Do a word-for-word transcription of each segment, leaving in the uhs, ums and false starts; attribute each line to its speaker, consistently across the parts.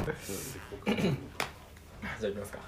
Speaker 1: じゃあいきますか。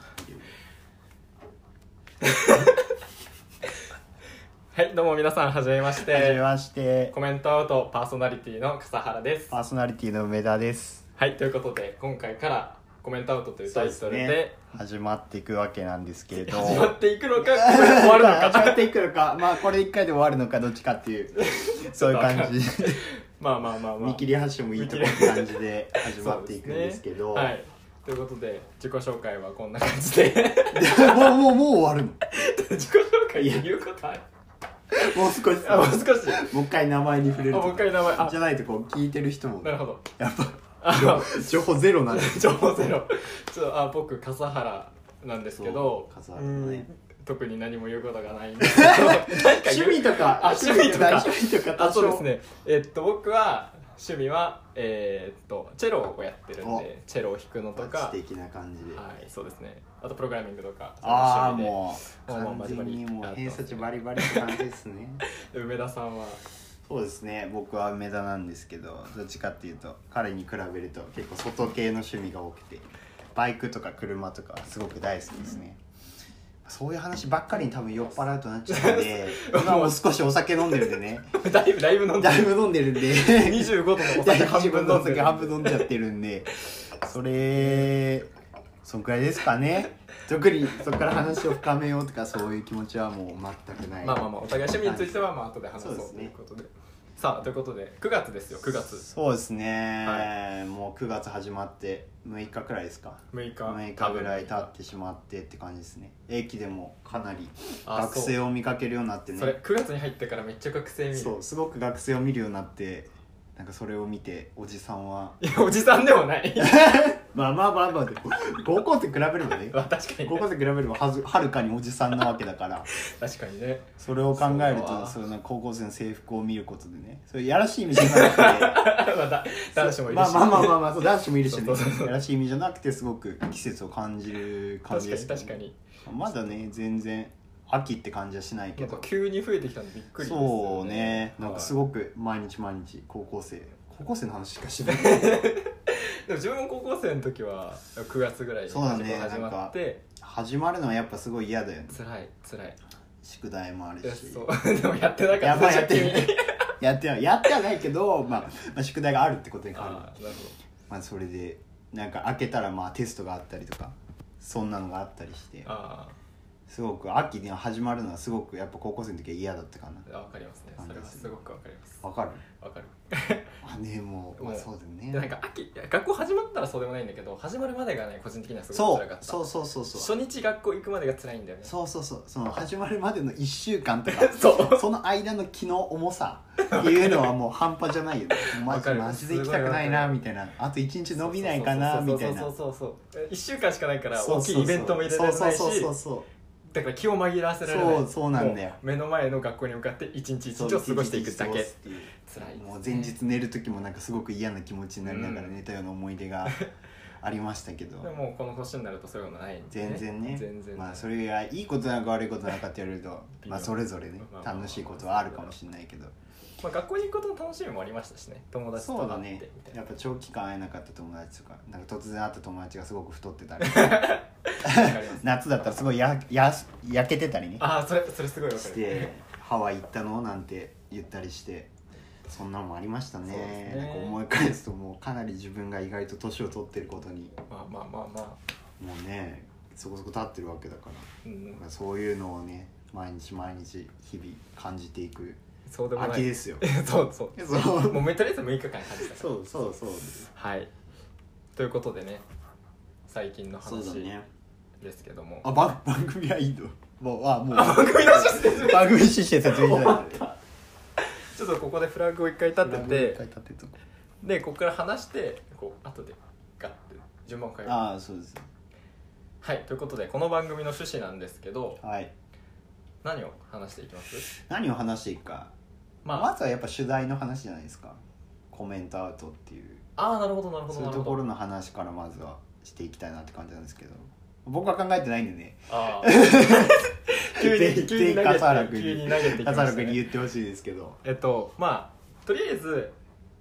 Speaker 1: はい、どうも皆さんはじめまして。
Speaker 2: はじめまして。
Speaker 1: コメントアウトパーソナリティの笠原です。
Speaker 2: パーソナリティの梅田です。
Speaker 1: はい、ということで今回からコメントアウトというタイトルで、
Speaker 2: ね、始まっていくわけなんですけれど、
Speaker 1: 始まっていくのかこれで終わるのか
Speaker 2: 始まっていくのか、まあこれいっかいで終わるのかどっちかっていうそういう感じ
Speaker 1: まあまあまあまあ
Speaker 2: 見切り発車もいいとこって感じで始まっていくんですけど、
Speaker 1: ね、はい、ということで自己紹介はこんな感じで
Speaker 2: もうもうもう終わるの
Speaker 1: 自己紹介言うことある
Speaker 2: もう少し
Speaker 1: あもう少し
Speaker 2: もう一回名前に触れると
Speaker 1: もう一回名前あ
Speaker 2: じゃないとこう聞いてる人も
Speaker 1: なるほど
Speaker 2: やっぱ情報ゼロなんです
Speaker 1: 情報ゼロちょあ僕笠原なんですけど
Speaker 2: 笠原ね
Speaker 1: 特に何も言うことがないんですけど
Speaker 2: 趣味とか
Speaker 1: あ趣味とか
Speaker 2: 趣味とか
Speaker 1: あそうですねえっと僕は趣味はえー、っとチェロをやってるんでチェロを弾くのとか
Speaker 2: 知的な感じで
Speaker 1: はいそうですねあとプログラミングとか
Speaker 2: ああもう
Speaker 1: 完
Speaker 2: 全にもう偏差値バリバリって感じですね
Speaker 1: 梅田さんは
Speaker 2: そうですね僕は梅田なんですけどどっちかっていうと彼に比べると結構外系の趣味が多くてバイクとか車とかすごく大好きですね、うん、そういう話ばっかりに多分酔っ払うとなっちゃうんで今も少しお酒飲んでるんでね
Speaker 1: だいぶだいぶ飲んでる
Speaker 2: だいぶ飲んでるんで
Speaker 1: にじゅうごどのお酒半分飲んでる
Speaker 2: 半分飲んじゃってるんでそれそんくらいですかね特にそこから話を深めようとかそういう気持ちはもう全くない。
Speaker 1: まあまあまあお互い趣味についてはまあ後で話そうということで、さあということでくがつですよくがつ
Speaker 2: そうですね、はい、もうくがつ始まってむいかくらいですか
Speaker 1: むいか
Speaker 2: むいかぐらい経ってしまってって感じですね。駅でもかなり学生を見かけるようになってね。
Speaker 1: それくがつに入ってからめっちゃ学生見る。
Speaker 2: そうすごく学生を見るようになってなんかそれを見ておじさんはい
Speaker 1: やおじさんでもない
Speaker 2: まあまあまあまあ高校生比べればね、
Speaker 1: まあ、確かにね
Speaker 2: 高校生比べればはずはるかにおじさんなわけだから
Speaker 1: 確かにね
Speaker 2: それを考えるとその高校生の制服を見ることでねそれやらしい意味じゃなくて
Speaker 1: まあ男子もいるし、
Speaker 2: まあまあまあまあ、まあ、そう男子もいるしね
Speaker 1: そうそうそう
Speaker 2: やらしい意味じゃなくてすごく季節を感じる感じです、
Speaker 1: ね、確かに確かに
Speaker 2: まだね全然秋って感じはしないけど
Speaker 1: なんか急に増えてきたんでびっくりですよね。
Speaker 2: そうねなんかすごく毎日毎日高校生高校生の話しかしない
Speaker 1: でも自分も高校生の時はくがつぐらいに
Speaker 2: そうだね
Speaker 1: 始まって
Speaker 2: 始まるのはやっぱすごい嫌だよね。
Speaker 1: 辛い辛い
Speaker 2: 宿題もあるし
Speaker 1: そうでもやってなかった
Speaker 2: やばいやってやってはやってはないけど、まあ、まあ宿題があるってことに変わる。
Speaker 1: あなるほど、
Speaker 2: まあ、それでなんか開けたらまあテストがあったりとかそんなのがあったりして
Speaker 1: あ
Speaker 2: すごく秋に始まるのはすごくやっぱ高校生の時は嫌だったかな。
Speaker 1: わかりますねそれはすごくわかります。
Speaker 2: わかる
Speaker 1: わかる
Speaker 2: あねもう、まあ、そうだよね。
Speaker 1: なんか秋学校始まったらそうでもないんだけど始まるまでがね個人的にはすごく辛かった。
Speaker 2: そうそうそうそうそう
Speaker 1: 初日学校行くまでが辛いんだよね。
Speaker 2: そうそうそうその始まるまでのいっしゅうかんとか
Speaker 1: そう
Speaker 2: その間の気の重さっていうのはもう半端じゃないよねマジマジで行きたくないなみたいなあといちにち伸びないかなみたいな
Speaker 1: そうそうそうそういっしゅうかんしかないから大きいイベントも入れられないし
Speaker 2: そうそうそうそう
Speaker 1: だから気を紛らわせられない。
Speaker 2: そうそうなんだよ。
Speaker 1: 目の前の学校に向かって一日一日を過ごしていくだけ。辛いですね。
Speaker 2: もう前日寝る時もなんかすごく嫌な気持ちになりながら寝たような思い出がありましたけど、
Speaker 1: でもこの年になるとそういうのないんで、ね、
Speaker 2: 全然ね
Speaker 1: 全然
Speaker 2: まあそれがいいことなのか悪いことなのかって言われるとまあそれぞれね楽しいことはあるかもしれないけど、
Speaker 1: まあ、学校に行くことの楽しみもありましたしね。友達と会ってみたいな。そうだね、
Speaker 2: やっぱ長期間会えなかった友達とかなんか突然会った友達がすごく太ってたり夏だったらすごいやや焼けてたりね
Speaker 1: ああそれそれすごいわかる
Speaker 2: してハワイ行ったのなんて言ったりしてそんなのもありました ね, ねなんか思い返すともうかなり自分が意外と年を取ってることに
Speaker 1: まあまあまあまあ
Speaker 2: もうねそこそこ経ってるわけだから、うん、そういうのをね毎日毎日日々感じていく
Speaker 1: そうでもない
Speaker 2: 秋ですよ
Speaker 1: そうそうそうもうとりあえずむいかかん感じたから
Speaker 2: そうそうそう
Speaker 1: はいということでね最近の話ですけども、
Speaker 2: ね、あ番番組はいいのもうあもう
Speaker 1: 番組の趣旨
Speaker 2: 番組趣旨で説明じゃない
Speaker 1: ちょっとここでフラッグを一回立てて
Speaker 2: 一回立てと
Speaker 1: でここから話してこう後でガッて順番を変える。
Speaker 2: ああそうです。
Speaker 1: はいということでこの番組の趣旨なんですけど、
Speaker 2: はい、
Speaker 1: 何を話していきます？
Speaker 2: 何を話していくか、まあ、まずはやっぱ取材の話じゃないですか。コメントアウトっていう
Speaker 1: ああなるほどなるほど
Speaker 2: そういうところの話からまずはしていきたいなって感じなんですけど僕は考えてないんでね
Speaker 1: あ急に急に投げて急に投げてきましたね。
Speaker 2: 笠原君に言ってほしいですけど
Speaker 1: えっとまあとりあえず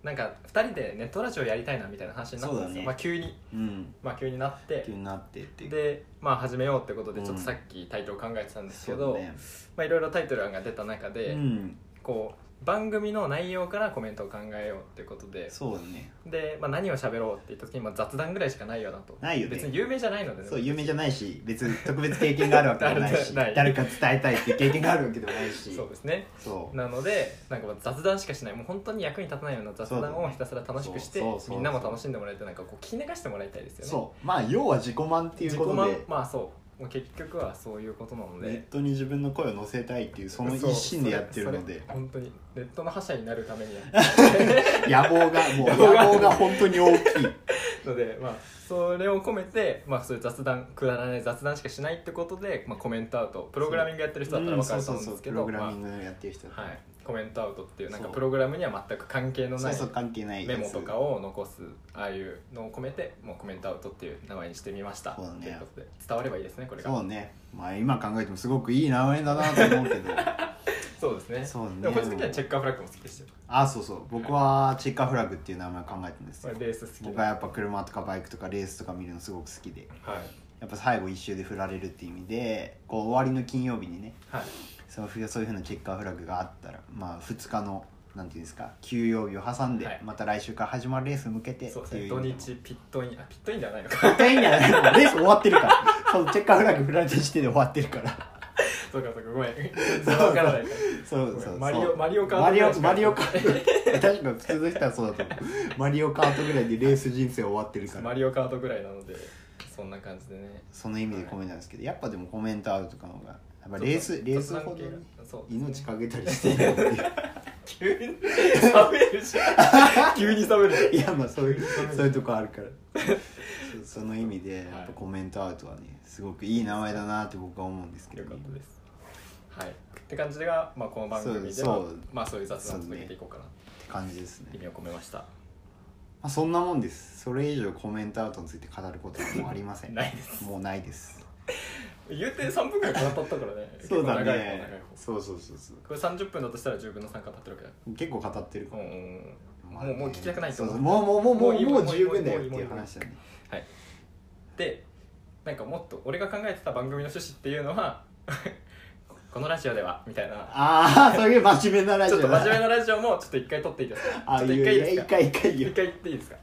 Speaker 1: なんかふたりでネットラジオやりたいなみたいな話になったんですよ、
Speaker 2: ね、
Speaker 1: まあ、急に、
Speaker 2: うん
Speaker 1: まあ、急になって
Speaker 2: 急になってって
Speaker 1: で、まあ、始めようってことでちょっとさっきタイトル考えてたんですけど、
Speaker 2: うんね、
Speaker 1: まあ、いろいろタイトル案が出た中で、
Speaker 2: うん、
Speaker 1: こう番組の内容からコメントを考えようってことで、
Speaker 2: そうだね
Speaker 1: で、まあ、何を喋ろうって言った時に、まあ、雑談ぐらいしかないよなと。
Speaker 2: ないよね
Speaker 1: 別に有名じゃないのでね。
Speaker 2: そう有名じゃないし別に特別経験があるわけでもないし
Speaker 1: ない
Speaker 2: 誰か伝えたいっていう経験があるわけでもないし
Speaker 1: そうですね。
Speaker 2: そう
Speaker 1: なのでなんかまあ雑談しかしない、もう本当に役に立たないような雑談をひたすら楽しくして、
Speaker 2: そうそうそうそう
Speaker 1: みんなも楽しんでもらえて、なんかこう気流してもらいたいですよね。
Speaker 2: そうまあ要は自己満っていうことで
Speaker 1: 自己満、まあそうもう結局はそういうことなので、
Speaker 2: ネットに自分の声を載せたいっていうその一心でやってるので
Speaker 1: 本当にネットの覇者になるためにやって
Speaker 2: 野望がもう野
Speaker 1: 野望が
Speaker 2: 望が本当に大きい
Speaker 1: ので、まあ、それを込めて、まあ、そういう雑談くだらない雑談しかしないってことで、まあ、コメントアウトプログラミングやってる人だったら分かると思うんですけど、
Speaker 2: プログラミングやってる人だったら、
Speaker 1: はい、コメントアウトっていうなんか
Speaker 2: そう
Speaker 1: プログラムには全く関係のない
Speaker 2: そうそう関係ないやつ
Speaker 1: メモとかを残すああいうのを込めてもうコメントアウトっていう名前にしてみました。
Speaker 2: そうだね
Speaker 1: ということで伝わればいいですねこれが。
Speaker 2: そうね、まあ、今考えてもすごくいい名前だなと思うけど
Speaker 1: そうですね。
Speaker 2: そうね
Speaker 1: でも個人的にはチェッカーフラッグも好きでしたよ。
Speaker 2: あそうそう僕はチェッカーフラッグっていう名前を考えてるんですよ。
Speaker 1: レース好きで、
Speaker 2: 僕はやっぱ車とかバイクとかレースとか見るのすごく好きで、
Speaker 1: はい
Speaker 2: やっぱ最後一周で振られるっていう意味でこう終わりの金曜日にね
Speaker 1: はい、
Speaker 2: そういうそういう風なチェッカーフラッグがあったらまあふつかのなんていうんですか休養日を挟んで、
Speaker 1: はい
Speaker 2: また来週から始まるレースに向けて
Speaker 1: そうですね。
Speaker 2: っていう意味でも
Speaker 1: 土日ピットインあピットインではないのか
Speaker 2: ピットインじゃないのレース終わってるからそのチェッカーフラッグ振られた時点で終わってるから
Speaker 1: そうかそうかごめんそう分からないから
Speaker 2: そうそう
Speaker 1: マリオマリオカート
Speaker 2: マリオ
Speaker 1: ぐらいしか
Speaker 2: マリオカート確かに普通の人はそうだと思うマリオカートぐらいでレース人生終わってるから
Speaker 1: マリオカートぐらいなのでそんな感じでね。
Speaker 2: その意味でコメントなんですけど、やっぱでもコメントアウトとかの方がやっぱレースレースほどに命かけたりしてるっていう
Speaker 1: 急に冷めるじゃん急に冷める
Speaker 2: いやまあそういうそういうとこあるからそ, その意味でやっぱコメントアウトはねすごくいい名前だなって僕は思うんですけど、
Speaker 1: よ
Speaker 2: ね、
Speaker 1: かったです。はいって感じでが、まあ、この番組では
Speaker 2: そうそう
Speaker 1: まあ、そういう雑談を続けていこうかな
Speaker 2: って感じですね。
Speaker 1: 意味を込めました。
Speaker 2: まあ、そんなもんです。それ以上コメントアウトについて語ることはもうありません
Speaker 1: ないです
Speaker 2: もうないです
Speaker 1: 言うてさんぷんぐらい語ったったからね
Speaker 2: そうだ
Speaker 1: 結構長い方長い
Speaker 2: ね
Speaker 1: 方
Speaker 2: そうそうそうそう
Speaker 1: これさんじゅっぷんだとしたらじゅうぶんのさん語ってるわけだ。
Speaker 2: 結構語ってるか
Speaker 1: うん
Speaker 2: ら、
Speaker 1: うん
Speaker 2: まあね
Speaker 1: もうもう聞きたくないと
Speaker 2: そう
Speaker 1: 思
Speaker 2: そううもうもうもうもう
Speaker 1: もういい
Speaker 2: もう十分だよ
Speaker 1: もういい
Speaker 2: っていう話だね。
Speaker 1: はいでなんかもっと俺が考えてた番組の趣旨っていうのはこのラジオではみたいな
Speaker 2: ああそういう真面目なラジオだ
Speaker 1: ちょっと真面目なラジオもちょっと一回撮っていいですか。
Speaker 2: あ
Speaker 1: ちょっと一回いいですか。
Speaker 2: 一回一回いいよ
Speaker 1: 一回言っていいですか。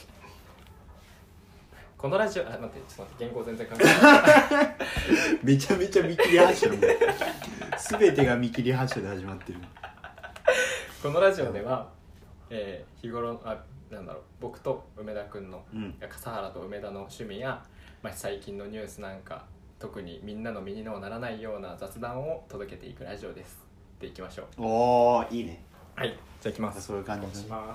Speaker 1: このラジオあ待ってちょっと待って原稿全然考えない
Speaker 2: めちゃめちゃ見切り発車も全てが見切り発車で始まってる。
Speaker 1: このラジオでは、えー、日頃あなんだろう僕と梅田くんの、
Speaker 2: うん
Speaker 1: 笠原と梅田の趣味や、まあ、最近のニュースなんか特にみんなの身にもならないような雑談を届けていくラジオです。でいきましょう。
Speaker 2: おーいいね。
Speaker 1: はいじゃあいきます。
Speaker 2: そういう感じ
Speaker 1: お願いします。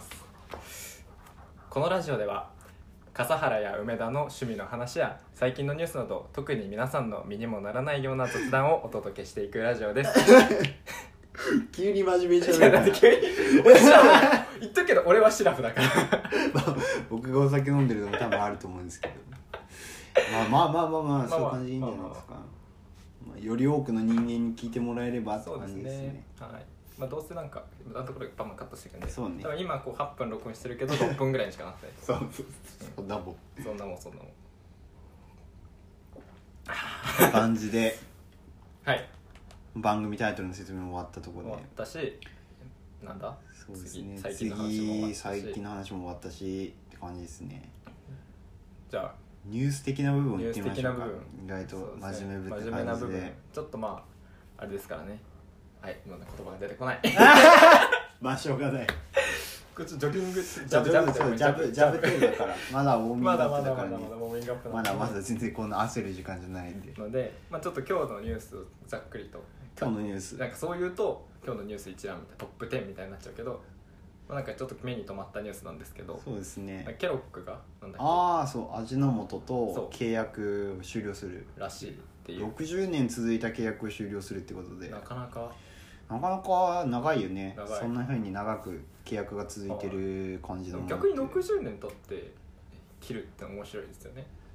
Speaker 1: このラジオでは笠原や梅田の趣味の話や最近のニュースなど特に皆さんの身にもならないような雑談をお届けしていくラジオです
Speaker 2: 急に真面目にしゃ
Speaker 1: いや
Speaker 2: べる
Speaker 1: だって急に俺シラフ言っとくけど俺はシラフだから
Speaker 2: 僕がお酒飲んでるのも多分あると思うんですけどまあまあまあまあまあ
Speaker 1: まあ
Speaker 2: そういう感じでいいんじゃないですか、まあ、より多くの人間に聞いてもらえればって
Speaker 1: そうです
Speaker 2: 感じですね。
Speaker 1: ねはいまあどうせなんか無駄なところバンバンカットしていくんで
Speaker 2: そうね
Speaker 1: 多分今こうはっぷん録音してるけどろっぷんぐらいにしかなってない
Speaker 2: そうそうそんなもん
Speaker 1: そんなもんそんなもん
Speaker 2: 感じで
Speaker 1: はい
Speaker 2: 番組タイトルの説明も終わったところで
Speaker 1: 終わったしなんだ
Speaker 2: そうですね
Speaker 1: 次最近の話も終わった
Speaker 2: 次
Speaker 1: し
Speaker 2: 最近の話も終わったしって感じですね。
Speaker 1: じゃあ
Speaker 2: ニュース的な部分を言ってみましょうか。
Speaker 1: ニュース的な部分
Speaker 2: 意外と真面目ぶって
Speaker 1: 真面目な部分
Speaker 2: 感じで
Speaker 1: ちょっとまああれですからねはい今の言葉が出てこない
Speaker 2: まあしょうがない。
Speaker 1: これちょっとジョギングジ
Speaker 2: ジャブジャブそうジャブジャブ程度だからまだウォーミングア
Speaker 1: まだま
Speaker 2: ップだからね
Speaker 1: だまだまだウォーミングアップなんで
Speaker 2: まだまだ全然こんな焦る時間じゃないんで。
Speaker 1: ので、まあ、ちょっと今日のニュースをざっくりと
Speaker 2: 今日のニュース
Speaker 1: なんかそう言うと今日のニュース一覧みたいなトップじゅうみたいになっちゃうけど、まあ、なんかちょっと目に留まったニュースなんですけど
Speaker 2: そうですね。
Speaker 1: ケロックがなんだっ
Speaker 2: ああそう味の素
Speaker 1: そう
Speaker 2: と契約を終了する
Speaker 1: けらしいっていう
Speaker 2: ろくじゅうねん続いた契約を終了するってことで
Speaker 1: なかなか
Speaker 2: なかなか長いよね。
Speaker 1: 長い
Speaker 2: そんな風に長く契約が続いてる感じのものって
Speaker 1: 逆にろくじゅうねん経って切るって面白いですよね。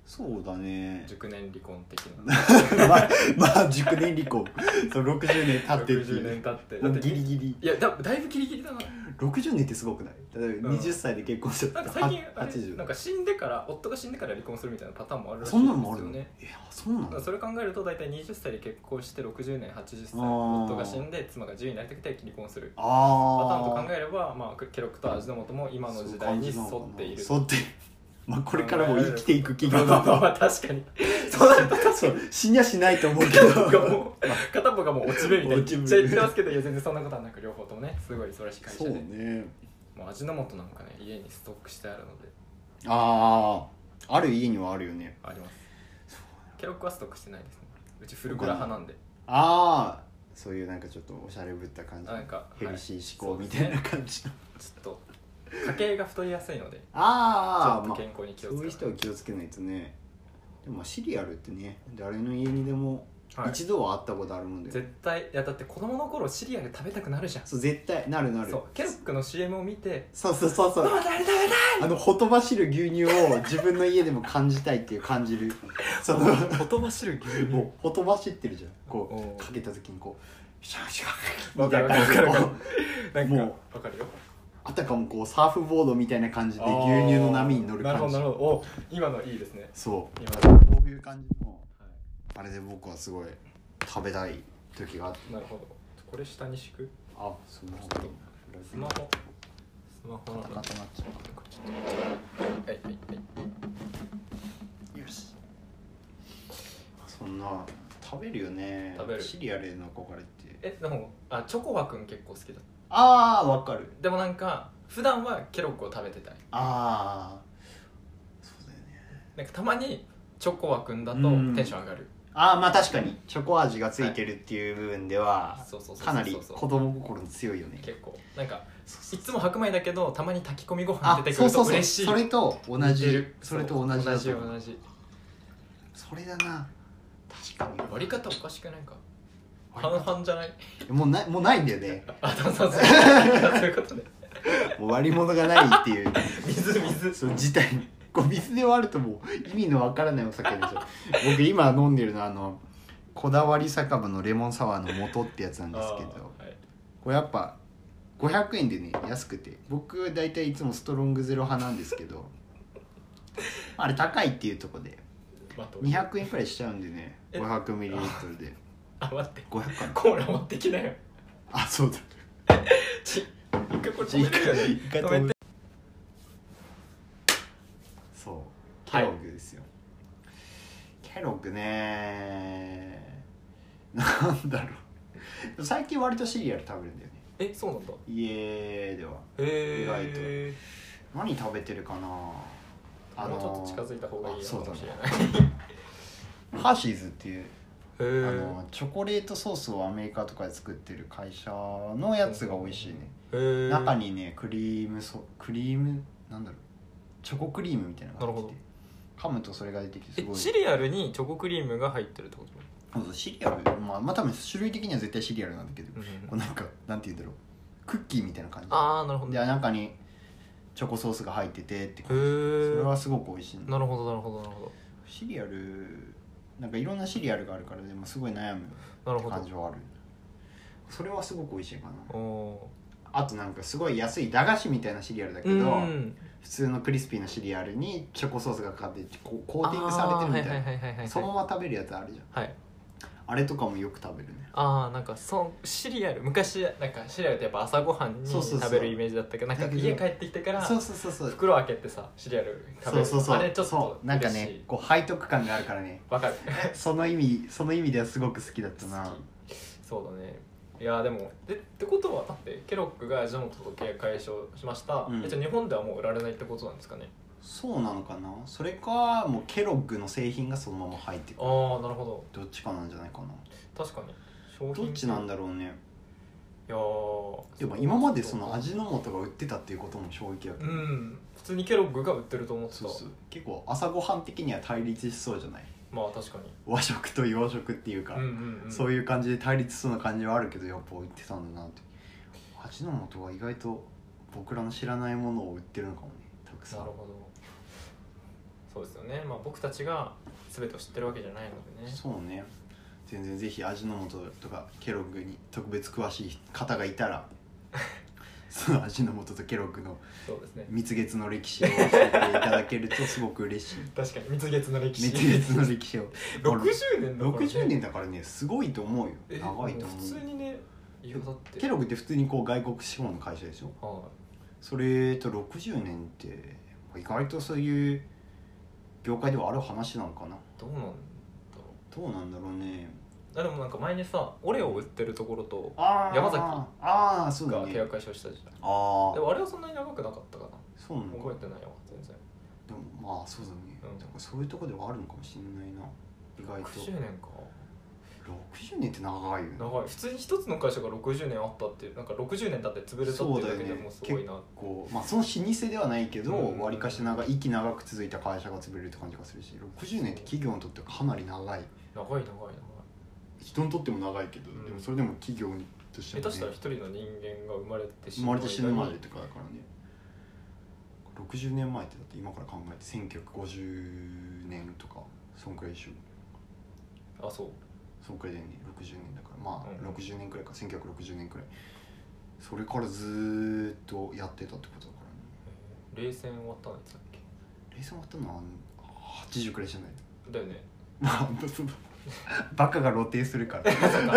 Speaker 2: そうだね
Speaker 1: 熟年離婚的な
Speaker 2: まあまあ熟年離婚そうろくじゅうねん経ってっていう
Speaker 1: ろくじゅうねん経って
Speaker 2: もうギリギリ
Speaker 1: いや だ, だいぶギリギリだな。
Speaker 2: ろくじゅうねんってすごくない？例えば
Speaker 1: うん
Speaker 2: はたちで結婚しちゃったら
Speaker 1: なんか最近あれ
Speaker 2: はちじゅう
Speaker 1: なんか死んでから夫が死んでから離婚するみたいなパターンもあるらしい
Speaker 2: そんなのもあるの
Speaker 1: んですよね。
Speaker 2: えそうなの
Speaker 1: だからそれ考えると大体はたちで結婚してろくじゅうねんはちじゅっさい
Speaker 2: あー
Speaker 1: 夫が死んで妻が自由になりたくて離婚するパ
Speaker 2: あ
Speaker 1: ターンと
Speaker 2: あ
Speaker 1: 考えれば、まあ、ケロックと味の素も今の時代に沿っている
Speaker 2: 沿ってまあこれからも生きていく企業
Speaker 1: まあまあまあ確かにそうなると確か
Speaker 2: そう死にゃしないと思うけ
Speaker 1: に片
Speaker 2: ど
Speaker 1: 方がもう片方がもう落ち目みたいに言っちゃ言ってますけど、いや全然そんなことはなく両方ともねすごい素晴らしい会社
Speaker 2: そう
Speaker 1: で、
Speaker 2: ね
Speaker 1: もう味の素なんかね家にストックしてあるので
Speaker 2: ああある家にはあるよね
Speaker 1: あります。ケロックはストックしてないですね。うちフルグラ派なんで。
Speaker 2: ああそういうなんかちょっとおしゃれぶった感じ
Speaker 1: なんか
Speaker 2: ヘルシー思考
Speaker 1: はい
Speaker 2: みたいな感じの、
Speaker 1: ちょっと家計が太りやすいのでちょ
Speaker 2: ああまあ
Speaker 1: っと健康に気をつけ
Speaker 2: そういう人は気をつけないとねでもまあシリアルってね誰の家にでも
Speaker 1: はい
Speaker 2: 一度はあったことあるもんで、
Speaker 1: 絶対いやだって子供の頃シリアル食べたくなるじゃん。
Speaker 2: そう絶対なるなる
Speaker 1: そうケロックの シーエム を見て
Speaker 2: そうそうそうそう
Speaker 1: ママ誰食べたい
Speaker 2: あのほとばしる牛乳を自分の家でも感じたいっていう感じるその
Speaker 1: ほとばしる牛乳
Speaker 2: もうほとばしってるじゃんこ
Speaker 1: おう
Speaker 2: うかけた時にこうシャーシャー
Speaker 1: わかるわかるわかるわかるなんか
Speaker 2: もう
Speaker 1: わかるよ。
Speaker 2: あたかもこうサーフボードみたいな感じで牛乳の波に乗る
Speaker 1: なるほ
Speaker 2: 感じ
Speaker 1: どなるほど。お今のいいですね。
Speaker 2: そう
Speaker 1: 今の、は
Speaker 2: こういう感じのあれで僕はすごい食べたい時があって
Speaker 1: い、なるほど。これ下に敷く
Speaker 2: あスマホ
Speaker 1: スマホスマホなの
Speaker 2: カタカタなっちゃ
Speaker 1: はいはいはいう
Speaker 2: よしそんな食べるよね
Speaker 1: 食べる
Speaker 2: シリアルへの憧れって
Speaker 1: えでもあチョコワくん結構好きだった。
Speaker 2: ああわかる
Speaker 1: でもなんか普段はケロックを食べてたい。
Speaker 2: ああそうだよね
Speaker 1: なんかたまにチョコワくんだと
Speaker 2: うん
Speaker 1: テンション上がる。
Speaker 2: ああまあ確かにチョコ味がついてるっていう部分では
Speaker 1: そうそうそうそうそう
Speaker 2: かなり子供心強いよね
Speaker 1: 結構なんか
Speaker 2: そうそう
Speaker 1: いつも白米だけどたまに炊き込みご飯
Speaker 2: あ
Speaker 1: 出てくる
Speaker 2: そうそうそう
Speaker 1: と嬉しい。
Speaker 2: それと同じ
Speaker 1: 似てる
Speaker 2: それと同じだ
Speaker 1: 同じ
Speaker 2: と思う
Speaker 1: 同じ。
Speaker 2: それだな確かに
Speaker 1: 割り方おかしくないか。
Speaker 2: 割り
Speaker 1: 半々じゃない。
Speaker 2: もうないもうないんだよね
Speaker 1: あそうそうそうそういうことね。
Speaker 2: もう割り物がないっていう
Speaker 1: 水水
Speaker 2: その自体にこう水で割るともう意味のわからないお酒でしょ僕今飲んでるのはあのこだわり酒場のレモンサワーの素ってやつなんですけど
Speaker 1: あーはい
Speaker 2: これやっぱごひゃくえんでね安くて僕大体いつもストロングゼロ派なんですけどあれ高いっていうとこで
Speaker 1: まあ
Speaker 2: にひゃくえんくらいしちゃうんでね
Speaker 1: え
Speaker 2: ごひゃくミリリットル で
Speaker 1: あ待って
Speaker 2: ごひゃくかな
Speaker 1: コーラ持ってきなよ。
Speaker 2: あそうだ
Speaker 1: ち一回これ止めるよね。
Speaker 2: 一回止めてそうケ
Speaker 1: はい
Speaker 2: ロッグですよ、ケロッグねなんだろう最近割とシリアル食べるんだよね
Speaker 1: えそうなんだ。
Speaker 2: 家では
Speaker 1: へ
Speaker 2: 意外
Speaker 1: え
Speaker 2: 何食べてるかなあの
Speaker 1: もうちょっと近づいた方がいいのかもしれ
Speaker 2: あ
Speaker 1: ない。
Speaker 2: ハーシーズっていう
Speaker 1: へ
Speaker 2: あ
Speaker 1: え
Speaker 2: のチョコレートソースをアメリカとかで作ってる会社のやつが美味しいね、
Speaker 1: へえ
Speaker 2: 中にねクリームソクリームなんだろうチョコクリームみたいなのが入ってて噛むとそれが出てきてすごい
Speaker 1: えシリアルにチョコクリームが入ってるってこと？
Speaker 2: そうそうシリアルまあまあ多分種類的には絶対シリアルなんだけど、
Speaker 1: うん
Speaker 2: こうなんかなんて言うんだろうクッキーみたいな感じ
Speaker 1: ああなるほど。
Speaker 2: で
Speaker 1: へ
Speaker 2: 中にチョコソースが入っててって感じ
Speaker 1: え
Speaker 2: それはすごく美味しいね
Speaker 1: なるほどなるほどなるほ
Speaker 2: シリアルなんかいろんなシリアルがあるからでもすごい悩む
Speaker 1: どなるほ
Speaker 2: 感じはあるそれはすごく美味しいかな
Speaker 1: ど。お
Speaker 2: あとなんかすごい安い駄菓子みたいなシリアルだけ
Speaker 1: ー
Speaker 2: ど、
Speaker 1: うん
Speaker 2: 普通のクリスピーなシリアルにチョコソースがかかってこうコーティングされてるみたい
Speaker 1: あーはいはいはいはいは
Speaker 2: ないそのまま食べるやつあるじゃん
Speaker 1: はい
Speaker 2: あれとかもよく食べるね
Speaker 1: ああなんかそうシリアル昔なんかシリアルってやっぱ朝ごはんに
Speaker 2: そうそうそう
Speaker 1: 食べるイメージだったけどなんか
Speaker 2: だけど
Speaker 1: 家帰ってきてから
Speaker 2: そうそうそうそう
Speaker 1: 袋開けてさシリアル食べる
Speaker 2: そうそうそう
Speaker 1: あれちょっと
Speaker 2: そうなんか
Speaker 1: 嬉しい
Speaker 2: ねこう背徳感があるからね
Speaker 1: わかる
Speaker 2: その意味その意味ではすごく好きだったな
Speaker 1: 好きそうだねいやでもでってことはだってケロックが味の素と契約解消しました、
Speaker 2: うん
Speaker 1: えじゃあ日本ではもう売られないってことなんですかね
Speaker 2: そうなのかなそれかもうケロッグの製品がそのまま入ってくる
Speaker 1: ああなるほど
Speaker 2: どっちかなんじゃないかな
Speaker 1: 確かに商品
Speaker 2: どっちなんだろうね
Speaker 1: いやー
Speaker 2: でも今までその味の素が売ってたっていうことも衝撃だった、
Speaker 1: うん普通にケロッグが売ってると思ってた
Speaker 2: そうそう結構朝ごはん的には対立しそうじゃない
Speaker 1: まあ確かに
Speaker 2: 和食と洋食っていうか、
Speaker 1: うんうんうん
Speaker 2: そういう感じで対立しそうな感じはあるけどやっぱ売ってたんだなって味の素は意外と僕らの知らないものを売ってるのかもねたくさん
Speaker 1: なるほどそうですよね。まあ僕たちが全てを知ってるわけじゃないのでね。
Speaker 2: そうね、全然ぜひ味の素とかケロッグに特別詳しい方がいたらその味の素とケロッグの
Speaker 1: そうですね、
Speaker 2: 蜜月の歴史を教えていただけるとすごく嬉しい。
Speaker 1: 確かに蜜月の歴史
Speaker 2: 蜜月の歴史を
Speaker 1: ろくじゅうねんだから、ね、
Speaker 2: ろくじゅうねんだからね、すごいと思うよ。
Speaker 1: え
Speaker 2: 長いと思う。
Speaker 1: 普通にね、いやだって
Speaker 2: ケロッグって普通にこう外国資本の会社でしょ。
Speaker 1: は
Speaker 2: それとろくじゅうねんって意外とそういう業界ではある話なのかな。
Speaker 1: い、どうなんだろ
Speaker 2: どうなんだろうね。
Speaker 1: う。あでもなんか前にさオレオを売ってるところと
Speaker 2: あー
Speaker 1: 山崎
Speaker 2: あーそうだね。
Speaker 1: が契約解消したじゃん。
Speaker 2: ああ
Speaker 1: でもあれはそんなに長くなかったかな。
Speaker 2: そうなのか。
Speaker 1: 覚えてないわ全然。
Speaker 2: でもまあそうだね、
Speaker 1: うん
Speaker 2: だからそういうところではあるのかもしれないな。意外
Speaker 1: ろく
Speaker 2: と
Speaker 1: じゅうねんか。
Speaker 2: ろくじゅうねんって長いよね。
Speaker 1: 長い。普通に一つの会社がろくじゅうねんあったっていう、なんかろくじゅうねんだって潰れたっていうだけでもすごいな。
Speaker 2: こうまあその老舗ではないけど
Speaker 1: うん
Speaker 2: わり、かし長い息長く続いた会社が潰れるって感じがするし、ろくじゅうねんって企業にとってはかなり長い。
Speaker 1: 長い長い長い。
Speaker 2: 人にとっても長いけど、
Speaker 1: うん
Speaker 2: でもそれでも企業としても、ね、
Speaker 1: 下手したら一人の人間が生まれて
Speaker 2: 生まれて死ぬまでとかだからね。ろくじゅうねんまえってだって今から考えてせんきゅうひゃくごじゅうねんとかそんくらいでしょ。
Speaker 1: あそう
Speaker 2: そんくらいでね、ろくじゅうねんだからまあ、
Speaker 1: うん
Speaker 2: ろくじゅうねんくらいか、せんきゅうひゃくろくじゅうねんくらいそれからずーっとやってたってことだからね。
Speaker 1: 冷戦終わったんですっけ。
Speaker 2: 冷戦終わったのははちじゅうくらいじゃない
Speaker 1: だよね。
Speaker 2: まあそうバカが露呈するから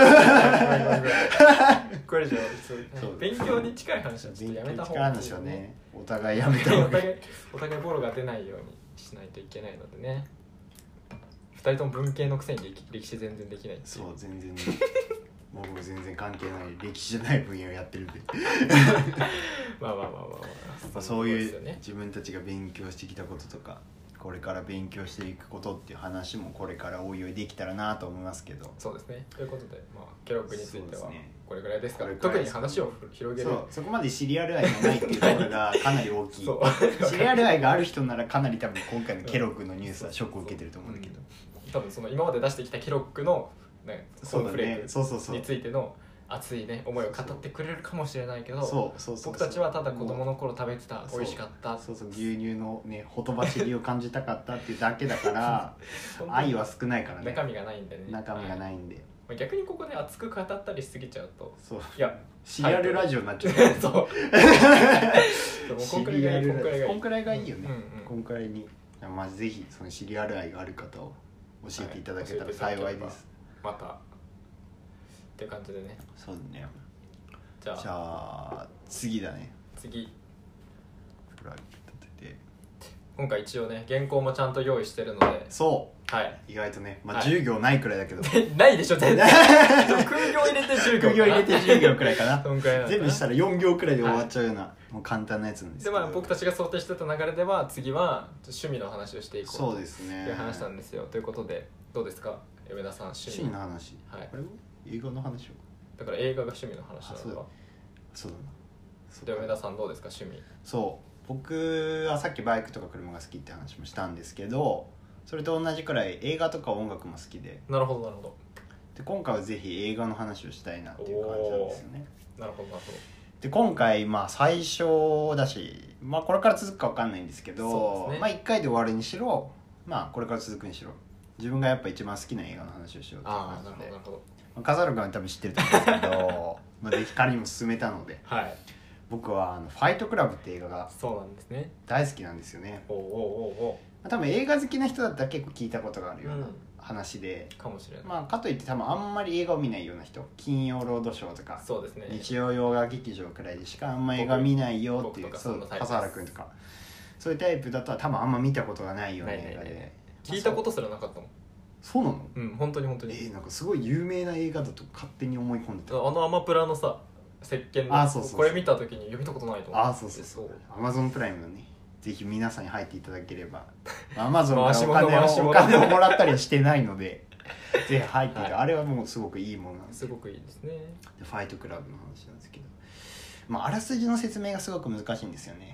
Speaker 1: これじゃそう
Speaker 2: そう
Speaker 1: 勉強に近い話はちょっとやめた方がいい
Speaker 2: 話はね、お互いやめた方がいい。
Speaker 1: お互いお互いボロが出ないようにしないといけないのでね。ふたりとも文系のくせに歴歴史全然できないっていう。
Speaker 2: そう全然ね僕も全然関係ない歴史じゃない分野をやってるんで
Speaker 1: まあまあまあまあまあ
Speaker 2: そういう
Speaker 1: ですよね。
Speaker 2: 自分たちが勉強してきたこととかこれから勉強していくことっていう話もこれからおいおいできたらなと思いますけど。
Speaker 1: そうですね。ということで、まあ、ケロッグについては
Speaker 2: そうですね
Speaker 1: これぐらいですか。
Speaker 2: これくらい
Speaker 1: 特に話を広げる。
Speaker 2: そうそこまでシリアル愛がないっていうところがかなり大きい
Speaker 1: そう
Speaker 2: シリアル愛がある人ならかなり多分今回のケロッグのニュースはショックを受けてると思うんだけど、
Speaker 1: 多分その今まで出してきたケロッグの、ね、コ
Speaker 2: そうだ
Speaker 1: ーンフレー
Speaker 2: ねそうそうそう
Speaker 1: クについての熱いね思いを語ってくれるかもしれないけど、
Speaker 2: そうそうそうそう
Speaker 1: 僕たちはただ子供の頃食べてた
Speaker 2: そう
Speaker 1: 美味しかった
Speaker 2: そうそう牛乳のねほとばしりを感じたかったっていうだけだから愛は少ないからね。
Speaker 1: 中身がないんでね。
Speaker 2: 中身がないんで、
Speaker 1: まあ逆にここで熱く語ったりしすぎちゃうと、
Speaker 2: そう
Speaker 1: いや
Speaker 2: シリアルラジオになっちゃう
Speaker 1: そうもうこんくらいがいい、こんくらいがいい、
Speaker 2: こんくらいがいいよね、
Speaker 1: うんうん
Speaker 2: こんくらいにまあぜひそのシリアル愛がある方を教えていただけたら幸いです、
Speaker 1: またって感じでね。
Speaker 2: そうだね。
Speaker 1: じゃあ
Speaker 2: じゃあ次だね。
Speaker 1: 次
Speaker 2: フラグ立てて
Speaker 1: 今回一応ね原稿もちゃんと用意してるので、
Speaker 2: そ
Speaker 1: はい、
Speaker 2: う意外とねまあ
Speaker 1: はい
Speaker 2: じゅう行ないくらいだけど、
Speaker 1: ないでしょ全然でも空行入れてじゅう行
Speaker 2: 副業入れてじゅう行くらいかな
Speaker 1: そんくらいなんだな
Speaker 2: 全部したらよん行くらいで終わっちゃうような、もう簡単なやつなんですけど、
Speaker 1: でまあ僕たちが想定してた流れでは次は趣味の話をしていこう
Speaker 2: そうですね
Speaker 1: という話なんですよ。ということでどうですか梅田さん趣味。
Speaker 2: 趣味の話、
Speaker 1: はい
Speaker 2: これ映画の話を
Speaker 1: だから映画が趣味の話なのか。
Speaker 2: そうだなそう
Speaker 1: で梅田さんどうですか趣味。
Speaker 2: そう僕はさっきバイクとか車が好きって話もしたんですけど、それと同じくらい映画とか音楽も好きで、
Speaker 1: なるほどなるほど
Speaker 2: で今回はぜひ映画の話をしたいなっていう感じなんですよね。
Speaker 1: なるほどなるほど。
Speaker 2: で今回まあ最初だし、まあ、これから続くか分かんないんですけど
Speaker 1: そうですね
Speaker 2: まあいっかいで終わるにしろ、まあこれから続くにしろ自分がやっぱ一番好きな映画の話をしようっていう
Speaker 1: ああなるほ
Speaker 2: 感じで、
Speaker 1: どなるほど。
Speaker 2: まあ、笠原君は多分知ってると思うんですけどまあぜひ彼にも勧めたので、
Speaker 1: はい
Speaker 2: 僕はあのファイトクラブって映画が
Speaker 1: そうなんですね。
Speaker 2: 大好きなんですよね。
Speaker 1: おうおうおうお
Speaker 2: まあ多分映画好きな人だったら結構聞いたことがあるような
Speaker 1: うん
Speaker 2: 話で、
Speaker 1: うかもしれない、
Speaker 2: まあかといって多分あんまり映画を見ないような人、金曜ロードショーとか
Speaker 1: そうですね。
Speaker 2: 日曜洋画劇場くらいでしかあんま映画見ないよっていう、
Speaker 1: 僕僕とか
Speaker 2: そう
Speaker 1: そんなタイプです
Speaker 2: 笠原君とかそういうタイプだと多分あんま見たことがないような
Speaker 1: ないないないない
Speaker 2: 映画で、
Speaker 1: 聞いたことすらなかったもん。
Speaker 2: そうなの？
Speaker 1: うん本当に本当に。
Speaker 2: えー、なんかすごい有名な映画だと勝手に思い込んでた。
Speaker 1: あのアマプラのさ石鹸の
Speaker 2: あそうそうそう
Speaker 1: これ見た時に読みたことないと思って。
Speaker 2: あそうそうそう
Speaker 1: そう
Speaker 2: アマゾンプライムのねぜひ皆さんに入っていただければアマゾンから
Speaker 1: 回し
Speaker 2: お金
Speaker 1: 物回し物
Speaker 2: をお金をもらったりはしてないのでぜひ入っていただ、
Speaker 1: はい
Speaker 2: あれはもうすごくいいものなんです
Speaker 1: すごくいいですね。
Speaker 2: でファイトクラブの話なんですけど、まあ、あらすじの説明がすごく難しいんですよね。で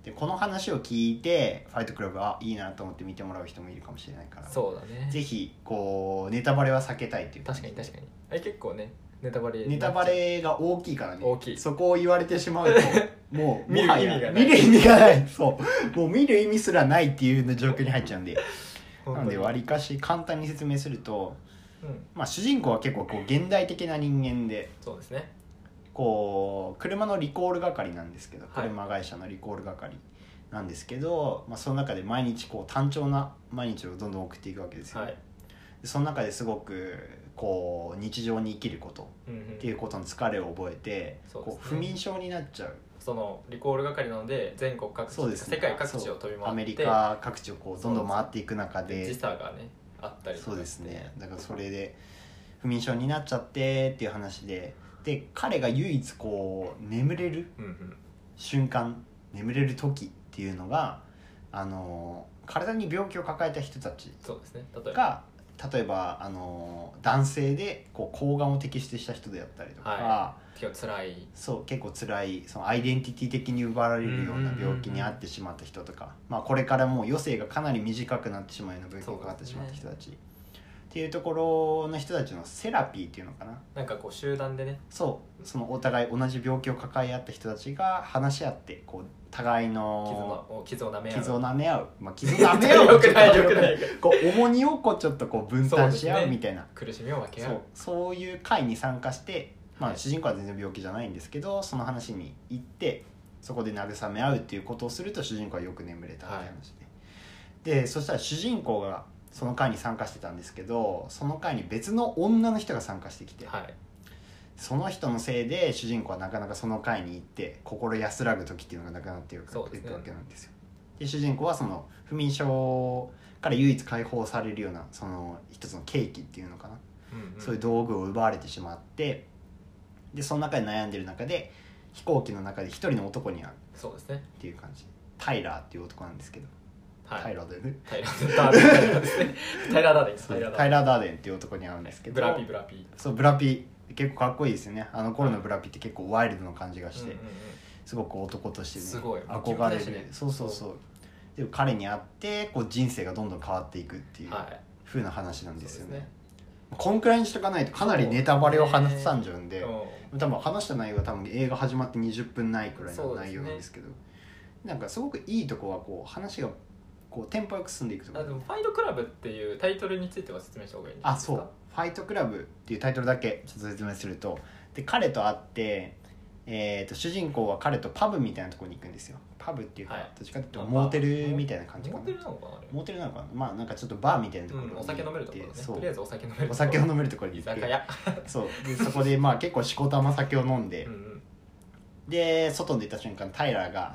Speaker 2: でこの話を聞いてファイトクラブあいいなと思って見てもらう人もいるかもしれないから、
Speaker 1: そうだね、
Speaker 2: ぜひこうネタバレは避けたいっていう。
Speaker 1: 確かに確かにあれ結構ねネタバレ
Speaker 2: ネタバレが大きいからね。
Speaker 1: 大きい
Speaker 2: そこを言われてしまうともう
Speaker 1: 見る
Speaker 2: もはや
Speaker 1: 意味がない
Speaker 2: 見る意味がないそうもう見る意味すらないっていう状況に入っちゃうんで
Speaker 1: 本当に
Speaker 2: なのでわりかし簡単に説明すると、
Speaker 1: うん
Speaker 2: まあ、主人公は結構こう現代的な人間で、
Speaker 1: そうですね、
Speaker 2: こう車のリコール係なんですけど、
Speaker 1: はい
Speaker 2: 車会社のリコール係なんですけど、まあ、その中で毎日こう単調な毎日をどんどん送っていくわけですよ、
Speaker 1: はい、
Speaker 2: でその中ですごくこう日常に生きること
Speaker 1: うんうん、
Speaker 2: っていうことの疲れを覚えて、
Speaker 1: そうですね
Speaker 2: こう不眠症になっちゃう。
Speaker 1: そのリコール係なので全国各地、
Speaker 2: そうですね、
Speaker 1: 世界各地を飛び回って
Speaker 2: アメリカ各地をこうどんどん回っていく中で
Speaker 1: 時差がねあったりとか
Speaker 2: そうですね、だからそれで不眠症になっちゃってっていう話で、で彼が唯一こう眠れる
Speaker 1: うんうん
Speaker 2: 瞬間、眠れる時っていうのがあの体に病気を抱えた人たち
Speaker 1: そうですね、例えば
Speaker 2: が例えばあの男性でこう睾丸を摘出した人であったりとか、
Speaker 1: は結構辛い、
Speaker 2: そう結構辛いそのアイデンティティ的に奪われるような病気に遭ってしまった人とか、まあ、これからもう余生がかなり短くなってしまうような病気にかかってしまった人たち、っていうところの人たちのセラピーっていうのかな、
Speaker 1: なんかこう集団でね、
Speaker 2: そうそのお互い同じ病気を抱え合った人たちが話し合ってこう互い
Speaker 1: 傷
Speaker 2: の
Speaker 1: の傷を舐め合う
Speaker 2: 傷を舐め合う、まあ、傷を舐め合う
Speaker 1: よくないよくない
Speaker 2: こう重荷をこうちょっとこう分担し合うみたいな、
Speaker 1: 苦しみを分け合う、
Speaker 2: そうそういう会に参加して、まあ、
Speaker 1: はい
Speaker 2: 主人公は全然病気じゃないんですけど、その話に行ってそこで慰め合うっていうことをすると主人公はよく眠れたっていう話で、でそしたら主人公がその会に参加してたんですけど、その会に別の女の人が参加してきて、
Speaker 1: はい、
Speaker 2: その人のせいで主人公はなかなかその会に行って心安らぐ時っていうのがなくなっていく
Speaker 1: そうですね
Speaker 2: わけなんですよ。で主人公はその不眠症から唯一解放されるようなその一つの契機っていうのかな、
Speaker 1: うんうん、
Speaker 2: そういう道具を奪われてしまって、でその中で悩んでる中で飛行機の中で一人の男に会う
Speaker 1: そうですね、
Speaker 2: っていう感じ、タイラーっていう男なんですけど、
Speaker 1: はい、
Speaker 2: タイラーだよね、
Speaker 1: タイラーダーデンタイラーですねタイラーダーデンです
Speaker 2: そう
Speaker 1: タイラーダーデン
Speaker 2: タイラー・ダーデンっていう男に会うんですけど、
Speaker 1: ブラピブラピ
Speaker 2: そうブラピ結構かっこいいですよね。あの頃のブラピって結構ワイルドな感じがして、
Speaker 1: うんうんうん、
Speaker 2: すごく男としてね
Speaker 1: すごい
Speaker 2: 憧れる、
Speaker 1: ね、
Speaker 2: そうそうそうで彼に会ってこう人生がどんどん変わっていくっていう
Speaker 1: はい
Speaker 2: 風な話なんですよね、
Speaker 1: そうですね
Speaker 2: こんくらいにしとかないとかなりネタバレを話さんじゃうんで、
Speaker 1: う
Speaker 2: 多分話した内容は多分映画始まってにじゅっぷんないくらいの内容なんですけど、なんかすごくいいとこはこう話がこうテンポよく進んでいくとこ
Speaker 1: ん、あでもファイトクラブっていうタイトルについては説明した方がいいんじゃないですか。
Speaker 2: あそうファイトクラブっていうタイトルだけちょっと説明すると、で彼と会って、えー、と主人公は彼とパブみたいなところに行くんですよ。パブっていうか、
Speaker 1: はい
Speaker 2: どっちかっていうとモーテルみたいな感じかな。
Speaker 1: モーテルなのかなあれ、
Speaker 2: モーテルなのかな、まあなんかちょっとバーみたいなところに
Speaker 1: うん、
Speaker 2: 行って、
Speaker 1: お酒飲めるところね、
Speaker 2: そう
Speaker 1: とりあえずお酒飲めるところ、
Speaker 2: お酒を飲めるところに
Speaker 1: 居
Speaker 2: 行って
Speaker 1: 酒屋
Speaker 2: そうでそこでまあ結構しこたま酒を飲んで、
Speaker 1: うん、うん、
Speaker 2: で外に出た瞬間タイラーが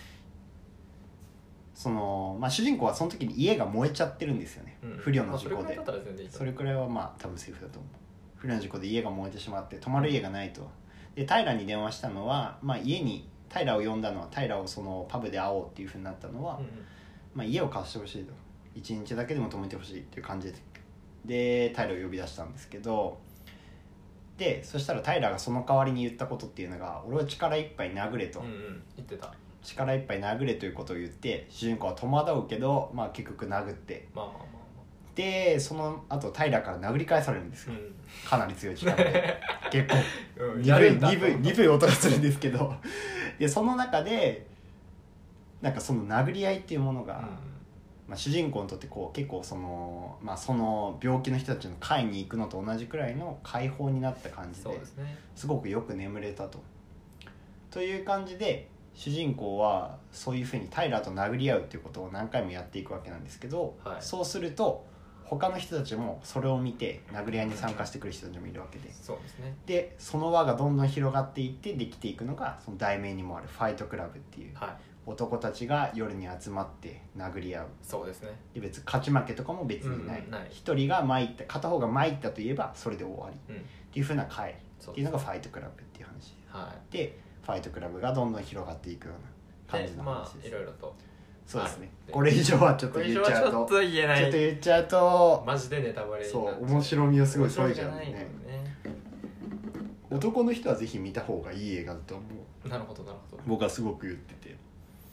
Speaker 2: その、まあ、主人公はその時に家が燃えちゃってるんですよね、
Speaker 1: うん、
Speaker 2: 不慮の事故で、
Speaker 1: まあ、それくらいだったら全然いいと思う。
Speaker 2: それくらいはまあ多分セーフだと思う。不慮の事故で家が燃えてしまって泊まる家がないと。でタイラーに電話したのは、まあ、家にタイラーを呼んだのはタイラーをそのパブで会おうっていうふうになったのは、
Speaker 1: うんうん、
Speaker 2: まあ、家を貸してほしいと、いちにちだけでも泊めてほしいっていう感じででタイラーを呼び出したんですけど、でそしたらタイラーがその代わりに言ったことっていうのが、俺は力いっぱい殴れと、
Speaker 1: うんうん、言ってた。
Speaker 2: 力いっぱい殴れということを言って、主人公は戸惑うけど、まあ、結局殴って、
Speaker 1: まあまあまあま
Speaker 2: でその後タイラーから殴り返されるんです
Speaker 1: あ、
Speaker 2: よ、
Speaker 1: うん、
Speaker 2: かなり強い力で結構
Speaker 1: うん、
Speaker 2: 鈍い
Speaker 1: やるんだ
Speaker 2: 鈍い鈍い音がするんですけどでその中でなんかその殴り合いっていうものが、
Speaker 1: うん、
Speaker 2: まあ、主人公にとってこう結構その、まあ、その病気の人たちの会に行くのと同じくらいの解放になった感じで、
Speaker 1: そうですね、
Speaker 2: すごくよく眠れたとという感じで、主人公はそういうふうにタイラーと殴り合うっていうことを何回もやっていくわけなんですけど、
Speaker 1: はい、
Speaker 2: そうすると他の人たちもそれを見て殴り合いに参加してくる人たちもいるわけで、
Speaker 1: そうですね、
Speaker 2: でその輪がどんどん広がっていってできていくのがその題名にもあるファイトクラブっていう、
Speaker 1: はい、
Speaker 2: 男たちが夜に集まって殴り合う、
Speaker 1: そうですね、
Speaker 2: で別に勝ち負けとかも別にない、
Speaker 1: うんうん、ない、
Speaker 2: 一人が参った片方が参ったといえばそれで終わり、
Speaker 1: うん、
Speaker 2: っていう風な回っていうのがファイトクラブっていう話、
Speaker 1: はい、
Speaker 2: でファイトクラブがどんどん広がっていくような感じの話です、
Speaker 1: まあいろいろと
Speaker 2: そうですね、
Speaker 1: はい、
Speaker 2: これ以上はちょっと言っちゃうと
Speaker 1: ちょっと言えない、
Speaker 2: ちょっと言っちゃうと
Speaker 1: マジでネタバレになっちゃう、
Speaker 2: そう面白みをすごい添えちゃうんでね、
Speaker 1: 面白みがないのね、
Speaker 2: 男の人はぜひ見た方がいい映画だと思う、
Speaker 1: なるほどなるほど、
Speaker 2: 僕はすごく言ってて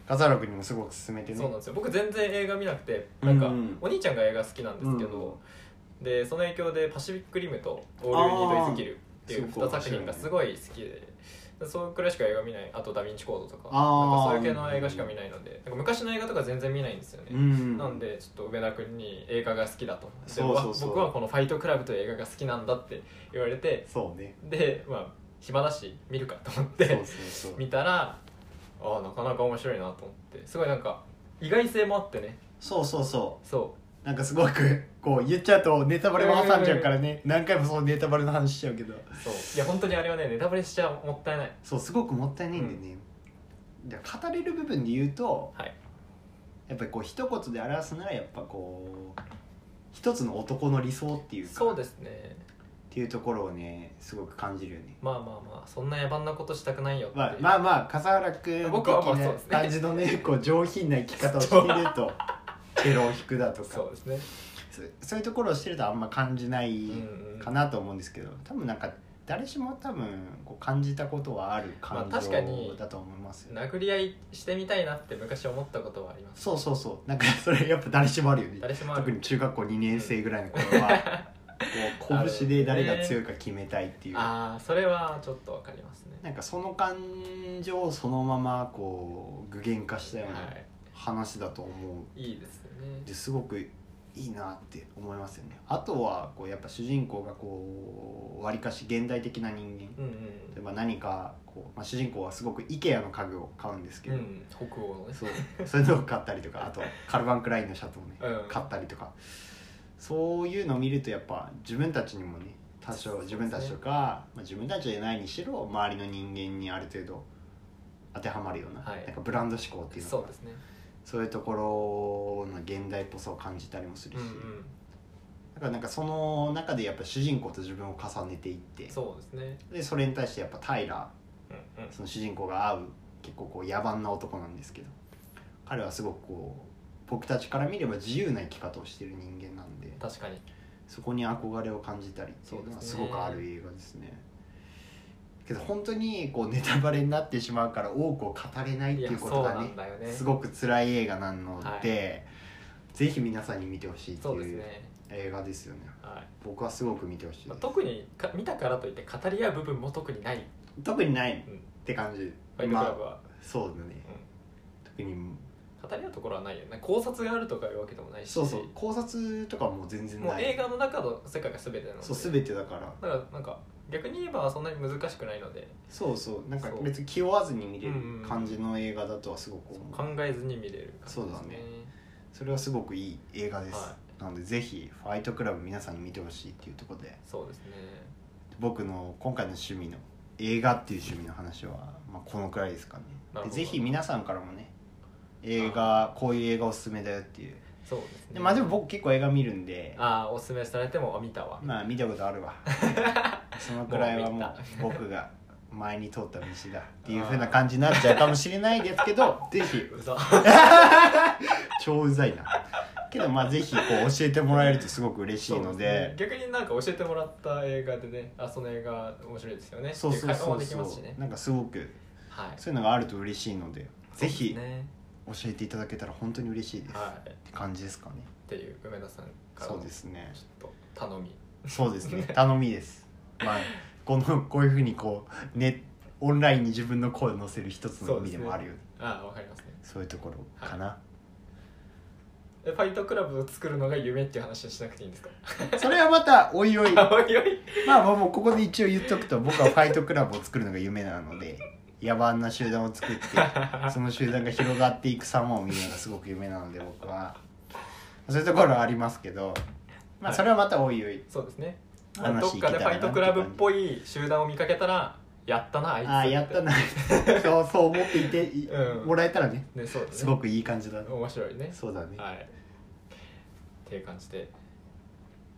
Speaker 2: 笠原君にもすごく勧めてね。
Speaker 1: そうなんですよ。僕全然映画見なくて、なんか、
Speaker 2: うんうん、
Speaker 1: お兄ちゃんが映画好きなんですけど、うん、でその影響でパシフィックリムとオール・ユニード・イズ・キルっていうにさく品がすごい好きで、そうくらいしか映画見ない。あとダヴィンチコードとか、なんかそういう系の映画しか見ないので、なんか昔の映画とか全然見ないんですよね、うん、なんでちょっと梅田君に映画が好きだと、そうそうそう、僕はこのファイトクラブという映画が好きなんだって言われて、
Speaker 2: そうね、
Speaker 1: でまあ暇だし見るかと思ってそうそうそう見たら、ああなかなか面白いなと思って、すごいなんか意外性もあってね。
Speaker 2: そうそうそう
Speaker 1: そう
Speaker 2: なんかすごくこう言っちゃうとネタバレも挟んじゃうからね、何回もそのネタバレの話しちゃうけど、
Speaker 1: そういや本当にあれはねネタバレしちゃもったいない。
Speaker 2: そうすごくもったいないんでね、うん、じゃあ語れる部分で言うと、はい、やっぱりこう一言で表すならやっぱこう一つの男の理想っていうか、
Speaker 1: そうですね
Speaker 2: っていうところをねすごく感じるよね。
Speaker 1: まあまあまあそんな野蛮なことしたくないよっていう、
Speaker 2: まあ、まあまあ笠原君的な感じのねこう上品な生き方をしているとテロを引くだとか
Speaker 1: そうですね、
Speaker 2: そ, そういうところをしてるとあんま感じないかなと思うんですけど、多分なんか誰しも多分こう感じたことはある感情だと思いますよ、
Speaker 1: まあ、確かに殴り合いしてみたいなって昔思ったことはあります、ね、
Speaker 2: そうそうそう、なんかそれやっぱ誰しもあるよね。
Speaker 1: 誰しもある。
Speaker 2: 特に中学校にねん生ぐらいの頃は、こう拳で誰が強いか決めたいっていう、
Speaker 1: ああそれはちょっとわかりますね。
Speaker 2: なんかその感情をそのままこう具現化したような話だと思う、
Speaker 1: はい、いいですよね。
Speaker 2: ですごくいいなって思いますよね。あとはこうやっぱ主人公がこうわりかし現代的な人間、うんうん、例えば何かこう、まあ、主人公はすごく IKEA の家具を買うんですけど、うん、
Speaker 1: 北欧のね、
Speaker 2: そうそういうのを買ったりとか、あとカルバンクラインのシャツをね、うん、買ったりとか、そういうのを見るとやっぱ自分たちにもね多少自分たちとか、まあ、自分たちじゃないにしろ周りの人間にある程度当てはまるような、はい、なんかブランド志向っていうのが、そうですね、そういうところの現代っぽさを感じたりもするし、うんうん、だからなんかその中でやっぱ主人公と自分を重ねていって、
Speaker 1: そうですね、
Speaker 2: でそれに対してやっぱタイラー、うんうん、その主人公が会う結構こう野蛮な男なんですけど、彼はすごくこう僕たちから見れば自由な生き方をしている人間なんで、
Speaker 1: 確かに
Speaker 2: そこに憧れを感じたりっていうのはすごくある映画ですね。けど本当にこうネタバレになってしまうから多くを語れないっていうことが ね, ねすごく辛い映画なので、はい、ぜひ皆さんに見てほしいっていう映画ですよね。はい、僕はすごく見てほしいです、まあ、
Speaker 1: 特にか見たからといって語り合う部分も特にない
Speaker 2: 特にないって感じ、うん、
Speaker 1: ファイトクラブは、まあ、
Speaker 2: そうだね、うん、特に
Speaker 1: 語り合うところはないよね。考察があるとかいうわけでもないし、
Speaker 2: そうそう考察とかも全然ない、
Speaker 1: もう映画の中の世界が全てなので、
Speaker 2: そう全てだから
Speaker 1: だからなんか逆に言えばそんなに難しくないので、
Speaker 2: そうそうなんか別に気負わずに見れる感じの映画だとはすごく
Speaker 1: 思う、考えずに見れる感じですね。
Speaker 2: そうだね、それはすごくいい映画です、はい、なのでぜひファイトクラブ皆さんに見てほしいっていうところで、
Speaker 1: そうですね、
Speaker 2: 僕の今回の趣味の映画っていう趣味の話は、まあ、このくらいですかね。でぜひ皆さんからもね映画こういう映画おすすめだよっていう、
Speaker 1: そうですね、
Speaker 2: でまあでも僕結構映画見るんで、
Speaker 1: ああおすすめされても見たわ、
Speaker 2: まあ見たことあるわそのくらいはもう僕が前に通った道だっていう風な感じになっちゃうかもしれないですけどぜひ
Speaker 1: うざ
Speaker 2: 超うざいなけどまあぜひこう教えてもらえるとすごく嬉しいの で, で、
Speaker 1: ね、逆になんか教えてもらった映画でね、あその映画面白いですよね、
Speaker 2: そうそうそう
Speaker 1: そう、ね、
Speaker 2: なんかすごく、はい、そういうのがあると嬉しいので、ぜひ教えていただけたら本当に嬉しいです、はい、って感じですかね。
Speaker 1: っていう梅田さんから
Speaker 2: そうですね、
Speaker 1: ちょっと頼み
Speaker 2: そうですね頼みですまあこのこういうふうにこうねオンラインに自分の声を載せる一つの意味でもあるよね。
Speaker 1: ああわかりますね。
Speaker 2: そういうところかな、はい
Speaker 1: 、ファイトクラブを作るのが夢っていう話はしなくていいんですか
Speaker 2: それはまたおいおい
Speaker 1: おいおい
Speaker 2: まあもうここで一応言っとくと、僕はファイトクラブを作るのが夢なので野蛮な集団を作ってその集団が広がっていく様を見るのがすごく夢なので、僕はそういうところはありますけど、まあそれはまたおいおい、はい、
Speaker 1: そうですね、まあ、どっかでファイトクラブっぽい集団を見かけたらやったなあいつ
Speaker 2: ああやったなそうそう思っていて、うん、もらえたら ね,
Speaker 1: ね, そうだね
Speaker 2: すごくいい感じだ、
Speaker 1: 面白いね。
Speaker 2: そうだね、
Speaker 1: はいっていう感じで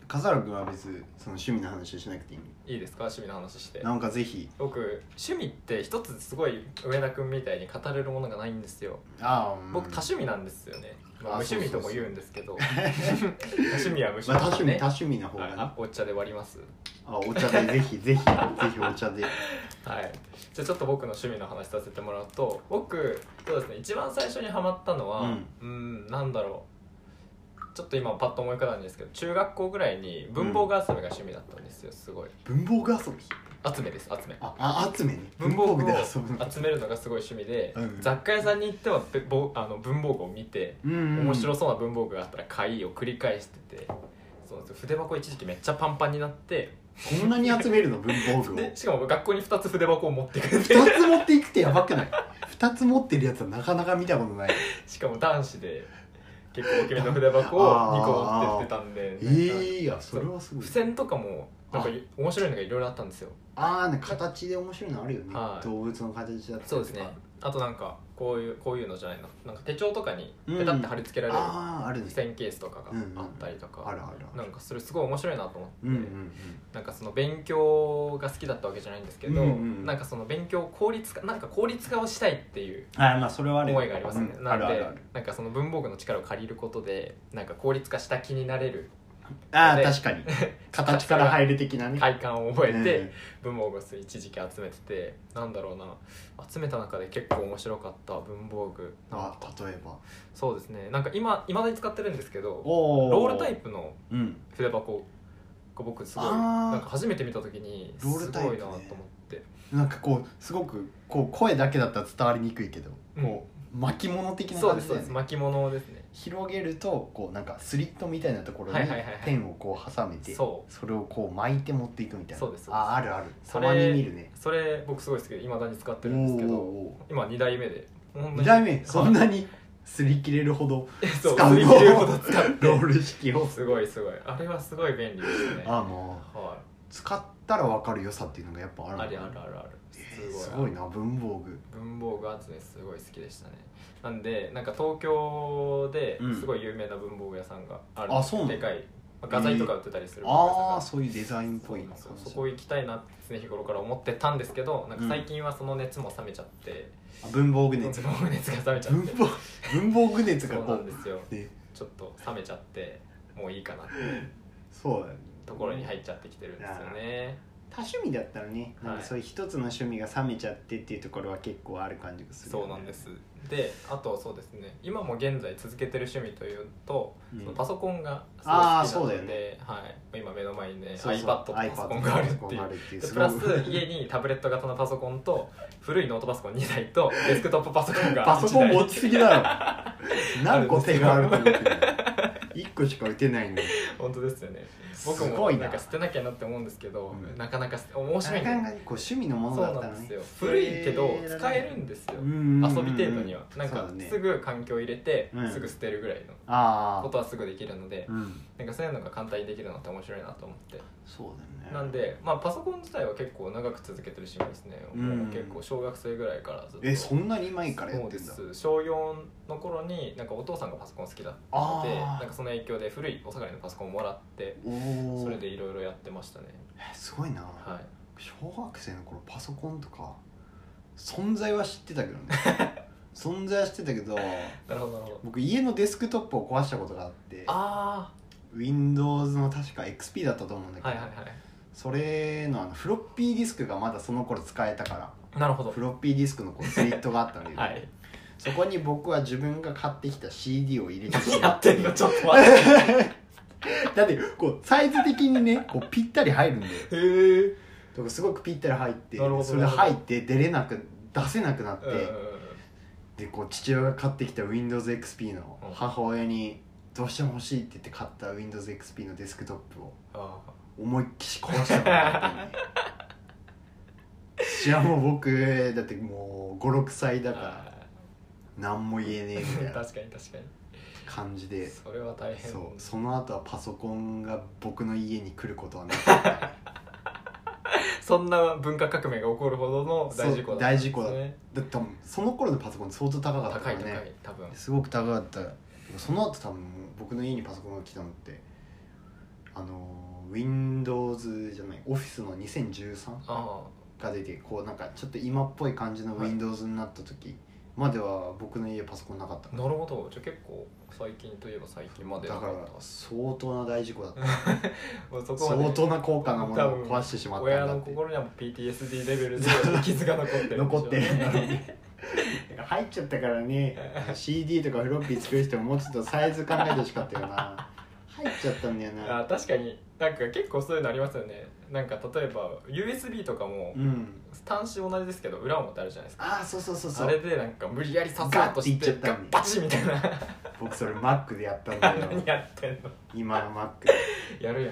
Speaker 2: 笠原君は別にその趣味の話しなくていいの？
Speaker 1: いいですか、趣味の話して。
Speaker 2: なんかぜひ。
Speaker 1: 僕趣味って一つすごい上田君みたいに語れるものがないんですよ。
Speaker 2: ああ、うん、
Speaker 1: 僕多趣味なんですよね、まあ、無趣味とも言うんですけど多趣味は無趣味、ね、
Speaker 2: まあ、多趣味多趣味な方がね。
Speaker 1: あ、お茶で割ります。
Speaker 2: あ、お茶でぜひぜひぜひお茶で
Speaker 1: はい、じゃあちょっと僕の趣味の話させてもらうと、僕そうですね、一番最初にハマったのは、うん、うーんなんだろう、ちょっと今パッと思い浮かんだんですけど、中学校ぐらいに文房具集めが趣味だったんですよ。すごい
Speaker 2: 文房具遊び
Speaker 1: 集めです、集め。
Speaker 2: ああ、集めね。
Speaker 1: 文房具を集めるのがすごい趣味で、うん、雑貨屋さんに行ってはあの文房具を見て、うんうん、面白そうな文房具があったら買いを繰り返してて、そうです。筆箱一時期めっちゃパンパンになって、
Speaker 2: こんなに集めるの文房具を
Speaker 1: でしかも学校にふたつ筆箱を持ってくる。
Speaker 2: ふたつ持っていくってやばくない？ふたつ持ってるやつはなかなか見たことない。
Speaker 1: しかも男子で結構大きめの筆箱をにこ持ってってたんで、
Speaker 2: えー、いやそれはすごい。
Speaker 1: 付箋とかもなんか面白いのがいろいろあったんですよ。
Speaker 2: ああ、ね、形で面白いのあるよね、はい、動物の形だったりとか。
Speaker 1: そうですね。あとなんかこういうこういうのじゃないの、なんか手帳とかにペタって貼り付けられる付箋ケースとかがあったりとか、
Speaker 2: あるある。
Speaker 1: なんかそれすごい面白いなと思って、
Speaker 2: うんうんうん、
Speaker 1: なんかその勉強が好きだったわけじゃないんですけど、うんうん、なんかその勉強効率化、なんか効率化をしたいっていう思いがありますね。なんでなんかその文房具の力を借りることでなんか効率化した気になれる。
Speaker 2: ああ、確かに形から入る的なね
Speaker 1: 快感を覚えて、うん、文房具を一時期集めてて、なんだろうな、集めた中で結構面白かった文房具。
Speaker 2: あ、例えば
Speaker 1: そうですね、なんか今いまだに使ってるんですけど、ロールタイプの筆箱が僕すごい、なんか初めて見た時にすごいなと思って、ね、
Speaker 2: なんかこうすごくこう声だけだったら伝わりにくいけど、
Speaker 1: うん、
Speaker 2: こう巻物的な
Speaker 1: 感じで、ね、そうですそうです、巻物ですね。
Speaker 2: 広げるとこうなんかスリットみたいなところにペンをこう挟めて、それをこう巻いて持っていくみたいな。
Speaker 1: そうですそうです。
Speaker 2: あ、あるある、たまに見るね。
Speaker 1: それ僕すごい好きで未だに使ってるんですけど、今にだいめで。
Speaker 2: にだいめそんなに擦り切れるほど使うの？
Speaker 1: 擦り切れるほど使って
Speaker 2: ロール式を
Speaker 1: すごいすごい、あれはすごい便利ですね。
Speaker 2: あ、もう、はい、使ったら分かる良さっていうのがやっぱあるの？
Speaker 1: あるあるあるある。
Speaker 2: すごい、すごいな、文房具
Speaker 1: 文房具集めすごい好きでしたね。なんでなんか東京ですごい有名な文房具屋さんがあるんです、うん、でかい画材とか売ってたりする文房具屋さんが、
Speaker 2: ああ、そういうデザインっぽいな。
Speaker 1: そう、そこ行きたいなって常日頃から思ってたんですけど、なんか最近はその熱も冷めちゃって、
Speaker 2: うん、文房具熱
Speaker 1: 文房具熱が冷めちゃって
Speaker 2: 文房具熱がこう
Speaker 1: そうなんですよ、ね、ちょっと冷めちゃってもういいかなって
Speaker 2: そうだね、
Speaker 1: ところに入っちゃってきてるんですよね。
Speaker 2: 多趣味だったらね、なんかそういう一つの趣味が冷めちゃってっていうところは結構ある感じがする、ね、
Speaker 1: そうなんです。で、あとそうですね、今も現在続けてる趣味というと、うん、そのパソコンがすごい好きなので、ね、はい、今目の前にね iPad とパソコンがあるっていう、プラス家にタブレット型のパソコンと古いノートパソコンにだいとデスクトップパソコンが
Speaker 2: パソコン持ちすぎだろ何個手があると思ってるいっこしか打てないのに。
Speaker 1: 本当ですよね。僕もなんか捨てなきゃなって思うんですけど、うん、なかなか面白いんで、
Speaker 2: なかなかこう趣味のものだったらね、
Speaker 1: そうなんですよ。古いけど使えるんですよ、遊び程度には。なんかすぐ環境入れて、うん、すぐ捨てるぐらいのことはすぐできるので、うん、なんかそういうのが簡単にできるのって面白いなと思って。
Speaker 2: そうだよね。
Speaker 1: なんで、まあ、パソコン自体は結構長く続けてる趣味ですね、うん、もう結構小学生ぐらいからずっと。
Speaker 2: え、そんなに前からやってんだ。
Speaker 1: そうです。しょうよんの頃になんかお父さんがパソコン好きだったので、なんかその影響で古いお下がりのパソコンをもらって、それでいろいろやってましたね。
Speaker 2: え、すごいな、
Speaker 1: はい、
Speaker 2: 小学生の頃パソコンとか存在は知ってたけどね存在は知ってたけど、
Speaker 1: なるほどなるほど。
Speaker 2: 僕家のデスクトップを壊したことがあって、
Speaker 1: あ
Speaker 2: Windows の確か エックスピー だったと思うんだけど、
Speaker 1: はいはいはい、
Speaker 2: それのあのフロッピーディスクがまだその頃使えたから、
Speaker 1: なるほど、
Speaker 2: フロッピーディスクのこうスリットがあったんだけど、はい、そこに僕は自分が買ってきた シーディー を入れてしまって。
Speaker 1: やってんのちょっと待って
Speaker 2: だってこうサイズ的にねこうぴったり入るんで、
Speaker 1: へえ、
Speaker 2: だからすごくぴったり入って、それで入って出れなく出せなくなって、でこう父親が買ってきた Windows エックスピー の母親にどうしても欲しいって言って買った Windows エックスピー のデスクトップを思いっきし壊したのがあってねじゃあもう僕だってもうごろくさいだから何も言えねえみたいな
Speaker 1: 確かに確かに
Speaker 2: 感じで、
Speaker 1: それは大変。
Speaker 2: そう、その後はパソコンが僕の家に来ることはなかった
Speaker 1: そんな文化革命が起こるほどの大事故だったんですね。大事故だ。
Speaker 2: だって多分その頃のパソコン相当高かったからね。
Speaker 1: 高い高い、多分
Speaker 2: すごく高かった。その後多分僕の家にパソコンが来たのってあの Windows じゃない Office のにせんじゅうさん
Speaker 1: あ
Speaker 2: が出てこうなんかちょっと今っぽい感じの Windows になった時までは僕の家パソコンなかった。
Speaker 1: なるほど。じゃあ結構最近といえば最近まで
Speaker 2: だから相当な大事故だった
Speaker 1: もうそこまで
Speaker 2: 相当な高価なものを壊してしまったんだって
Speaker 1: 親の心にはもう ピーティーエスディー レベルで傷が残ってるんでしょうね
Speaker 2: 残ってるんだろうね入っちゃったからねシーディー とかフロッピー作る人ももうちょっとサイズ考えてほしかったよな入っちゃったんだよな。
Speaker 1: あ確かになんか結構そういうのありますよね。なんか例えば ユーエスビー とかも
Speaker 2: うん
Speaker 1: 端子同じですけど裏表あるじゃないですか。
Speaker 2: ああそうそうそうそう
Speaker 1: あれでなんか無理やり刺そうとして
Speaker 2: ガッていっちゃった
Speaker 1: ガッバチみたいな
Speaker 2: 僕それ Mac でやったんだよ
Speaker 1: 何やってんの。
Speaker 2: 今の Mac
Speaker 1: やるやん。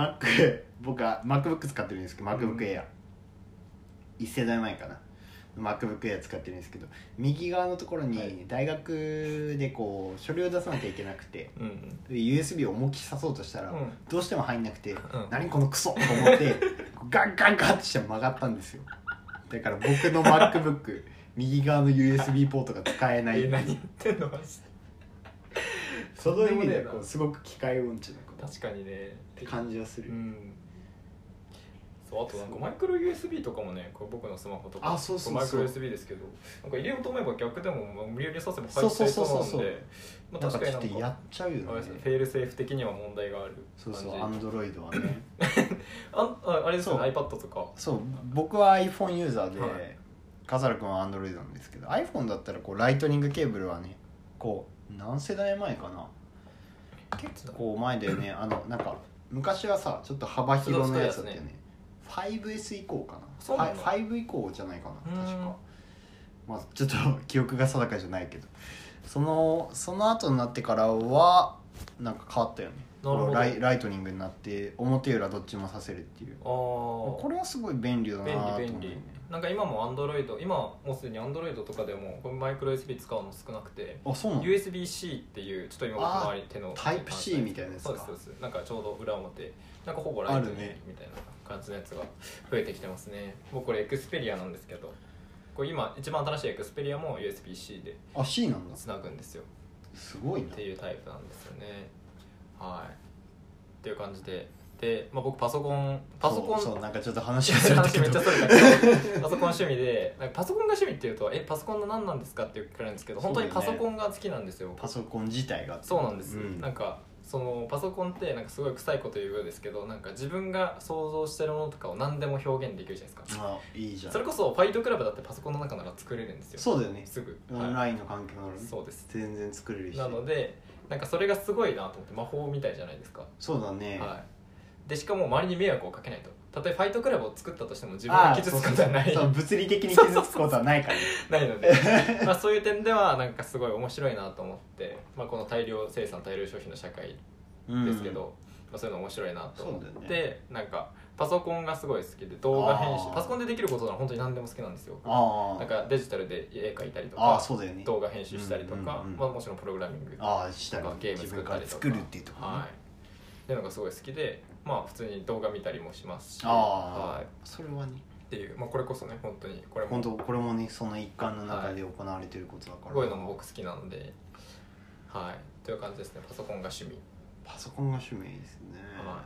Speaker 2: Mac 僕は MacBook 使ってるんですけど MacBook
Speaker 1: うん
Speaker 2: Air、いち世代前かな MacBook Air 使ってるんですけど右側のところ
Speaker 1: はい
Speaker 2: に大学でこう書類を出さなきゃいけなくて
Speaker 1: うんうん
Speaker 2: で ユーエスビー を思いっきり刺そうとしたら、
Speaker 1: うん
Speaker 2: どうしても入んなくて、
Speaker 1: ん
Speaker 2: 何このクソと思ってガンガンガンってして曲がったんですよ。だから僕の MacBook 右側の ユーエスビー ポートが使えない
Speaker 1: え何言ってんのマジで。
Speaker 2: その意味でこうすごく機械音痴なこと
Speaker 1: 確かにね
Speaker 2: って感じはする、
Speaker 1: うんそうあとなんかマイクロ ユーエスビー とかもねこれ僕のスマホとか
Speaker 2: あそうそうそう
Speaker 1: マイクロ ユーエスビー ですけどなんか入れようと思えば逆でもまあ無理やり刺せば
Speaker 2: そうそう
Speaker 1: 入っちゃい
Speaker 2: そうそうそう
Speaker 1: そうなんでまあ
Speaker 2: なんか
Speaker 1: 確かになんか
Speaker 2: ちょっとやっちゃうよね
Speaker 1: あれですねフェールセーフ的には問題がある
Speaker 2: そうそう
Speaker 1: 感じ
Speaker 2: Android はね
Speaker 1: あああれですよね
Speaker 2: そう
Speaker 1: iPad とか
Speaker 2: そう僕は iPhone ユーザーで、
Speaker 1: はい
Speaker 2: 笠原君は Android なんですけど iPhone だったらこうライトニングケーブルはねこう何世代前かな結構前だよねあのなんか昔はさちょっと幅広のやつだったよね ファイブエス 以降かな
Speaker 1: そうなんだ
Speaker 2: ファイブ以降じゃないかな確
Speaker 1: うん
Speaker 2: かまあちょっと記憶が定かじゃないけどそのその後になってからはなんか変わったよね
Speaker 1: なるほど
Speaker 2: ライライトニングになって表裏どっちもさせるっていう
Speaker 1: あ
Speaker 2: これはすごい便利だなと思う、ね、
Speaker 1: 便利便利なんか今も Android 今もうすでに Android とかでもこれマイクロ ユーエスビー 使うの少なくて
Speaker 2: あそうなの
Speaker 1: ユーエスビーC っていうちょっと今僕の周り手の
Speaker 2: タイプ C みたいなやつか
Speaker 1: そうですそうですなんかちょうど裏表なんかほぼライトニングみたいな感じのやつが増えてきてますね。僕これエクスペリアなんですけどこれ今一番新しいエクスペリアも ユーエスビーC で
Speaker 2: あ C なんだ
Speaker 1: つなぐんですよ
Speaker 2: すごいな
Speaker 1: っていうタイプなんですよね。はいっていう感じでで、まあ、僕パソコンパソコン
Speaker 2: そうそうなんかちょっと話がする
Speaker 1: 話めっちゃそれだけどパソコン趣味でなんかパソコンが趣味っていうとえパソコンの何なんですかって聞かれるんですけど本当にパソコンが好きなんですよ。
Speaker 2: パソコン自体が
Speaker 1: そうなんです、
Speaker 2: うん、
Speaker 1: なんかそのパソコンってなんかすごい臭いこと言うようですけどなんか自分が想像してるものとかを何でも表現できるじゃないですか。
Speaker 2: あいいじゃん
Speaker 1: それこそファイトクラブだってパソコンの中なら作れるんですよ。
Speaker 2: そうだよね
Speaker 1: すぐ
Speaker 2: オンラインの環境なのに、
Speaker 1: はい、そうです
Speaker 2: 全然作れるし
Speaker 1: なのでなんかそれがすごいなと思って魔法みたいじゃないですか。
Speaker 2: そうだね、
Speaker 1: はいでしかも周りに迷惑をかけないと。たとえファイトクラブを作ったとしても自分が傷つくことはない
Speaker 2: そうそうそう物理的に傷つくことはないからね
Speaker 1: ないのでまあそういう点ではなんかすごい面白いなと思って、まあ、この大量生産大量消費の社会ですけど、うんまあ、そういうの面白いなと思って、ね、なんかパソコンがすごい好きで動画編集パソコンでできることなら本当に何でも好きなんですよ。
Speaker 2: あ
Speaker 1: なんかデジタルで絵描いたりとか
Speaker 2: あそうだよ、ね、
Speaker 1: 動画編集したりとか、
Speaker 2: うんうんうん
Speaker 1: まあ、もちろんプログラミング
Speaker 2: あしたり
Speaker 1: ゲーム作ったりとか
Speaker 2: 作るっていうところ、ね、
Speaker 1: はいっていうのがすごい好きでまあ普通に動画見たりもしますし
Speaker 2: あ、
Speaker 1: はい、
Speaker 2: それはね
Speaker 1: っていう、まあ、これこそね本当にこれも
Speaker 2: 本当これもねその一環の中で行われてることだから、
Speaker 1: はい、こういうのも僕好きなのではいという感じですね。パソコンが趣味
Speaker 2: パソコンが趣味ですね、
Speaker 1: はい、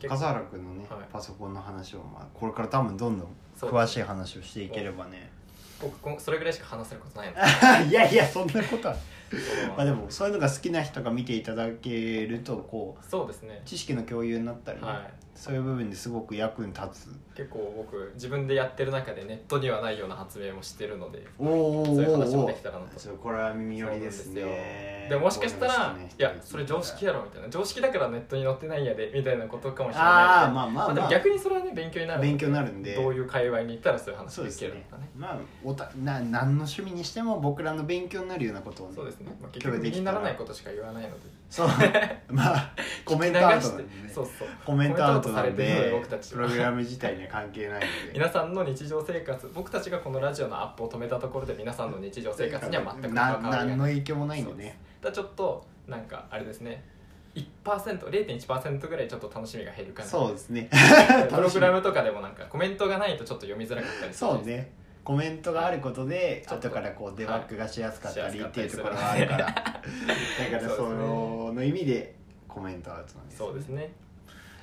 Speaker 2: 笠原君のね、
Speaker 1: はい、
Speaker 2: パソコンの話を、まあ、これから多分どんどん詳しい話をしていければね
Speaker 1: 僕それぐらいしか話せることないの
Speaker 2: いやいやそんなことはまあでもそういうのが好きな人が見ていただけるとこう
Speaker 1: そうですね
Speaker 2: 知識の共有になったりね、
Speaker 1: はい、
Speaker 2: そういう部分ですごく役に立つ。
Speaker 1: 結構僕自分でやってる中でネットにはないような発明もしてるので
Speaker 2: おー
Speaker 1: そういう話もできたらなと。
Speaker 2: これは耳寄りですね。
Speaker 1: でもしかしたら、
Speaker 2: ね、
Speaker 1: いやそれ常識やろみたいな常識だからネットに載ってないんやでみたいなことかもしれない
Speaker 2: ああまあまあまあ、
Speaker 1: まあ、でも逆にそれはね勉強になる
Speaker 2: 勉強になるんで
Speaker 1: どういう界隈に行ったらそういう話できるのかね。
Speaker 2: まあおたな何の趣味にしても僕らの勉強になるようなことを、ね、
Speaker 1: そうですね、まあ、結局身にならないことしか言わないので
Speaker 2: そうまあコメントアウトなんで、ね、
Speaker 1: そうそう
Speaker 2: コメントアウトなんで
Speaker 1: 僕たち
Speaker 2: プログラム自体には関係ないので
Speaker 1: 皆さんの日常生活僕たちがこのラジオのアップを止めたところで皆さんの日常生活には全く関わりがない。
Speaker 2: 何の影響もないんでね。
Speaker 1: だちょっとなんかあれですね いちパーセント れいてんいちパーセント ぐらいちょっと楽しみが減るかな。
Speaker 2: そうですね
Speaker 1: プログラムとかでもなんかコメントがないとちょっと読みづらかったりする。
Speaker 2: そうねコメントがあることで後からこうデバッグがしやすかったりっていうところがあるからだからその意味でコメントアウトなんです、ね、
Speaker 1: そうですね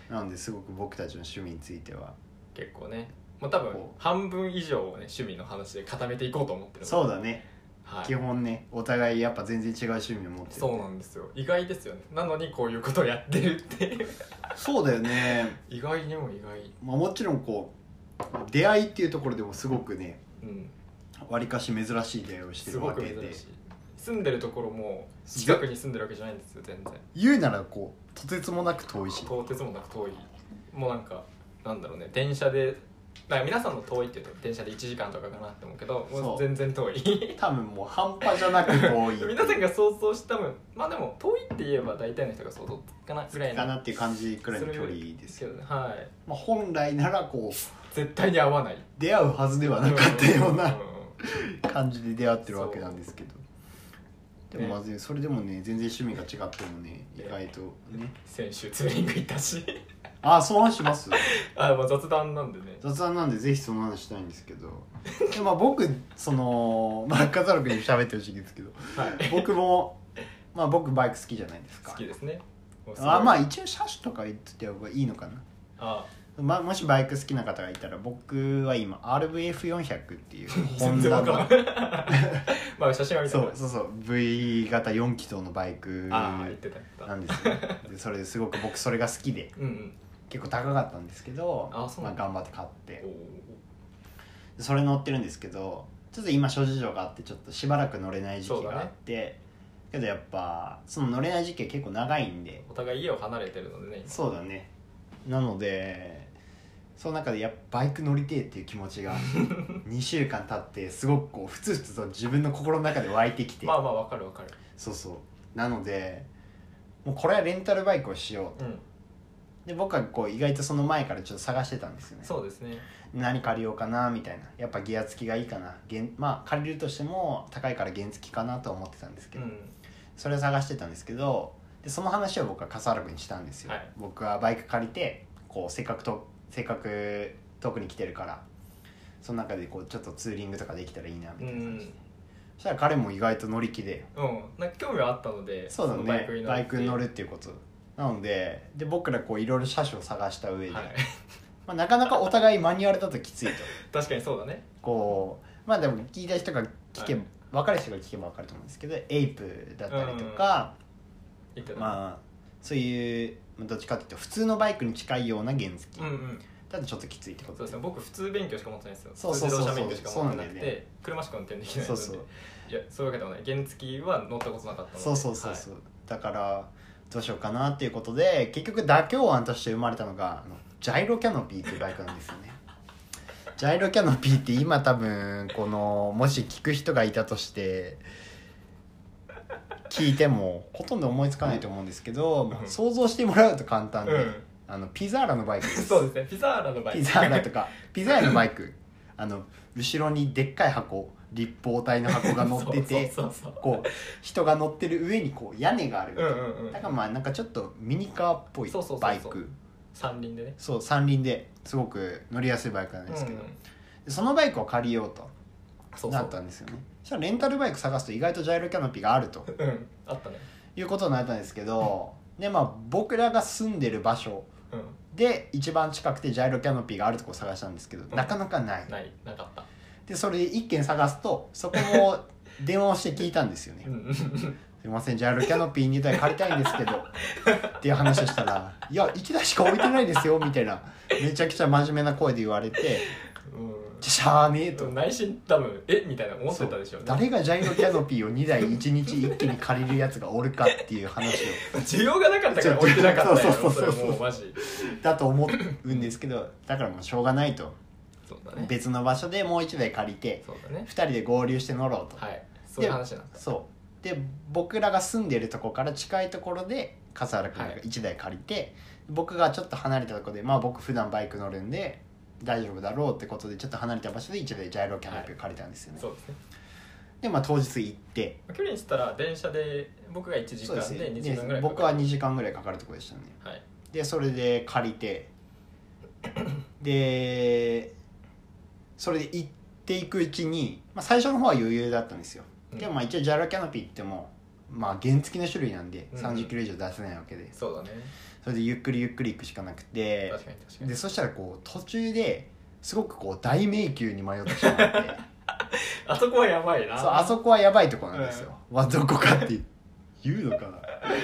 Speaker 2: なのですごく僕たちの趣味については
Speaker 1: 結構ね、まあ、多分
Speaker 2: こう
Speaker 1: 半分以上をね趣味の話で固めていこうと思ってるので、
Speaker 2: そうだね、
Speaker 1: はい、
Speaker 2: 基本ねお互いやっぱ全然違う趣味を持ってる。
Speaker 1: そうなんですよ、意外ですよね。なのにこういうことをやってるっていう
Speaker 2: そうだよね
Speaker 1: 意外にも意外、
Speaker 2: まあ、もちろんこう出会いっていうところでもすごくね
Speaker 1: うん
Speaker 2: わりかし珍しい出会いをして
Speaker 1: すご
Speaker 2: るわけで、
Speaker 1: く珍しい。住んでるところも近くに住んでるわけじゃないんですよ全然。
Speaker 2: 言うならこうとてつもなく遠いし、
Speaker 1: とてつもなく遠い。もうなんかなんだろうね、電車でなんか皆さんの遠いって言うと電車でいちじかんとかかなって思うけど、もう全然遠い
Speaker 2: 多分もう半端じゃなく遠い
Speaker 1: 皆さんが想像した分、まあでも遠いって言えば大体の人が想像つかなぐらいの
Speaker 2: かなっていう感じくらいの距離ですよ、
Speaker 1: けどね、はい、
Speaker 2: まあ、本来ならこう
Speaker 1: 絶対に合わない
Speaker 2: 出会うはずではなかったような
Speaker 1: うん
Speaker 2: 感じで出会ってるわけなんですけど、でもま
Speaker 1: ね
Speaker 2: ずそれでもね全然趣味が違ってもね意外とね、
Speaker 1: 先週ツーリング行ったし
Speaker 2: ああそう話します
Speaker 1: あ、まあ、雑談なんでね、
Speaker 2: 雑談なんでぜひその話したいんですけどで、まあ、僕そのまあ笠原君に喋ってほしいんですけど、
Speaker 1: はい、
Speaker 2: 僕もまあ僕バイク好きじゃないですか。
Speaker 1: 好きですね。
Speaker 2: あまあ一応車種とか言ってた方がいいのかな。
Speaker 1: あ
Speaker 2: ま、もしバイク好きな方がいたら僕は今 アールブイエフよんひゃく っていうホンダの
Speaker 1: まあ写真は見た
Speaker 2: そうそうそう V 型よん気筒のバイク
Speaker 1: ああ言ってた言ってた
Speaker 2: なんですよでそれですごく僕それが好きで
Speaker 1: うん、うん、
Speaker 2: 結構高かったんですけど
Speaker 1: あそう
Speaker 2: まあ、
Speaker 1: なんだ
Speaker 2: 頑張って買って
Speaker 1: お
Speaker 2: それ乗ってるんですけどちょっと今諸事情があってちょっとしばらく乗れない時期があって、ね、けどやっぱその乗れない時期は結構長いんで
Speaker 1: お互い家を離れてるのでね今
Speaker 2: そうだねなのでその中でやっぱバイク乗りてえっていう気持ちがにしゅうかん経ってすごくこうふつふつと自分の心の中で湧いてきて
Speaker 1: まあまあわかるわかる
Speaker 2: そうそうなのでもうこれはレンタルバイクをしようと、うん、で僕はこう意外とその前からちょっと探してたんですよね。
Speaker 1: そうですね
Speaker 2: 何借りようかなみたいなやっぱギア付きがいいかなまあ借りるとしても高いから原付きかなと思ってたんですけど、うん、それを探してたんですけどでその話を僕は笠原君にしたんですよ、はい、僕はバイク借りてこうせっかくとせっかく遠くに来てるからその中でこうちょっとツーリングとかできたらいいなみたいな感じで、うん、そしたら彼も意外と乗り気で
Speaker 1: うんなんか興味はあったので
Speaker 2: そうだねバイクに乗るバイクに乗るっていうことなのでで僕らこういろいろ車種を探した上で、はいまあ、なかなかお互いマニュアルだときついと
Speaker 1: 確かにそうだね
Speaker 2: こうまあでも聞いた人が聞けば、はい、分かる人が聞けば分かると思うんですけどエイプだったりとか、うん、まあそういうどっちかっていうと普通のバイクに近いような原付、うんうん、だとちょっときついってこと
Speaker 1: そうですね。僕普通免許しか持ってないですよ。
Speaker 2: そうそうそうそう
Speaker 1: 自動車免許しか持ってなくて、ね、車しか運転できないのでそうそういやそういうわけでもない原付は乗ったことなかったので
Speaker 2: そうそうそうそう、はい、だからどうしようかなっていうことで結局妥協案として生まれたのがあのジャイロキャノピーっていうバイクなんですよねジャイロキャノピーって今多分このもし聞く人がいたとして聞いてもほとんど思いつかないと思うんですけど、うん、想像してもらうと簡単で、うん、あのピザーラのバイクです
Speaker 1: そうですねピザーラのバイク
Speaker 2: ピザーラとかピザーラのバイクあの後ろにでっかい箱立方体の箱が乗っててこう人が乗ってる上にこう屋根があるみたいな、うんうんうん、だからまあなんかちょっとミニカーっぽいバイク
Speaker 1: 三輪でね
Speaker 2: そう三輪ですごく乗りやすいバイクなんですけど、うんうん、でそのバイクを借りようとなったんですよね。そしたらレンタルバイク探すと意外とジャイロキャノピーがあると、
Speaker 1: うん、あったね
Speaker 2: いうことになったんですけど、うん、でまあ僕らが住んでる場所で一番近くてジャイロキャノピーがあるところを探したんですけど、うん、なかなかない
Speaker 1: ないなかった
Speaker 2: でそれで一軒探すとそこも電話をして聞いたんですよねすいませんジャイロキャノピーにだい借りたいんですけどっていう話をしたらいやいちだいしか置いてないですよみたいなめちゃくちゃ真面目な声で言われて、うん、じゃしゃあねえと
Speaker 1: 内心多分えみたいな思ってたでしょうね。
Speaker 2: 誰がジャイロキャノピーをにだいいちにち一気に借りるやつがおるかっていう話を
Speaker 1: 需要がなかったから置いてなかったよそうそうそうそう
Speaker 2: もうマジだと思うんですけどだからもうしょうがないと
Speaker 1: そうだ、ね、
Speaker 2: 別の場所でもういちだい借りて
Speaker 1: そうだ、ね、
Speaker 2: ふたりで合流して乗ろうと、
Speaker 1: はい、そういう話なんだ
Speaker 2: そうで僕らが住んでるとこから近いところで笠原君がいちだい借りて、はい、僕がちょっと離れたところでまあ僕普段バイク乗るんで大丈夫だろうってことでちょっと離れた場所でいちだいジャイロキャノピーを借りたんですよね、
Speaker 1: はい、そうですね
Speaker 2: でまあ当日行って
Speaker 1: 距離にしたら電車で僕がいちじかんでにじかんぐらいかかる
Speaker 2: 僕はにじかんぐらいかかるところでしたね、
Speaker 1: はい、
Speaker 2: でそれで借りてでそれで行っていくうちに、まあ、最初の方は余裕だったんですよ、うん、でもまあ一応ジャイロキャノピーってもまあ原付の種類なんでさんじゅっキロ以上出せないわけで、
Speaker 1: うん、そうだね
Speaker 2: それでゆっくりゆっくり行くしかなくて、
Speaker 1: 確かに確かに。
Speaker 2: でそしたらこう途中ですごくこう大迷宮に迷ってしまって
Speaker 1: あそこはやばいな。
Speaker 2: そうあそこはやばいとこなんですよ、うん、まあどこかって言うのかな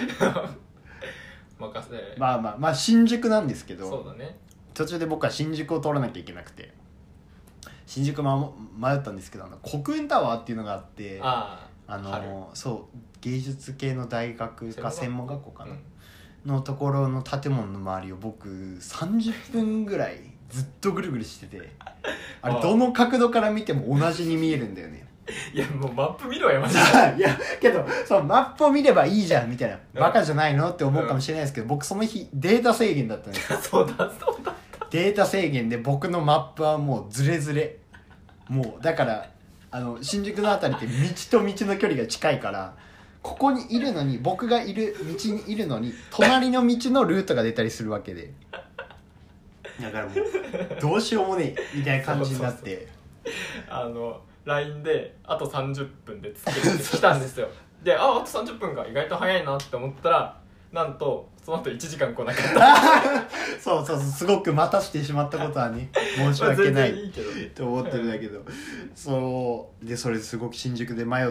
Speaker 1: 任せ
Speaker 2: まあまあまあ新宿なんですけど、
Speaker 1: そうだね、
Speaker 2: 途中で僕は新宿を通らなきゃいけなくて新宿ま迷ったんですけど、あの国運タワーっていうのがあって、
Speaker 1: あ
Speaker 2: あのそう芸術系の大学か専門学校かな、
Speaker 1: うん
Speaker 2: のところの建物の周りを僕さんじゅっぷんぐらいずっとぐるぐるしてて、あれどの角度から見ても同じに見えるんだよね。
Speaker 1: いやもうマップ見ろよマジで
Speaker 2: いやけどそのマップを見ればいいじゃんみたいな、バカじゃないのって思うかもしれないですけど、僕その日データ制限だったんですよ
Speaker 1: そうだそうだ
Speaker 2: データ制限で僕のマップはもうズレズレ、もうだからあの新宿のあたりって道と道の距離が近いから、ここにいるのに僕がいる道にいるのに隣の道のルートが出たりするわけで、だからもうどうしようもねえみたいな感じになって、
Speaker 1: そうそうそうあの ライン であとさんじゅっぷんで着けてきたんですよで、ああとさんじゅっぷんが意外と早いなって思ったら、なんとその後いちじかん来なかった
Speaker 2: そうそうそう、すごく待たしてしまったことはね申し訳ない
Speaker 1: 全然いいけど
Speaker 2: と思ってるんだけどそうで、それですごく新宿で迷って、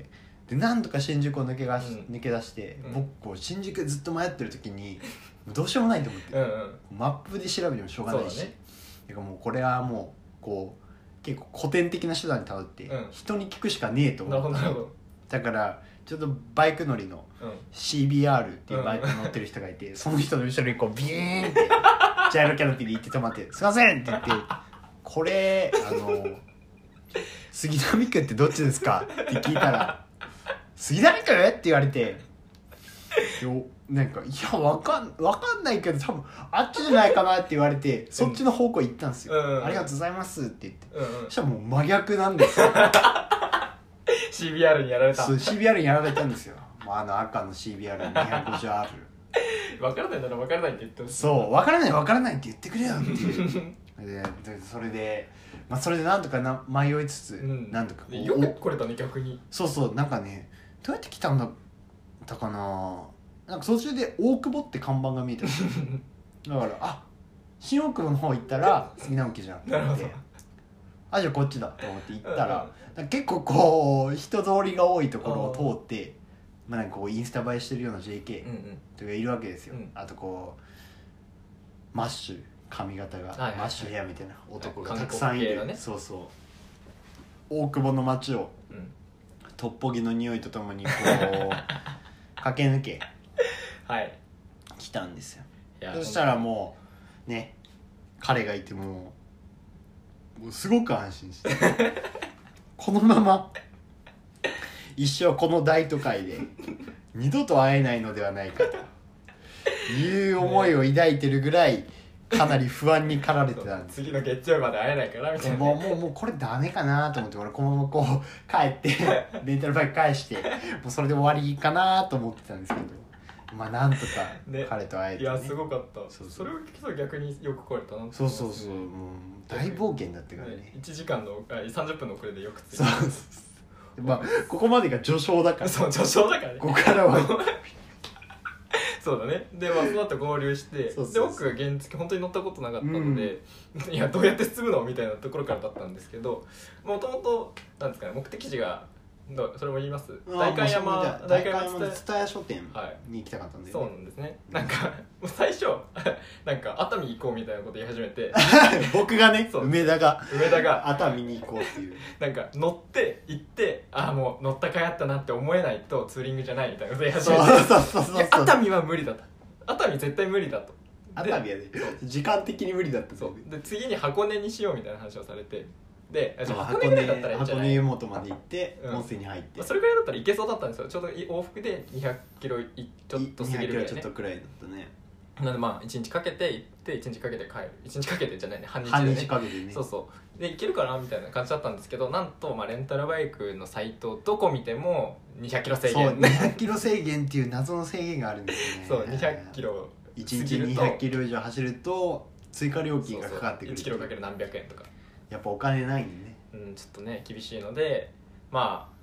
Speaker 2: でなんとか新宿を抜けがし、
Speaker 1: うん
Speaker 2: 抜け出して、
Speaker 1: うん
Speaker 2: 僕こう新宿ずっと迷ってる時にどうしようもないと思って、
Speaker 1: うんうん
Speaker 2: マップで調べてもしょうがないし、
Speaker 1: そうだね、
Speaker 2: てかもうこれはもうこう結構古典的な手段に頼って、
Speaker 1: うん、
Speaker 2: 人に聞くしかねえと
Speaker 1: なるほ
Speaker 2: 思った
Speaker 1: どなるほど、
Speaker 2: だからちょっとバイク乗りの
Speaker 1: うん、
Speaker 2: シービーアール っていうバイク乗ってる人がいて、うん、その人の後ろにこうビーンってジャイロキャノピーで行って止まって「すいません!」って言って「これあの杉並区ってどっちですか?」って聞いたら「杉並区?」って言われてよなんか「いやわかんわかんないけど多分あっちじゃないかな」って言われてそっちの方向行ったんですよ、
Speaker 1: うん、
Speaker 2: ありがとうございますって言って、
Speaker 1: うんうん、
Speaker 2: そしたらもう真逆なんですよ
Speaker 1: シービーアール にやられた。
Speaker 2: そう シービーアール にやられたんですよ、まあ、あの赤の シービーアールにひゃくごじゅうアール
Speaker 1: 分からないなら分からないって言ってほしい。
Speaker 2: そう分からない分からないって言ってくれよっていうででそれで、まあ、それでなんとかな迷いつつ、うん、なんとかこう
Speaker 1: よく来れたね逆に。
Speaker 2: そうそうなんかねどうやって来たんだったかな、なんか途中で大久保って看板が見えたんですよだからあ新大久保の方行ったら杉並区じゃんって思ってあじゃあこっちだと思って行ったら、うん、結構こう人通りが多いところを通って、まあ、なんかこうインスタ映えしてるような ジェーケー とかいるわけですよ、うんうん、あとこうマッシュ髪型が、はいはいはい、マッシュヘアみたいな男がたくさんいる、ね、そうそう大久保の街を、うん、トッポギの匂いとともにこう駆け抜け
Speaker 1: はい
Speaker 2: 来たんですよ。そしたらもうね彼がいてももうすごく安心してこのまま一生この大都会で二度と会えないのではないかという思いを抱いてるぐらいかなり不安に駆られてたんです
Speaker 1: 次の月曜まで会えないからみたいな、ね、
Speaker 2: もうもうもうこれダメかなと思って俺このままこう帰ってレンタルバイク返してもうそれで終わりかなと思ってたんですけど、まあなんとか彼と会えて、ね
Speaker 1: ね、いやすごかった。そうそうそれを聞くと逆によく来れたな。
Speaker 2: そうそうそう、もう大冒険だってからね。
Speaker 1: いちじかんのさんじゅっぷんの遅れでよく着い
Speaker 2: た。そうそうそう、まあここまでが序章だから。
Speaker 1: そう序章だからね。
Speaker 2: ここからは
Speaker 1: そうだね。で、まあ、その後合流してそうそうそうで僕が原付本当に乗ったことなかったので、うん、いやどうやって進むのみたいなところからだったんですけど、もともとなんですかね、目的地がどそれも言います。代官山
Speaker 2: 代官山蔦屋書店に行きたかったんで、ね、
Speaker 1: はい、そうなんですね。なんかもう最初なんか熱海行こうみたいなこと言い始めて
Speaker 2: 僕がね梅田が
Speaker 1: 梅田が
Speaker 2: 熱海に行こうっていう
Speaker 1: なんか乗って行ってああもう乗った甲斐あったなって思えないとツーリングじゃないみたいなこと言い始めて
Speaker 2: そうそうそうそう
Speaker 1: 熱海は無理だと熱海絶対無理だと
Speaker 2: 熱海はね時間的に無理だった
Speaker 1: そうで次に箱根にしようみたいな話をされてで
Speaker 2: じゃあ箱根ぐらいだったらいいんじゃない箱根湯本まで行って温泉に入って、
Speaker 1: まあ、それぐらいだったら行けそうだったんですよ。ちょうど往復でにひゃくキロちょっと過ぎるぐらい、ね、
Speaker 2: にひゃくキロちょっとくらいだったね。
Speaker 1: なのでまあいちにちかけて行っていちにちかけて帰るいちにちかけてじゃないね半日でね
Speaker 2: 半日かけてね
Speaker 1: そうそうで行けるかなみたいな感じだったんですけど、なんとまあレンタルバイクのサイトどこ見てもにひゃくキロ制限
Speaker 2: そうにひゃくキロ制限っていう謎の制限があるんですよね。
Speaker 1: そうにひゃくキロ
Speaker 2: いちにちにひゃくキロ以上走ると追加料金がかかってくる。
Speaker 1: そうそういちキロかける何百円とか
Speaker 2: やっぱお金ないんでね、
Speaker 1: うん、ちょっとね厳しいのでまあち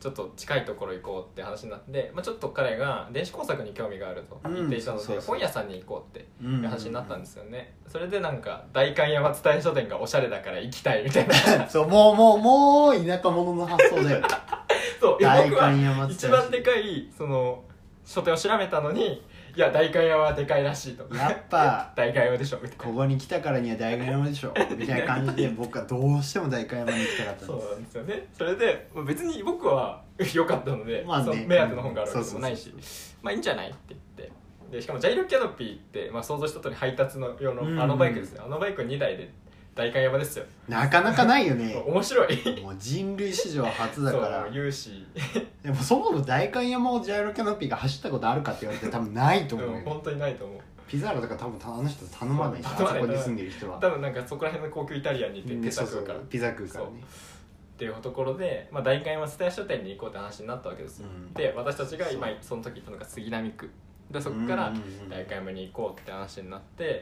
Speaker 1: ちょっと近いところ行こうって話になって、まあ、ちょっと彼が電子工作に興味があると言っていたので、うん、そうそうそう本屋さんに行こうっていう話になったんですよね、うん、それでなんか代官山伝え書店がおしゃれだから行きたいみたいな
Speaker 2: そうもうもうもう田舎者の発想だよ
Speaker 1: そう代官山一番でかいその書店を調べたのにいや代官山はでかいらしいと
Speaker 2: やっぱ
Speaker 1: 代官山でしょみたいな
Speaker 2: ここに来たからには代官山でしょみたいな感じで僕はどうしても代官山に行きたかったんです。
Speaker 1: そうなんですよね。それで別に僕は良かったので、まあね、その目当ての本があるわけでもないし、まあいいんじゃないって言ってでしかもジャイロキャノピーって、まあ、想像した通り配達の用のあのバイクですよ、あのバイクにだいで代官山ですよ。
Speaker 2: なかなかないよね
Speaker 1: 面白い
Speaker 2: もう人類史上初だから
Speaker 1: そう有志
Speaker 2: でもそもそも代官山をジャイロキャノピーが走ったことあるかって言われて多分ないと思うよ、
Speaker 1: うん、本当にないと思う。
Speaker 2: ピザーラとか多分あの人頼まないし、あそこに住んでる人は
Speaker 1: 多分なんかそこら辺の高級イタリアンに行ってピザ食うから、
Speaker 2: ピザ食うからね
Speaker 1: っていうところで、まあ、代官山蔦屋書店に行こうって話になったわけですよ、うん、で私たちが今その時行ったのが杉並区でそこから代官山に行こうって話になって、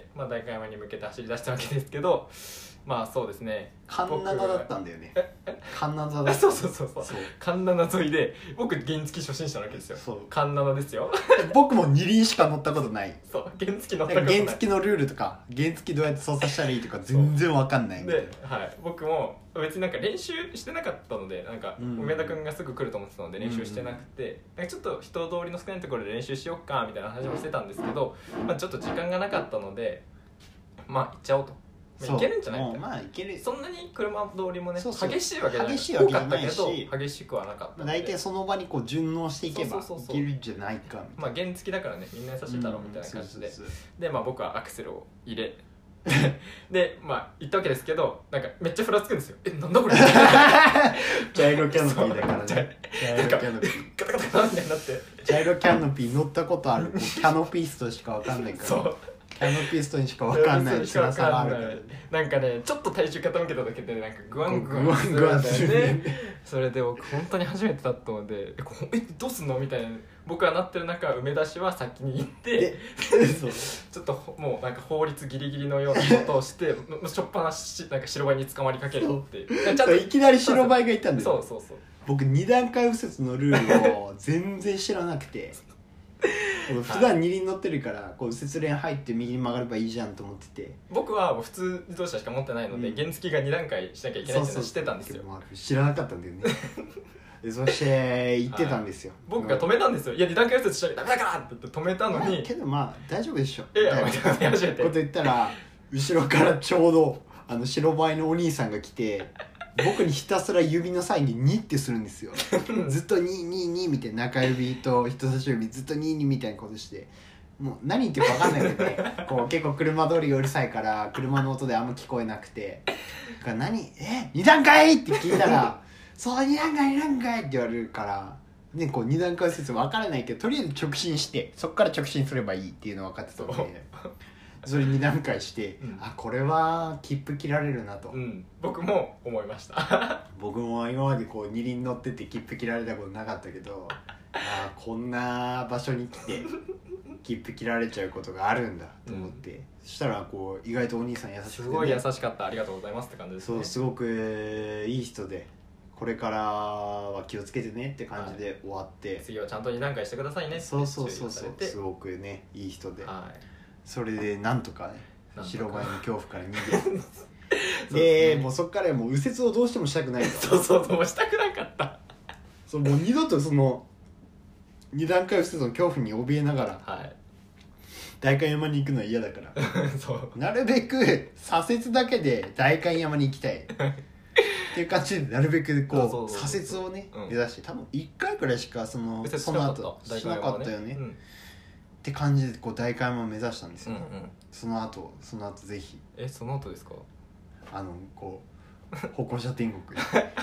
Speaker 1: まあ、代官山に向けて走り出したわけですけど、まあそうですね
Speaker 2: 環七だったんだよね。環七だった。
Speaker 1: そうそうそうそう環七沿いで僕原付初心者なわけですよ。そう環七ですよ
Speaker 2: 僕も二輪しか乗ったことない。
Speaker 1: そう原付乗ったことない。
Speaker 2: 原付のルールとか原付どうやって操作したらいいとか全然わかんないみたいな。
Speaker 1: で、はい、僕も別になんか練習してなかったのでなんか梅田くんがすぐ来ると思ってたので練習してなくて、うん、なんかちょっと人通りの少ないところで練習しよっかみたいな話もしてたんですけど、まあ、ちょっと時間がなかったのでまあ行っちゃおうと。まあ、いけるんじゃないみたいな、まあ、いけるそんなに車通りもねそうそう激しいわけじゃない
Speaker 2: 激しいわけじゃないし
Speaker 1: 多かったけど激しくはなかったので
Speaker 2: 大体その場にこう順応していけばいけるんじゃないかみたいな。
Speaker 1: まあ原付だからねみんな優しいだろうみたいな感じで、うん、そうそうそうでまあ僕はアクセルを入れでまあ行ったわけですけどなんかめっちゃふらつくんですよ。えなんだこれジ
Speaker 2: ャイロキャノピーだからね。ジャイロキャノピー
Speaker 1: ガタガタガタみたいになって
Speaker 2: ジャイロキャノピー乗ったことあるキャノピストしかわかんないからそうキャノピストにしかわかんない辛さがあるから、ね、
Speaker 1: なんかねちょっと体重傾けただけでなんかグワングワンするんだよね。それで僕本当に初めてだったのでええどうすんのみたいな僕がなってる中梅田市は先に行ってちょっともうなんか法律ギリギリのようなことをしてしょっぱなしなんか白バイに捕まりかけるっていうちゃんと
Speaker 2: いきなり白バイがいたんだよ。
Speaker 1: そうそうそう
Speaker 2: 僕に段階右折のルールを全然知らなくて普段二輪乗ってるからこう右折レーン入って右に曲がればいいじゃんと思ってて
Speaker 1: 僕はもう普通自動車しか持ってないので、うん、原付がに段階しなきゃいけないっていうのを知ってたんですよ。そうそう
Speaker 2: そう知らなかったんだよねそして行ってたんですよ、
Speaker 1: はい、僕が止めたんですよ。いやに段階右折しなきゃダメだからって言って止めたのに、まあ、
Speaker 2: けどまあ大丈夫でしょ
Speaker 1: いやいや初めて
Speaker 2: こと言ったら後ろからちょうどあの白バイのお兄さんが来て僕にひたすら指の際ににってするんですよずっとにににみたいな中指と人差し指ずっとににみたいなことしてもう何言ってるか分かんないけどねこう結構車通りがうるさいから車の音であんま聞こえなくてだから何えに段階って聞いたらそうに段階に段階って言われるからねこうに段階説分からないけどとりあえず直進してそこから直進すればいいっていうの分かってたのでそれに段階して、うん、あこれは切符切られるなと、
Speaker 1: うん、僕も思いました
Speaker 2: 僕も今までこう二輪乗ってて切符切られたことなかったけどあこんな場所に来て切符切られちゃうことがあるんだと思って、うん、そしたらこう意外とお兄さん優しくて、ね、
Speaker 1: すごい優しかったありがとうございますって感じですね。
Speaker 2: そうすごく、えー、いい人でこれからは気をつけてねって感じで終わって、はい、
Speaker 1: 次はちゃんとに段階してくださいねって
Speaker 2: そうそうそうそうすごくねいい人で、
Speaker 1: はい
Speaker 2: それでなんとかね白バイの恐怖から逃げで、ね、もうそっからもう右折をどうしてもしたくないと
Speaker 1: そうそうそうしたくなかった
Speaker 2: そうもう二度とその二段階右折の恐怖に怯えながら、
Speaker 1: はい、
Speaker 2: 代官山に行くのは嫌だから
Speaker 1: そう
Speaker 2: なるべく左折だけで代官山に行きたいっていう感じでなるべくこうそうそうそうそう左折をね、うん、目指して多分いっかいくらいしかそのその後しなかったよね、うんって感じでこう代官山を目指したんですよ、うんうん、その後その後ぜひ
Speaker 1: えその後ですか
Speaker 2: あのこう歩行者天国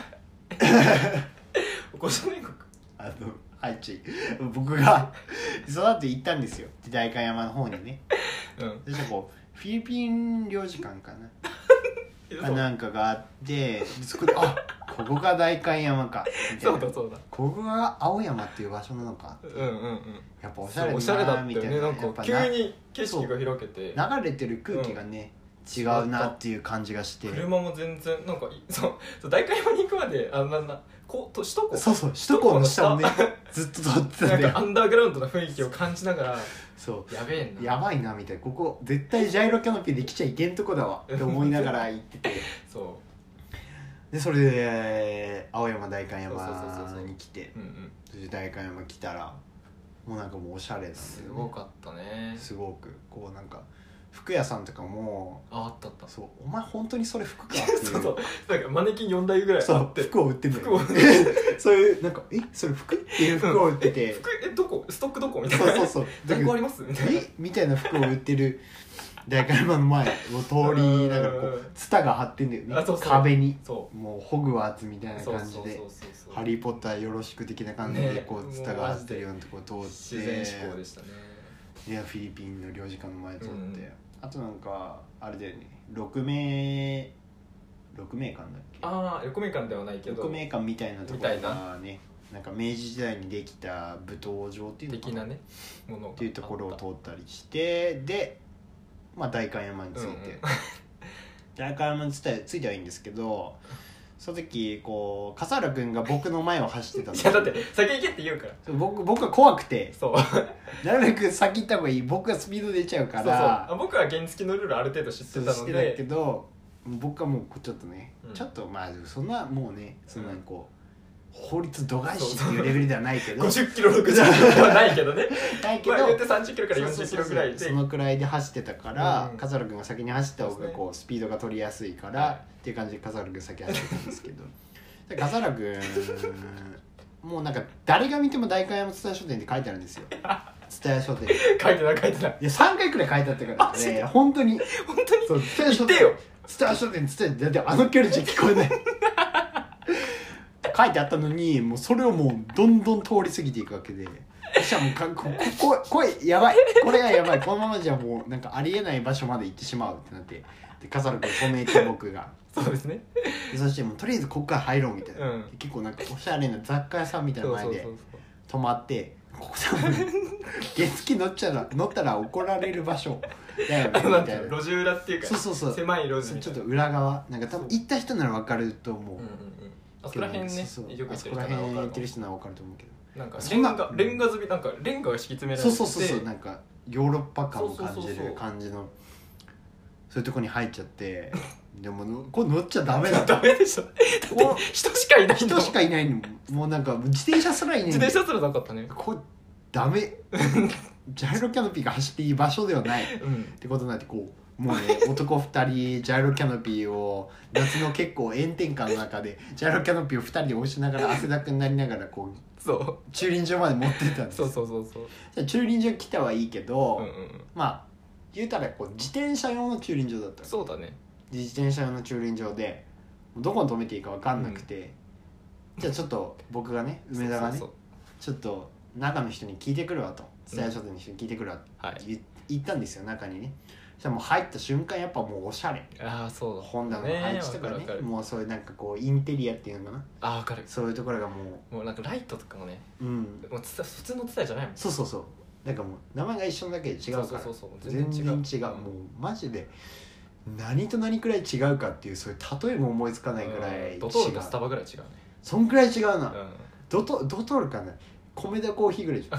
Speaker 1: 歩行者天国
Speaker 2: あのはいち僕がその後行ったんですよ代官山の方にね、うん、そしてこうフィリピン領事館かななんかがあってそこであここが代官山かみたいな
Speaker 1: そうだそうだ
Speaker 2: ここが青山っていう場所なのかって
Speaker 1: うんうんうん
Speaker 2: やっぱおしゃれだな
Speaker 1: おしゃれだった
Speaker 2: みたいな
Speaker 1: よねなんか急に景色が開けて
Speaker 2: 流れてる空気がね、 違うなっていう感じがして、
Speaker 1: 車も全然なんかそうそう代官山に行くまであなんだこうと首都高
Speaker 2: そうそう首都高の下をねずっと通ってたんだよ。
Speaker 1: なんかアンダーグラウンドな雰囲気を感じながら
Speaker 2: そう
Speaker 1: やべえな
Speaker 2: やばいなみたいな、ここ絶対ジャイロキャノピーで来ちゃいけんとこだわって思いながら行ってて
Speaker 1: そう
Speaker 2: でそれで青山代官
Speaker 1: そうそうそうそう
Speaker 2: 山に来て、
Speaker 1: うんうん
Speaker 2: そして代官山来たらもうなんかもうおしゃれなんだよね。
Speaker 1: すごかったね。
Speaker 2: すごくこうなんか服屋さんとかも
Speaker 1: ああったあった
Speaker 2: そうお前本当にそれ服かっていう
Speaker 1: そうそうなんかマネキンよんだいぐらい
Speaker 2: そう
Speaker 1: あって
Speaker 2: 服を売ってんだよ、
Speaker 1: 服を
Speaker 2: そういうなんかえそれ服っていう服を売ってて、
Speaker 1: 服えどこストックどこみたいな
Speaker 2: そうそうそう
Speaker 1: 在庫ありますみたいな
Speaker 2: えみたいな服を売ってる代官山の前を通りながらこうツタが張ってんだよね。
Speaker 1: あそうそう
Speaker 2: 壁に
Speaker 1: そう
Speaker 2: もうホグワーツみたいな
Speaker 1: そう
Speaker 2: 感じで
Speaker 1: そうそうそうそう
Speaker 2: ハリーポッターよろしく的な感じで
Speaker 1: ね
Speaker 2: こうツタが張ってるようなところ通って、
Speaker 1: 自然志向でしたね。
Speaker 2: いやフィリピンの領事館の前通って、
Speaker 1: うん、
Speaker 2: あとなんかあれだよねろくめいろくめいかんだっけ
Speaker 1: ああろくめいかんではないけど
Speaker 2: ろくめいかんみたいなところがねなんか明治時代にできた舞踏場っていうのかな
Speaker 1: 的なねもの
Speaker 2: っていうところを通ったりしてでまあ代官山に着いて、うんうん、代官山に着いて着いてはいいんですけどその時こう笠原君が僕の前を走ってたの
Speaker 1: いやだって先行けって言うから
Speaker 2: 僕僕は怖くて
Speaker 1: そう
Speaker 2: なるべく先行った方がいい僕がスピード出ちゃうから
Speaker 1: そうそう僕は原付のルールある程度知ってたので
Speaker 2: 知ってたけど僕はもうちょっとね、うん、ちょっとまあそんなもうねそんなにこう、うん、法律度外視っていうレベルではないけど
Speaker 1: ごじゅっキロろくじゅっキロではないけどね
Speaker 2: ないけど、
Speaker 1: まあ、言ってさんじゅっキロからよんじゅっキロぐらいで
Speaker 2: そのくらいで走ってたから、
Speaker 1: うん、
Speaker 2: 笠原君が先に走った方がこうスピードが取りやすいから、はい、っていう感じで笠原君先走ってたんですけど笠原君もうなんか誰が見ても代官山蔦屋書店って書いてあるんですよ蔦屋書店
Speaker 1: 書いてない書いてない
Speaker 2: いやさんかいくらい書いてあったからね本当に
Speaker 1: 本当に
Speaker 2: そう蔦屋書店蔦屋書店蔦屋だってあの距離じゃ聞こえない書いてあったのにもうそれをもうどんどん通り過ぎていくわけでそしたらもうかここ声やばいこれはやばいこのままじゃもうなんかありえない場所まで行ってしまうってなってで笠原君止めて僕が
Speaker 1: そうですね
Speaker 2: でそしてもうとりあえずここから入ろうみたいな、
Speaker 1: うん、
Speaker 2: 結構なんかおしゃれな雑貨屋さんみたいな前で泊まってここ多分原付乗っちゃら乗ったら怒られる場所だよねみたいな
Speaker 1: 路地裏っていうか
Speaker 2: そうそうそう
Speaker 1: 狭い路地
Speaker 2: ちょっと裏側なんか多分行った人なら分かると思う、うんうんうん、
Speaker 1: あそこら辺ね
Speaker 2: そうそうあそこら辺行ってる人なら分かると思うけど
Speaker 1: なんかレンガレンガ積みなんかレンガが敷き詰められてて
Speaker 2: そうそうそうそうなんかヨーロッパ感を感じる感じのそういうとこに入っちゃってでもこれ乗っちゃダメだ
Speaker 1: ダメでしょだって人しかいない
Speaker 2: 人しかいないのもうなんか自転車すらいない
Speaker 1: 自転車すらなかったね
Speaker 2: これダメジャイロキャノピーが走っていい場所ではない、うん、ってことになってこうもうね男ふたりジャイロキャノピーを夏の結構炎天下の中でジャイロキャノピーをふたりで押しながら汗だくになりながらこう
Speaker 1: そう
Speaker 2: 駐輪場まで持ってったんです
Speaker 1: そうそうそうそう
Speaker 2: じゃ駐輪場来たはいいけど、
Speaker 1: うんうん、
Speaker 2: まあ言うたらこう自転車用の駐輪場だった
Speaker 1: そうだね
Speaker 2: 自転車用の駐輪場でどこに止めていいか分かんなくて、うん、じゃあちょっと僕がね梅田がねそうそうそうちょっと中の人に聞いてくるわと蔦屋書店の人に聞いてくるわって言、はい、ったんですよ中にねそしたらもう入った瞬間やっぱもうおしゃれ
Speaker 1: ああそうだ
Speaker 2: 本棚の配置とかねもうそういうなんかこうインテリアっていうのかな
Speaker 1: あ分かる
Speaker 2: そういうところがも
Speaker 1: うもうなんかライトとかもね、
Speaker 2: うん、
Speaker 1: もう普通の蔦屋じゃないもん
Speaker 2: そうそうそうなんかもう名前が一緒だけで違うから
Speaker 1: そうそうそう
Speaker 2: 全然違う、全然違う、うん、もうマジで何と何くらい違うかっていうそういう例えも思いつかないくらい違う、
Speaker 1: ドトールとスタバぐらい違うね
Speaker 2: そんくらい違うな、うん、ドトドトールかな米田コーヒーぐらい違う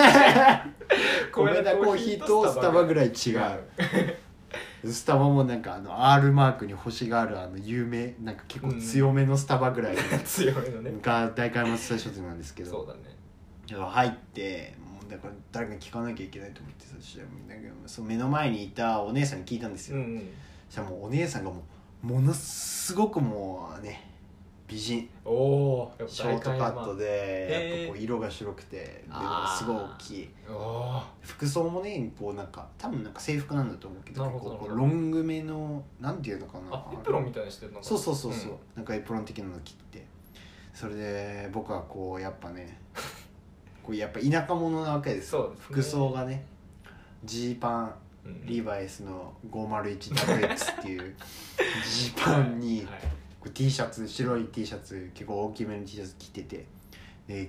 Speaker 2: 米田コーヒーとスタバぐらい違うスタバもなんかあの R マークに星があるあの有名なんか結構強めのスタバぐらい、
Speaker 1: うん、強めのね
Speaker 2: が代官山蔦屋書店なんですけど
Speaker 1: そうだね
Speaker 2: 入ってもうだから誰かに聞かなきゃいけないと思ってそしたらその目の前にいたお姉さんに聞いたんですよ、うんうん、そしたらもうお姉さんがもうものすごくもうね美人
Speaker 1: おー
Speaker 2: ショートカットでやっぱこう色が白くてですごい大きい服装もねこうなんか多分なんか制服なんだと思うけどこうロングめのなんていうのかな
Speaker 1: あエプロンみたいにしてるの
Speaker 2: そうそうそうそう、うん、なんかエプロン的なの着てそれで僕はこうやっぱねこうやっぱ田舎者なわけです
Speaker 1: そうですね
Speaker 2: 服装がねジーパンリーバイスの ごーまるいちダブリューエックス っていうジーパンに、はいはい、T シャツ白い T シャツ結構大きめの T シャツ着ててで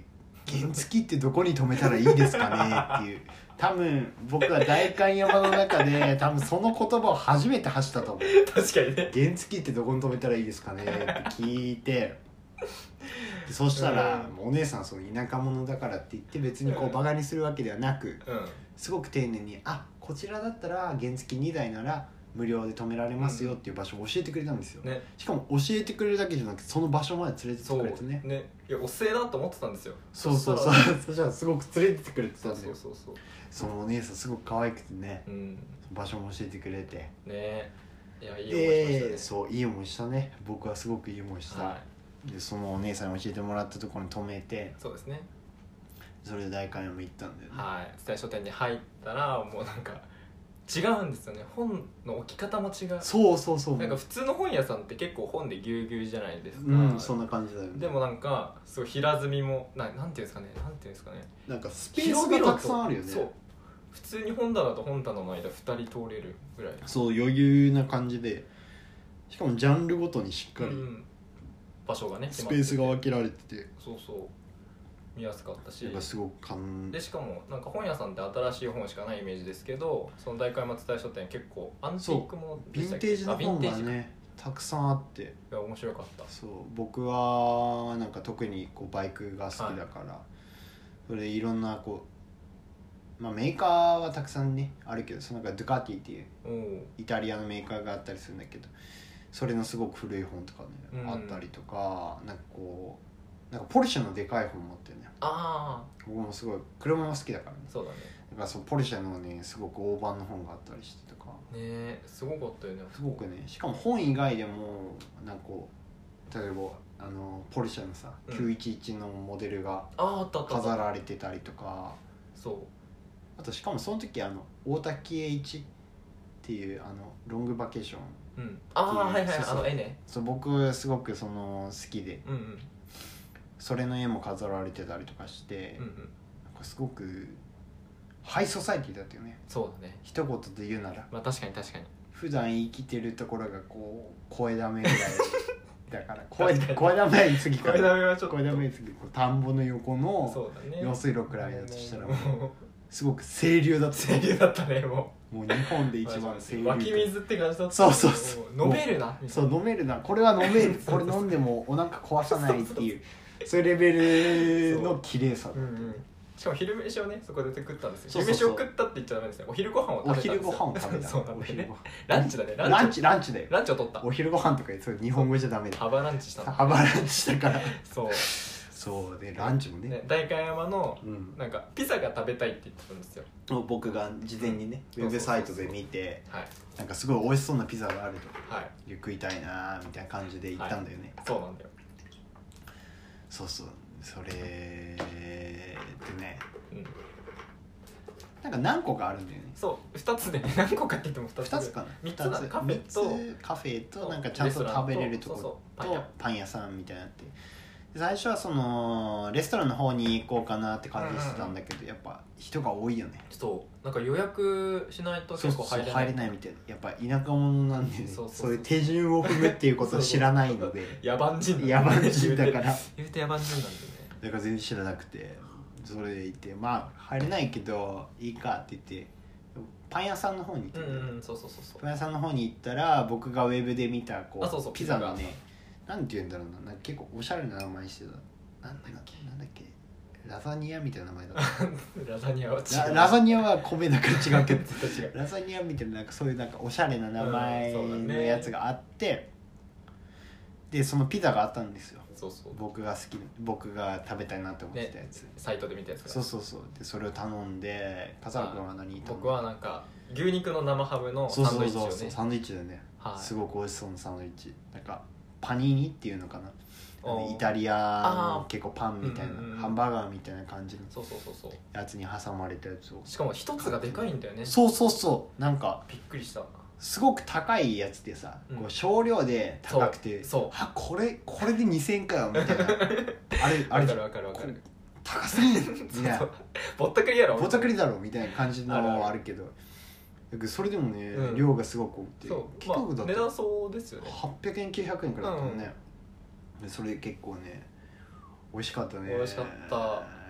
Speaker 2: 原付ってどこに止めたらいいですかねっていう多分僕は代官山の中で多分その言葉を初めて発したと思う。
Speaker 1: 確かにね。
Speaker 2: 原付ってどこに止めたらいいですかねって聞いてそしたら、うん、お姉さんその田舎者だからって言って別にこうバカにするわけではなく、うん、すごく丁寧にあこちらだったら原付にだいなら無料で止められますよっていう場所を教えてくれたんですよ、ね、しかも教えてくれるだけじゃなくてその場所まで連れてってくれてね。
Speaker 1: そうね、いやおせえだと思ってたんですよ。
Speaker 2: そうそうそうそしたらすごく連れてってくれてたんですよ。
Speaker 1: そうそうそうそう
Speaker 2: そのお姉さんすごく可愛くてね、
Speaker 1: うん、
Speaker 2: 場所も教えてくれて
Speaker 1: ね。いやいい思いしましたね。
Speaker 2: そういい思いしたね。僕はすごくいい思いした、
Speaker 1: はい、
Speaker 2: でそのお姉さんに教えてもらったところに止めて、
Speaker 1: そうですね、
Speaker 2: それで代官山行ったんだよね。
Speaker 1: はい、蔦屋書店に入ったらもうなんか違うんですよね。本の置き方も違う。
Speaker 2: そうそうそう。
Speaker 1: なんか普通の本屋さんって結構本でぎゅうぎゅうじゃないですか。
Speaker 2: うん、そんな感じだよね。
Speaker 1: でもなんかすごい平積みもななんていうんですかね、なんていうんですかね。
Speaker 2: なんかスペースがたくさんあるよね。
Speaker 1: そう。普通に本棚と本棚の間ふたり通れるぐらい。
Speaker 2: そう余裕な感じで、しかもジャンルごとにしっかり、うん、
Speaker 1: 場所がね
Speaker 2: スペースが分けられてて、
Speaker 1: そうそう。見やすかったし、
Speaker 2: すごく感
Speaker 1: でしかもなんか本屋さんって新しい本しかないイメージですけど、その代官山蔦屋書店結構アンティークもの
Speaker 2: でしたっけ。ヴィンテージの本がねたくさんあって、い
Speaker 1: や面白かった。
Speaker 2: そう僕はなんか特にこうバイクが好きだから、はい、それでいろんなこう、まあ、メーカーはたくさんねあるけど、その中でドゥカティっていうイタリアのメーカーがあったりするんだけど、それのすごく古い本とかね、うん、あったりとか、なんかこうなんかポルシェのでかい本持ってるね。
Speaker 1: ああ。
Speaker 2: 僕もすごい車も好きだからね。
Speaker 1: そうだね。
Speaker 2: だからそのポルシェのねすごく大判の本があったりしてとか。
Speaker 1: ねえ、すごかったよね。
Speaker 2: すごくね。しかも本以外でもなんかこう例えばあのポルシェのさ、うん、きゅういちいちのモデルが飾られてたりとか。
Speaker 1: そう。
Speaker 2: あとしかもその時あの大滝栄一っていうあのロングバケーション。
Speaker 1: うん。ああはいはい、あの絵ね。
Speaker 2: そう僕すごくその好きで。
Speaker 1: うんうん。
Speaker 2: それの絵も飾られてたりとかして、うんうん、なんかすごくハイソサイティだったよね。
Speaker 1: そうだね。
Speaker 2: 一言で言うなら。
Speaker 1: まあ確かに確かに。
Speaker 2: 普段生きてるところがこう声だめぐらいだから声声だめ言い過ぎか
Speaker 1: ら。声だめはちょっと。
Speaker 2: 声だめ言い過ぎ。田んぼの横の用水路くらいだとしたらもうすごく清流だった。
Speaker 1: 清流だったねもう。
Speaker 2: もう日本で一番清流。
Speaker 1: 湧き水って感じだった。
Speaker 2: そうそうそう。
Speaker 1: 飲めるな。
Speaker 2: そう飲めるな。これは飲める。これ飲んでもお腹壊さないっていう。そういうレベルの綺麗さだった、うんうん、
Speaker 1: しかも昼飯をねそこで食ったんですよ。昼飯を食ったって言っちゃダメですね。お昼ご飯を食べたんですよ。
Speaker 2: お昼ご飯を食べた。
Speaker 1: そうなんだよね。ランチだね。
Speaker 2: ランチランチだよ。
Speaker 1: ランチを取った。
Speaker 2: お昼ご飯とかそれ日本語じゃダメだ。
Speaker 1: ハバランチしたの。
Speaker 2: ハバランチしたから。
Speaker 1: そう
Speaker 2: そうでランチもね。ね
Speaker 1: 代官山の、うん、なんかピザが食べたいって言ってたんですよ。
Speaker 2: 僕が事前にね、うん、ウェブサイトで見て、はい、なんかすごい美味しそうなピザがあると、はい、食いたいなみたいな感じで行ったんだよね。
Speaker 1: はい、そうなんだよ。
Speaker 2: そうそう。それでね、うん、なんか何個かあるんだよね。
Speaker 1: そうふたつでね。何個かって言ってもふたつ。
Speaker 2: ふたつかな。
Speaker 1: みっつだ。カフェと
Speaker 2: カフェとなんかちゃんと食べれるところとパン屋さんみたいなって。最初はそのレストランの方に行こうかなって感じしてたんだけど、うんうん、やっぱ人が多いよね。
Speaker 1: そうなんか予約しないと結構入れない。
Speaker 2: そうそう入れないみたいな。やっぱ田舎者なんでね、そうそうそうそういう手順を踏むっていうことを知らないので。
Speaker 1: 野蛮人
Speaker 2: 野蛮人だから
Speaker 1: 言うて野蛮人なんでね。
Speaker 2: だから全然知らなくて、それで行ってまあ入れないけどいいかって言ってパン屋さんの方に行って、
Speaker 1: うんうん、そうそうそうそう。
Speaker 2: パン屋さんの方に行ったら僕がウェブで見たこう
Speaker 1: そうそう
Speaker 2: ピザのね、なんて言うんだろうな、なんか結構おしゃれな名前してた。なんだっけなんだっけラザニアみたいな名前だった
Speaker 1: ラザニアは違う。
Speaker 2: ラ, ラザニアは米だから違うけどラザニアみたいななんかそういうなんかおしゃれな名前のやつがあって、うんね、でそのピザがあったんですよ。
Speaker 1: そうそう
Speaker 2: 僕が好き僕が食べたいなって思ってたやつ、ね、
Speaker 1: サイトで見たやつが。
Speaker 2: そうそうそう。でそれを頼んで、笠原君は何頼んだ？
Speaker 1: 僕はなんか牛肉の生ハムのサンドイッチをね。そうそうそう
Speaker 2: サンドイッチだね、はい、すごく美味しそうなサンドイッチ。なんかパニーニっていうのかな、イタリアの結構パンみたいな、うんうんうん、ハンバーガーみたいな感じのやつに挟まれたやつを。
Speaker 1: しかも一つがでかいんだよね。
Speaker 2: そうそうそう。なんか
Speaker 1: びっくりした。
Speaker 2: すごく高いやつでさ、うん、こう少量で高くて、
Speaker 1: そう
Speaker 2: あこれこれでにせんえんかよみたいなあれあれ
Speaker 1: 分かる分かる分かる
Speaker 2: 高すぎるいや
Speaker 1: ぼったくりやろ
Speaker 2: ぼったくりだろみたいな感じのあるけど、それでもね、うん、量がすごく多くて、
Speaker 1: そうまあ値段そうですよね。
Speaker 2: はっぴゃくえんきゅうひゃくえんくらいだったもんね、うんうん、でそれで結構ね美味しかったね。
Speaker 1: 美味しかった。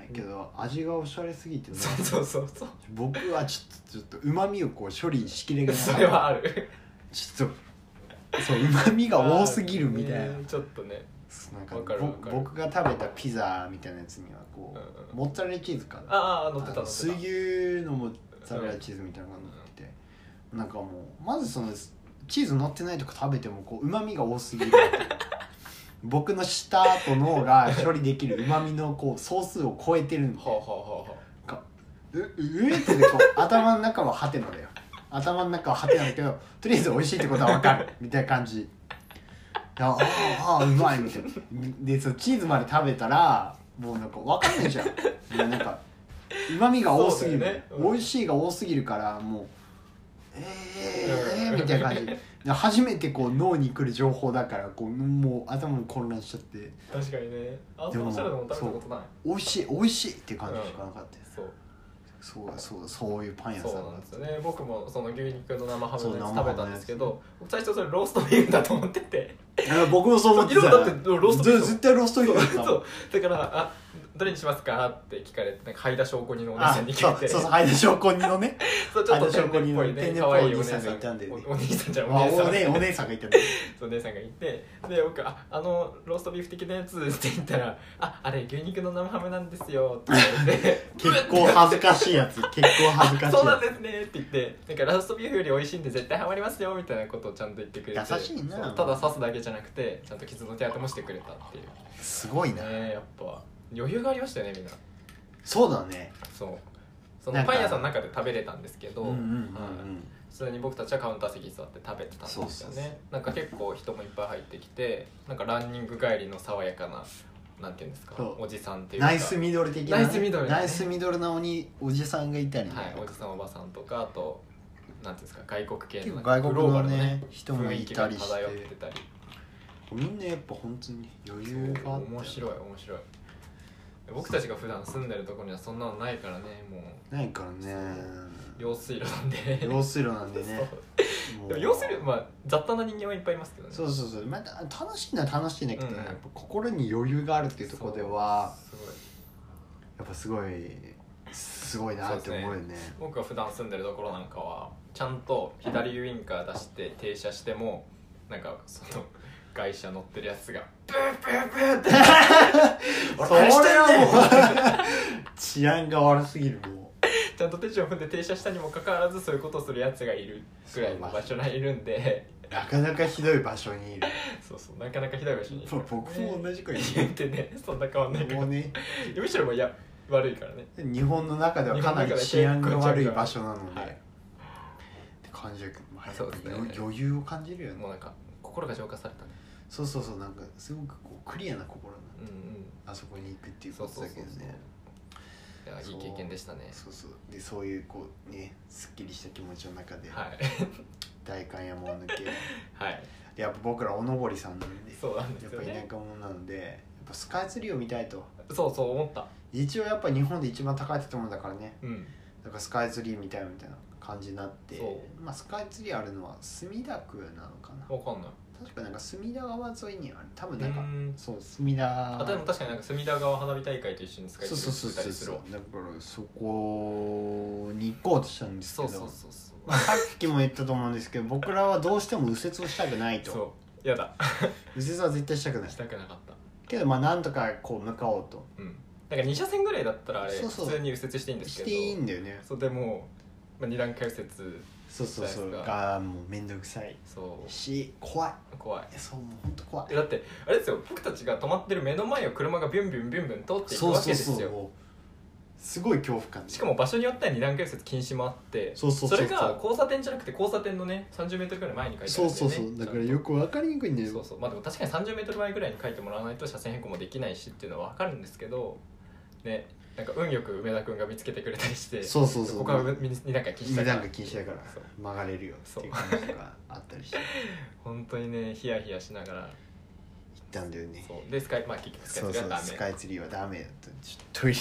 Speaker 2: ないけど、うん、味がおしゃれすぎてね
Speaker 1: そうそうそうそう
Speaker 2: 僕はちょっとちょっとうまみをこう処理しきれがない
Speaker 1: それはある
Speaker 2: ちょっとそううまみが多すぎるみたいな、
Speaker 1: ね、ちょっとね
Speaker 2: なんか僕が食べたピザみたいなやつにはこう、うんうん、モッツァレラチーズかな
Speaker 1: ああ乗ってた乗ってた
Speaker 2: 水牛のモッツァレラチーズみたいなのが乗ってて、うん、なんかもうまずそのチーズ乗ってないとこ食べてもこう旨味が多すぎる僕の舌と脳が処理できる旨味のこう総数を超えてるんで、はあはあはあ、かううえってでこう頭の中はハテナだよ頭の中はハテナだけどとりあえず美味しいってことは分かるみたいな感じあああうまいみたいなでそのチーズまで食べたらもうなんか分かんないじゃんなんか旨味が多すぎる、ねうん、美味しいが多すぎるからもうえー、えー、みたいな感じ初めてこう脳に来る情報だからこうもう頭も混乱しちゃって
Speaker 1: 確かにねあんなおしゃれなもん食べたことない
Speaker 2: 美味しい美味しいって感じしかなかった、
Speaker 1: うん、
Speaker 2: そうそうそうそういうパン屋さん
Speaker 1: そうなんですよね僕もその牛肉の生ハムのやつ食べたんですけど最初それローストビーフだと思ってて
Speaker 2: 僕もそう思ってた
Speaker 1: だってローストビーフ
Speaker 2: 絶対ローストビーフだった
Speaker 1: そうだからあどれにしますかって聞かれてなんかハイダ証拠人のお姉さんに聞いて
Speaker 2: そうそうハイダ証拠人のね
Speaker 1: そうちょっと天然っぽいね可愛いお姉さん
Speaker 2: がいたんで、ね、
Speaker 1: お兄さんじゃんお姉さん
Speaker 2: お姉お姉さんがいたんで
Speaker 1: そうお姉さんがいてで僕ああのローストビーフ的なやつって言ったらああれ牛肉の生ハムなんですよって言われて
Speaker 2: 結構恥ずかしいやつ結構恥ずかしいやつ
Speaker 1: そうなんですねって言ってなんかローストビーフより美味しいんで絶対ハマりますよみたいなことをちゃんと言ってくれて
Speaker 2: 優しいな
Speaker 1: ただ刺すだけじゃなくてちゃんと傷の手当てもしてくれたっていう
Speaker 2: すごいな、
Speaker 1: ね、やっぱ余裕がありましたよねみんな
Speaker 2: そうだね
Speaker 1: そうそのパン屋さんの中で食べれたんですけど、うんうんうんうん、普通に僕たちはカウンター席に座って食べてたんですよね。そうそうそうなんか結構人もいっぱい入ってきてなんかランニング帰りの爽やかななんていうんですかおじさんっていうか
Speaker 2: ナイスミドル的な、ね、
Speaker 1: ナイスミドル、ね、
Speaker 2: ナイスミドルなおにおじさんがいたり、ね、
Speaker 1: はいおじさんおばさんとかあとなんていうんですか外国系の
Speaker 2: 外国のね、ね人もいたりして
Speaker 1: 漂ってたり
Speaker 2: みんなやっぱ本当に余裕があって
Speaker 1: 面白い面白い僕たちが普段住んでるところにはそんなのないからねもう
Speaker 2: ないからね
Speaker 1: 用水路なんで
Speaker 2: 用水路なんでね
Speaker 1: でも用水路まあ雑多な人間はいっぱいいますけどね
Speaker 2: そうそうそうまた楽しいのは楽しいんだけど、うん、やっぱ心に余裕があるっていうところではすごいやっぱすごいすごいなって思うよ ね, うね
Speaker 1: 僕が普段住んでるところなんかはちゃんと左ウインカー出して停車してもなんかその外車乗ってるやつがブーブーブーって
Speaker 2: それはもう治安が悪すぎるも
Speaker 1: うちゃんと手順を踏んで停車したにもかかわらずそういうことをするやつがいるぐらいの場所にいるんで
Speaker 2: なかなかひどい場所にいる
Speaker 1: そうそうなかなかひどい場所にいる
Speaker 2: 僕も同じくらい
Speaker 1: 言ってねそんな変わんないから
Speaker 2: もうね
Speaker 1: むしろもういや悪いからね
Speaker 2: 日本の中ではかなり治安が悪い場所なので、はい、って感じだけど、まあ、そうですね余裕を感じるよね
Speaker 1: もうなんか心が浄化されたね
Speaker 2: そうそうそうなんかすごくこうクリアな心な、うんうん、あそこに行くっていうことだけどね
Speaker 1: いやいい経験でしたね
Speaker 2: そうそうでそういうこうねすっきりした気持ちの中で、
Speaker 1: はい、
Speaker 2: 代官山を抜け
Speaker 1: はい
Speaker 2: でやっぱ僕らおのぼりさんなんで
Speaker 1: そうなんですよ、ね、
Speaker 2: やっぱ田舎者なのでやっぱスカイツリーを見たいと
Speaker 1: そうそう思った
Speaker 2: 一応やっぱ日本で一番高い建物だからね、
Speaker 1: うん、
Speaker 2: だからスカイツリー見たいみたいな感じになってまあ、スカイツリーあるのは墨田区なのかな
Speaker 1: 分かんない
Speaker 2: 確かなんか隅田川沿いにある多分なんかそう隅田
Speaker 1: あでも確かになんか隅田川花火大会と一緒に使い
Speaker 2: そうそうそうそうだからそこに行こうとしたんですけど
Speaker 1: そうそうそうそう、
Speaker 2: まあ、さっきも言ったと思うんですけど僕らはどうしても右折をしたくないと
Speaker 1: そうやだ
Speaker 2: 右折は絶対したくない
Speaker 1: したくなかった
Speaker 2: けどまあなんとかこう向かおうと
Speaker 1: うんだからに車線ぐらいだったらあれ普通に右折していいんですけど
Speaker 2: していいんだよね
Speaker 1: そうでも、まあ、二段階右折
Speaker 2: そうそうそうがもうめんどくさい
Speaker 1: そう
Speaker 2: し怖い
Speaker 1: 怖い
Speaker 2: そうもうほんと怖い
Speaker 1: だってあれですよ僕たちが止まってる目の前を車がビュンビュンビュンビュン通っていくわけですよそうそうそう
Speaker 2: すごい恐怖感
Speaker 1: しかも場所によっては二段階右折禁止もあって
Speaker 2: そうそうそうそう
Speaker 1: それが交差点じゃなくて交差点のね さんじゅうメートル ぐらい前に書いてあるんですよね
Speaker 2: そうそうそうだからよく分かりにくいんだよ
Speaker 1: そうそうまあでも確かに さんじゅうメートル 前ぐらいに書いてもらわないと車線変更もできないしっていうのは分かるんですけどねなんか運よく梅田くんが見つけてくれたりして
Speaker 2: そうそうそう
Speaker 1: ここは二段階禁止だから
Speaker 2: 二段階禁止だから曲がれるよっていう感じがあったりして
Speaker 1: 本当にねヒヤヒヤしながら行
Speaker 2: ったんだよね
Speaker 1: そうでスカイまあ結局スカイツリーはダメ
Speaker 2: スカイツリーはダメだったちょっとトイレ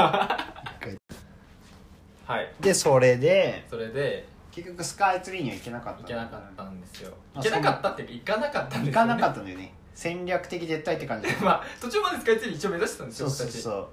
Speaker 1: はい
Speaker 2: でそれで
Speaker 1: それで
Speaker 2: 結局スカイツリーには行けなかった
Speaker 1: 行けなかったんですよ行けなかったっていうか行かなかったんですよ、ね、
Speaker 2: 行かなかったんだよね戦略的絶対って感じ
Speaker 1: まあ途中までスカイツリー一応目指してたんですよ
Speaker 2: そうそうそう、
Speaker 1: はい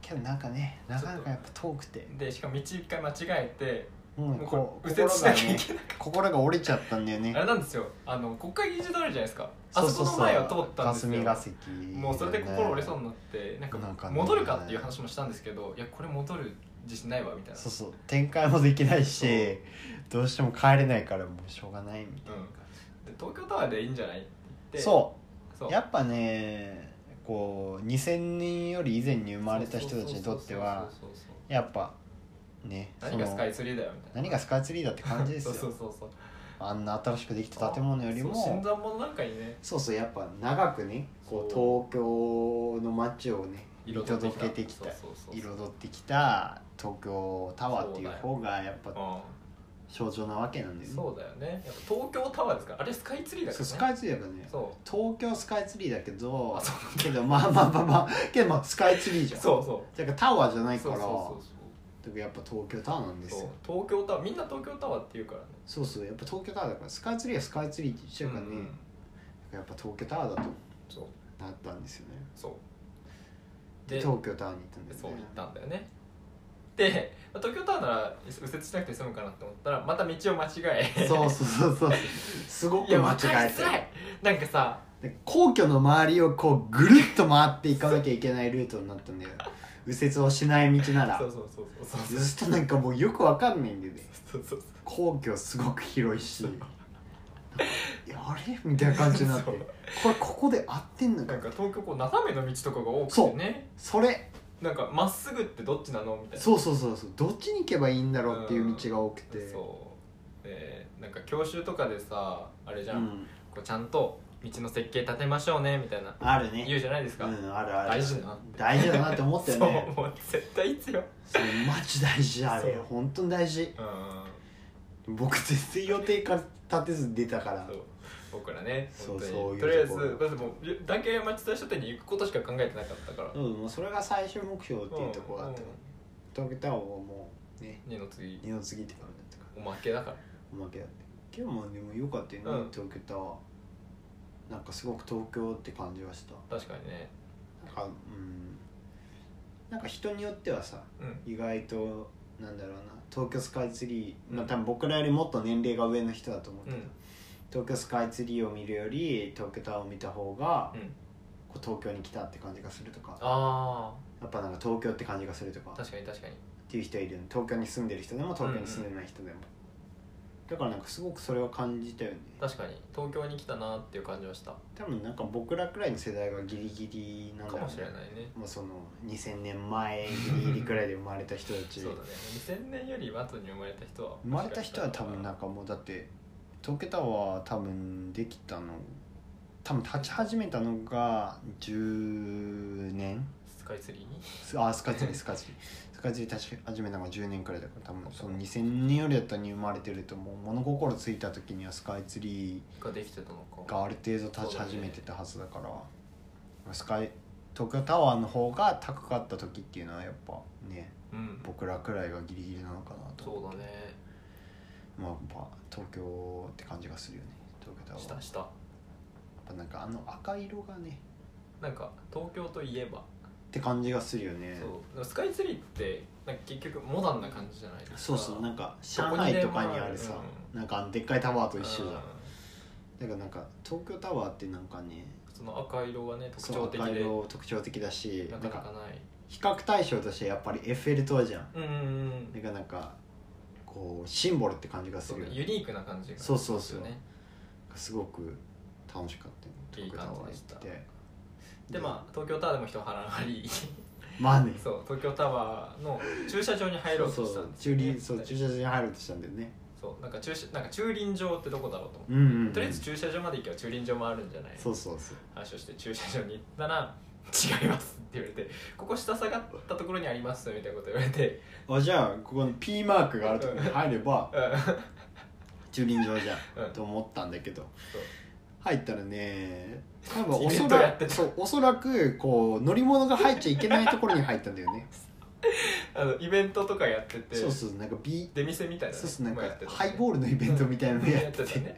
Speaker 2: けどなんかねなかなかやっぱ遠くて
Speaker 1: でしかも道一回間違えて
Speaker 2: もう
Speaker 1: もう
Speaker 2: こう
Speaker 1: 右折しなきゃいけなくて、
Speaker 2: 心が折れちゃったんだよね。
Speaker 1: あれなんですよ、あの国会議事堂あるじゃないですか、あ
Speaker 2: そうそうそう
Speaker 1: そこの前を通ったんですよ。
Speaker 2: 霞が関、ね、
Speaker 1: もうそれで心折れそうになってなんか
Speaker 2: なんかね
Speaker 1: 戻るかっていう話もしたんですけど、いやこれ戻る自信ないわみたいな。
Speaker 2: そうそう展開もできないしどうしても帰れないからもうしょうがないみたいな、
Speaker 1: うん、で東京タワーでいいんじゃないって言って
Speaker 2: そう
Speaker 1: そう
Speaker 2: やっぱねこうにせんねんより以前に生まれた人たちにとっては
Speaker 1: そうそうそうそう
Speaker 2: やっぱね
Speaker 1: 何がスカイツリーだよみたいな、
Speaker 2: 何がスカイツリーだって感じですよ
Speaker 1: そうそうそうそう、
Speaker 2: あんな新しくできた建物よりも
Speaker 1: そう新参者なんかにね
Speaker 2: そうそうやっぱ長くねこう
Speaker 1: そ
Speaker 2: 東京の街をね見
Speaker 1: 彩
Speaker 2: 届
Speaker 1: ってきた
Speaker 2: けてきた
Speaker 1: そうそうそうそう
Speaker 2: 彩ってきた東京タワーっていう方がやっぱ
Speaker 1: う
Speaker 2: 象徴なわけなんだよね。
Speaker 1: んそうだよね、やっぱ東京タワーですからあれスカイツリーだからね。
Speaker 2: そうスカイツリーだからね
Speaker 1: そう
Speaker 2: 東京スカイツリーだけど
Speaker 1: あそう
Speaker 2: けどまあまあまあまあけどまあスカイツリーじゃん
Speaker 1: そうそう
Speaker 2: だからタワーじゃないから
Speaker 1: そうそうそう
Speaker 2: だからやっぱ東京タワーなんです
Speaker 1: そう
Speaker 2: よ。
Speaker 1: 東京タワーみんな東京タワーって言うからね。
Speaker 2: そうそうやっぱ東京タワーだからスカイツリーはスカイツリーって言っちゃうからね、
Speaker 1: うんうん
Speaker 2: だからやっぱ東京タワーだと
Speaker 1: そう
Speaker 2: なったんですよね。
Speaker 1: そう
Speaker 2: で東京タワーに行ったんだよね。
Speaker 1: そう行ったんだよね。で東京タワーなら右折しなくて済むかなって思ったらまた道を間違え
Speaker 2: そうそうそうそうすごく間違えて
Speaker 1: なんかさ
Speaker 2: で皇居の周りをこうぐるっと回っていかなきゃいけないルートになったんだよ右折をしない道なら
Speaker 1: そうそうそうそうそう
Speaker 2: ずっとなんかもうよくわかんないんだよね。
Speaker 1: そうそうそう
Speaker 2: 皇居すごく広いしいやあれみたいな感じになってこれここで合ってんのか
Speaker 1: なんか東京こう斜めの道とかが多くてね
Speaker 2: それ
Speaker 1: なんかまっすぐってどっちなのみたいな
Speaker 2: そうそうそうそうどっちに行けばいいんだろうっていう道が多くて、
Speaker 1: うんそうでなんか教習とかでさあれじゃん、
Speaker 2: うん、
Speaker 1: こうちゃんと道の設計立てましょうねみたいな
Speaker 2: あるね
Speaker 1: 言うじゃないですか、
Speaker 2: うんあるある
Speaker 1: 大事だなって
Speaker 2: 大事だなって思ったよね
Speaker 1: そうもう絶対必要
Speaker 2: そうマジ大事あれ
Speaker 1: そう
Speaker 2: 本当に大事
Speaker 1: うん
Speaker 2: 僕全然予定か立てずに出たから
Speaker 1: そう僕らね
Speaker 2: そう
Speaker 1: 本当に
Speaker 2: そういう
Speaker 1: とりあえず
Speaker 2: ところ
Speaker 1: だってもう段階町田書店に行くことしか考えてなかったから、
Speaker 2: うんもうそれが最終目標っていうところだったから、東京タワーはもうね
Speaker 1: 二の次
Speaker 2: 二の次って感じだったから
Speaker 1: おまけだから
Speaker 2: おまけだって今日もでも良かったよね、
Speaker 1: うん
Speaker 2: 東京タワーなんかすごく東京って感じがした
Speaker 1: 確かにね
Speaker 2: なんかうんなんか人によってはさ
Speaker 1: うん
Speaker 2: 意外となんだろうな東京スカイツリー、
Speaker 1: うん
Speaker 2: まあ多分僕らよりもっと年齢が上の人だと思うけど、
Speaker 1: うん
Speaker 2: 東京スカイツリーを見るより東京タワーを見た方が、
Speaker 1: うん
Speaker 2: こう東京に来たって感じがするとか
Speaker 1: あ
Speaker 2: やっぱなんか東京って感じがするとか
Speaker 1: あ確かに確かに
Speaker 2: っていう人いるよね東京に住んでる人でも東京に住んでない人でも、だからなんかすごくそれは感じたよね。
Speaker 1: 確かに東京に来たなっていう感じはした
Speaker 2: 多分なんか僕らくらいの世代がギリギリなんだろうね
Speaker 1: かもしれないね
Speaker 2: もうそのにせんねんまえギリギリくらいで生まれた人たち
Speaker 1: そうだねにせんねんより後に生まれた人は
Speaker 2: 生まれた人は多分なんかもうだって東京タワー多分できたの多分立ち始めたのがじゅうねん
Speaker 1: スカイツリーに
Speaker 2: あスカイツリースカイツリースカイツリー立ち始めたのがじゅうねんくらいだから多分そのにせんねんよりだったらに生まれてるともう物心ついた時にはスカイツリ
Speaker 1: ができてたの
Speaker 2: ー
Speaker 1: か
Speaker 2: がある程度立ち始めてたはずだからスカイ東京タワーの方が高かった時っていうのはやっぱね
Speaker 1: うん
Speaker 2: 僕らくらいがギリギリなのかなと
Speaker 1: そうだね
Speaker 2: まあやっぱ東京って感じがするよね東京タワー
Speaker 1: したした
Speaker 2: やっぱなんかあの赤色がね
Speaker 1: なんか東京といえば
Speaker 2: って感じがするよね。
Speaker 1: そうスカイツリーってなんか結局モダンな感じじゃないですか。
Speaker 2: そうそうなんか上海とかにあるさ、
Speaker 1: うん、
Speaker 2: なんかあのでっかいタワーと一緒じゃん、
Speaker 1: うん、
Speaker 2: だからなんか東京タワーってなんかね
Speaker 1: その赤色がね特
Speaker 2: そう
Speaker 1: 徴的で
Speaker 2: 赤色特徴的だし
Speaker 1: なかなかない
Speaker 2: 比較対象としてやっぱりエッフェル塔じゃん。
Speaker 1: うんうんうん
Speaker 2: だからなんかこうシンボルって感じがす
Speaker 1: そう
Speaker 2: るよね。
Speaker 1: ねユニークな感じが
Speaker 2: そうそうそう
Speaker 1: ね
Speaker 2: すごく楽しかったよね
Speaker 1: いい感じでした
Speaker 2: 東京タワー行って
Speaker 1: でまあ東京タワーでも人腹がり
Speaker 2: まあね
Speaker 1: そう東京タワーの駐車場に入ろうとしたんですよ、ね、
Speaker 2: そう駐車場に入ろうとしたんだよね。
Speaker 1: そうなんか駐車なんか駐輪場ってどこだろうと思って、
Speaker 2: うんうんうん、
Speaker 1: とりあえず駐車場まで行けば駐輪場もあるんじゃない
Speaker 2: そうそうそう
Speaker 1: 話をして駐車場に行ったら違いますって言われてここ下下がったところにありますみたいなこと言われて
Speaker 2: あじゃあここに P マークがあるところに入れば駐輪場じゃん、
Speaker 1: うん、
Speaker 2: と思ったんだけど
Speaker 1: そう
Speaker 2: 入ったらね多分お
Speaker 1: イベ
Speaker 2: そ
Speaker 1: ントやってた
Speaker 2: らくそうおそらくこう乗り物が入っちゃいけないところに入ったんだよね
Speaker 1: あのイベントとかやってて
Speaker 2: そうそうなんか B
Speaker 1: 出店みたいな、ね、
Speaker 2: そうそうなんか
Speaker 1: もやってたね
Speaker 2: ハイボールのイベントみたいなのやってて、
Speaker 1: やってたね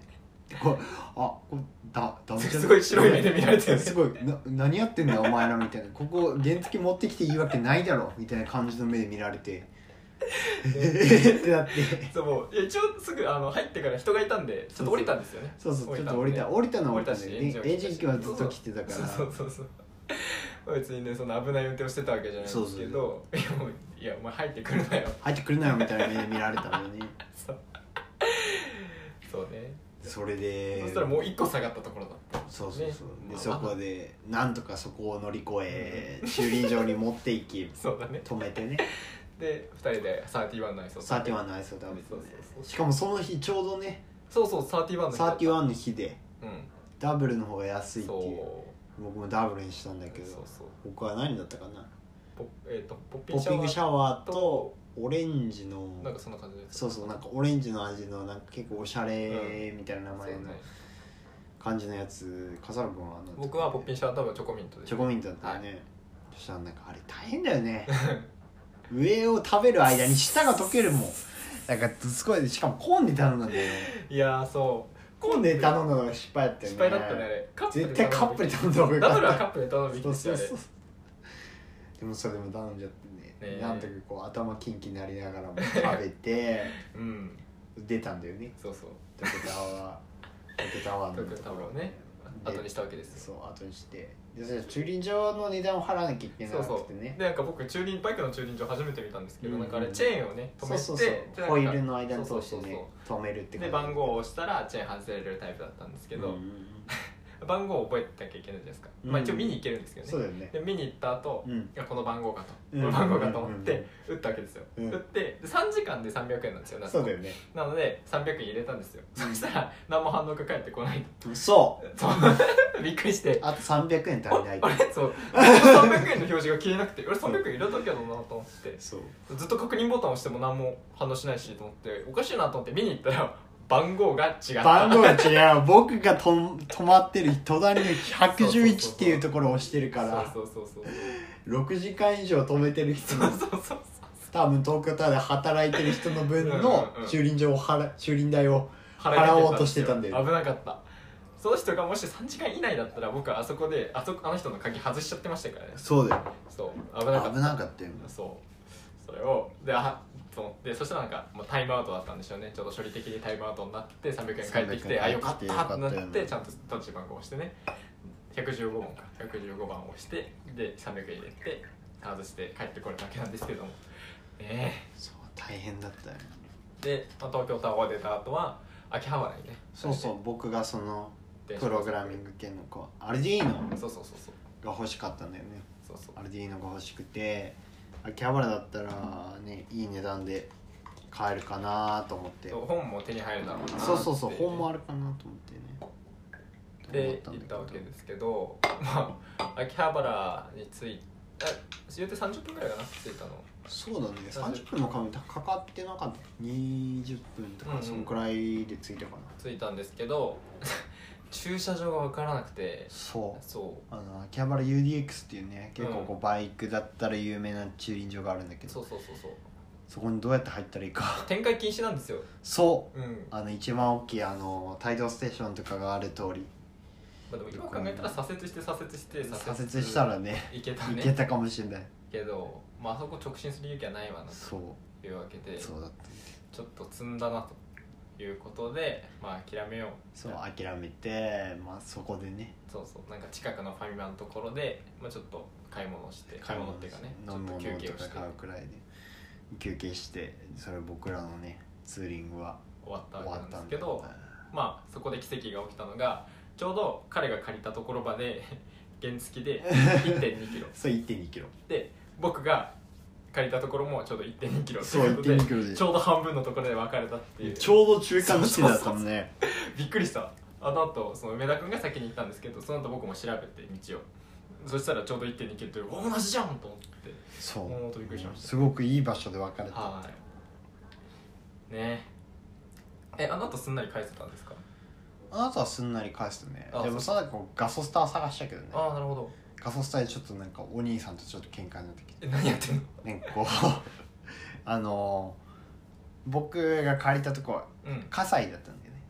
Speaker 2: こうあこだダメじゃん
Speaker 1: すごい白い目で見られてる、ね、
Speaker 2: すごいな何やってんだお前らみたいな、ここ原付持ってきていいわけないだろみたいな感じの目で見られてってなって
Speaker 1: そうもういや一応すぐあの入ってから人がいたんでちょっと降りたんですよね。
Speaker 2: そうそうちょっと降りた降りたのは降りたんだよね。エンジン機はずっと来てたから
Speaker 1: そうそうそうそう別にねその危ない運転をしてたわけじゃないんですけど、いやもういやお前入ってくるなよ
Speaker 2: 入ってくるなよみたいな目で見られたのね
Speaker 1: そうそうね。
Speaker 2: それで
Speaker 1: そしたらもう一個下がったところだった。
Speaker 2: そうそうそう、ね、で、
Speaker 1: まあ、
Speaker 2: そこでなんとかそこを乗り越え駐輪場に持っていき
Speaker 1: そうだね
Speaker 2: 止めてね
Speaker 1: でふたりでサーティワンのアイスを
Speaker 2: サーティワンのアイスを食べて、ね、
Speaker 1: そうそうそう
Speaker 2: しかもその日ちょうどね
Speaker 1: そうそうサーティワンの日
Speaker 2: サーティワンの日で、
Speaker 1: うん、
Speaker 2: ダブルの方が安いっていう。
Speaker 1: そう
Speaker 2: 僕もダブルにしたんだけど、
Speaker 1: そうそう
Speaker 2: 僕は何だったかな、
Speaker 1: ポ,、えー、とポッピ
Speaker 2: ポッピングシャワー
Speaker 1: と
Speaker 2: とオレンジの
Speaker 1: なんかそんな感じです。
Speaker 2: そうそうなんかオレンジの味のなんか結構おしゃれみたいな名前の感じのやつ、笠原君は何だった？
Speaker 1: 僕はポッピングシャワーとチョコミントで
Speaker 2: チョコミントだったよね、はい、そしたらなんかあれ大変だよね上を食べる間に下が溶けるもんなんかすごいしかもコーンで頼んだんだよね
Speaker 1: いやーそう
Speaker 2: コーンで頼んだのが失敗だったよね。
Speaker 1: 失敗だったねあれ。カップで
Speaker 2: 絶対カップで頼んだ方がよかった。
Speaker 1: ダブルはカップで頼むべきですよあれ。
Speaker 2: そうそうそうでもそれでも頼んじゃってね、
Speaker 1: ね
Speaker 2: なんとかこう頭キンキンになりながらも食べて
Speaker 1: うん
Speaker 2: 出たんだよね。
Speaker 1: そうそう
Speaker 2: 東京タワー東京タワーの
Speaker 1: 東京タワーをね後にしたわけですよ。
Speaker 2: そう後にしてでそれ駐輪場の値段を払わなきゃいけなくてね。
Speaker 1: そうそうでなんか僕駐輪バイクの駐輪場初めて見たんですけど、
Speaker 2: うん、
Speaker 1: なんかあれチェーンをね止めて
Speaker 2: そうそうそうホイールの間に通してね止めるって
Speaker 1: で番号を押したらチェーン外せられるタイプだったんですけど、うん番号を覚えなきゃいけないじゃないですか、うん、まあ一応見に行けるんですけどね。
Speaker 2: そうだよね。で
Speaker 1: 見に行った後、うん、いやこの番号かと、
Speaker 2: うん、
Speaker 1: この番号かと思って打ったわけですよ、
Speaker 2: うん、
Speaker 1: 打ってでさんじかんでさんびゃくえんなんですよ。
Speaker 2: そうだよね。
Speaker 1: なのでさんびゃくえん入れたんですよ、うん、そしたら何も反応が返ってこない。
Speaker 2: そう
Speaker 1: そうびっくりして
Speaker 2: あとさんびゃくえん足りない
Speaker 1: あれそうさんびゃくえんの表示が消えなくて俺さんびゃくえん入れたけどなと思って
Speaker 2: そう
Speaker 1: ずっと確認ボタンを押しても何も反応しないしと思っておかしいなと思って見に行ったら番号が違った。
Speaker 2: 番号が違う僕がと止まってる隣のひゃくじゅういちっていうところを押してるから
Speaker 1: そうそうそうそう
Speaker 2: ろくじかん以上止めてる人の
Speaker 1: そうそうそう
Speaker 2: 多分東京タワーで働いてる人の分の駐輪場を払駐輪代を払おうとしてたんだよ、
Speaker 1: 危なかった。その人がもしさんじかん以内だったら僕はあそこであそこあの人の鍵外しちゃってましたからね。
Speaker 2: そうだよ。
Speaker 1: そう危なかった
Speaker 2: 危なかったよ。
Speaker 1: そうそれをであと思ってそしたらなんか、まあ、タイムアウトだったんでしょうね。ちょうど処理的にタイムアウトになってさんびゃくえん返ってきてあよかったってなってちゃんとタッチ番号を押してねひゃくじゅうごばんかひゃくじゅうごばんを押してでさんびゃくえん入れて外して帰ってこれたわけなんですけどもええー、
Speaker 2: そう大変だったよ。
Speaker 1: で、まあ、東京タワー出た後は秋葉原にね
Speaker 2: そうそう僕がそのプログラミング系のこうアルディーノ
Speaker 1: そうそうそうそう
Speaker 2: が欲しかったんだよね。
Speaker 1: そうそう
Speaker 2: アルディーノが欲しくて秋葉原だったらねいい値段で買えるかなと思って
Speaker 1: 本も手に入るだろうな
Speaker 2: そうそうそう本もあるかなと思って
Speaker 1: ねで行ったわけですけどまあ秋葉原に着いた言うてさんじゅっぷんぐらいかな着いたの。
Speaker 2: そうだねさんじゅっぷんもかかってなかったにじゅっぷんとかそのくらいで着いたかな、
Speaker 1: うんうん、着いたんですけど駐車場が分からなくて
Speaker 2: そう
Speaker 1: そう
Speaker 2: あの秋葉原 ユーディーエックス っていうね結構こうバイクだったら有名な駐輪場があるんだけど、
Speaker 1: そうそうそうそう
Speaker 2: そこにどうやって入ったらいいか
Speaker 1: 展開禁止なんですよ。
Speaker 2: そう、
Speaker 1: うん、
Speaker 2: あの一番大きいあの帯同ステーションとかがある通り、
Speaker 1: まあ、でも今考えたら左折して左折して
Speaker 2: 左折したらね
Speaker 1: 行けたね
Speaker 2: 行けたかもしれない
Speaker 1: けど、まあ、あそこ直進する勇気はないわな
Speaker 2: そう
Speaker 1: というわけで
Speaker 2: そうだった
Speaker 1: ちょっと積んだなということで、まあ、諦めよう
Speaker 2: そう諦めて、まあ、そこでね
Speaker 1: そうそうなんか近くのファミマのところで、まあ、ちょっと買い物して買い物っていうかね
Speaker 2: 飲み物とか買うくらいで休憩してそれ僕らのねツーリングは
Speaker 1: 終わったわけなんですけどまあそこで奇跡が起きたのがちょうど彼が借りたところまで原付で いってんにキロ
Speaker 2: そう いってんにキロ
Speaker 1: で僕が借りたところもちょうど いってんにキロ
Speaker 2: そう いってんにキロで
Speaker 1: ちょうど半分のところで分かれたっていう
Speaker 2: ちょうど中間地点だったもんね
Speaker 1: びっくりした。あの後その梅田君が先に行ったんですけどその後僕も調べて道をそしたらちょうど いってんにキロで同じじゃんと思って
Speaker 2: そう
Speaker 1: もうびっくりしました。
Speaker 2: すごくいい場所で分かれた
Speaker 1: はいねえあの後すんなり返せたんですか。
Speaker 2: あなたはすんなり返すね。でもさなんかガソスター探したけどね。
Speaker 1: ああなるほど。
Speaker 2: ガソスターでちょっとなんかお兄さんとちょっと喧嘩になってきて
Speaker 1: え何やってんの
Speaker 2: なんかこうあのー、僕が借りたとこは、
Speaker 1: うん、
Speaker 2: 葛西だったんだよね、
Speaker 1: うん、
Speaker 2: だから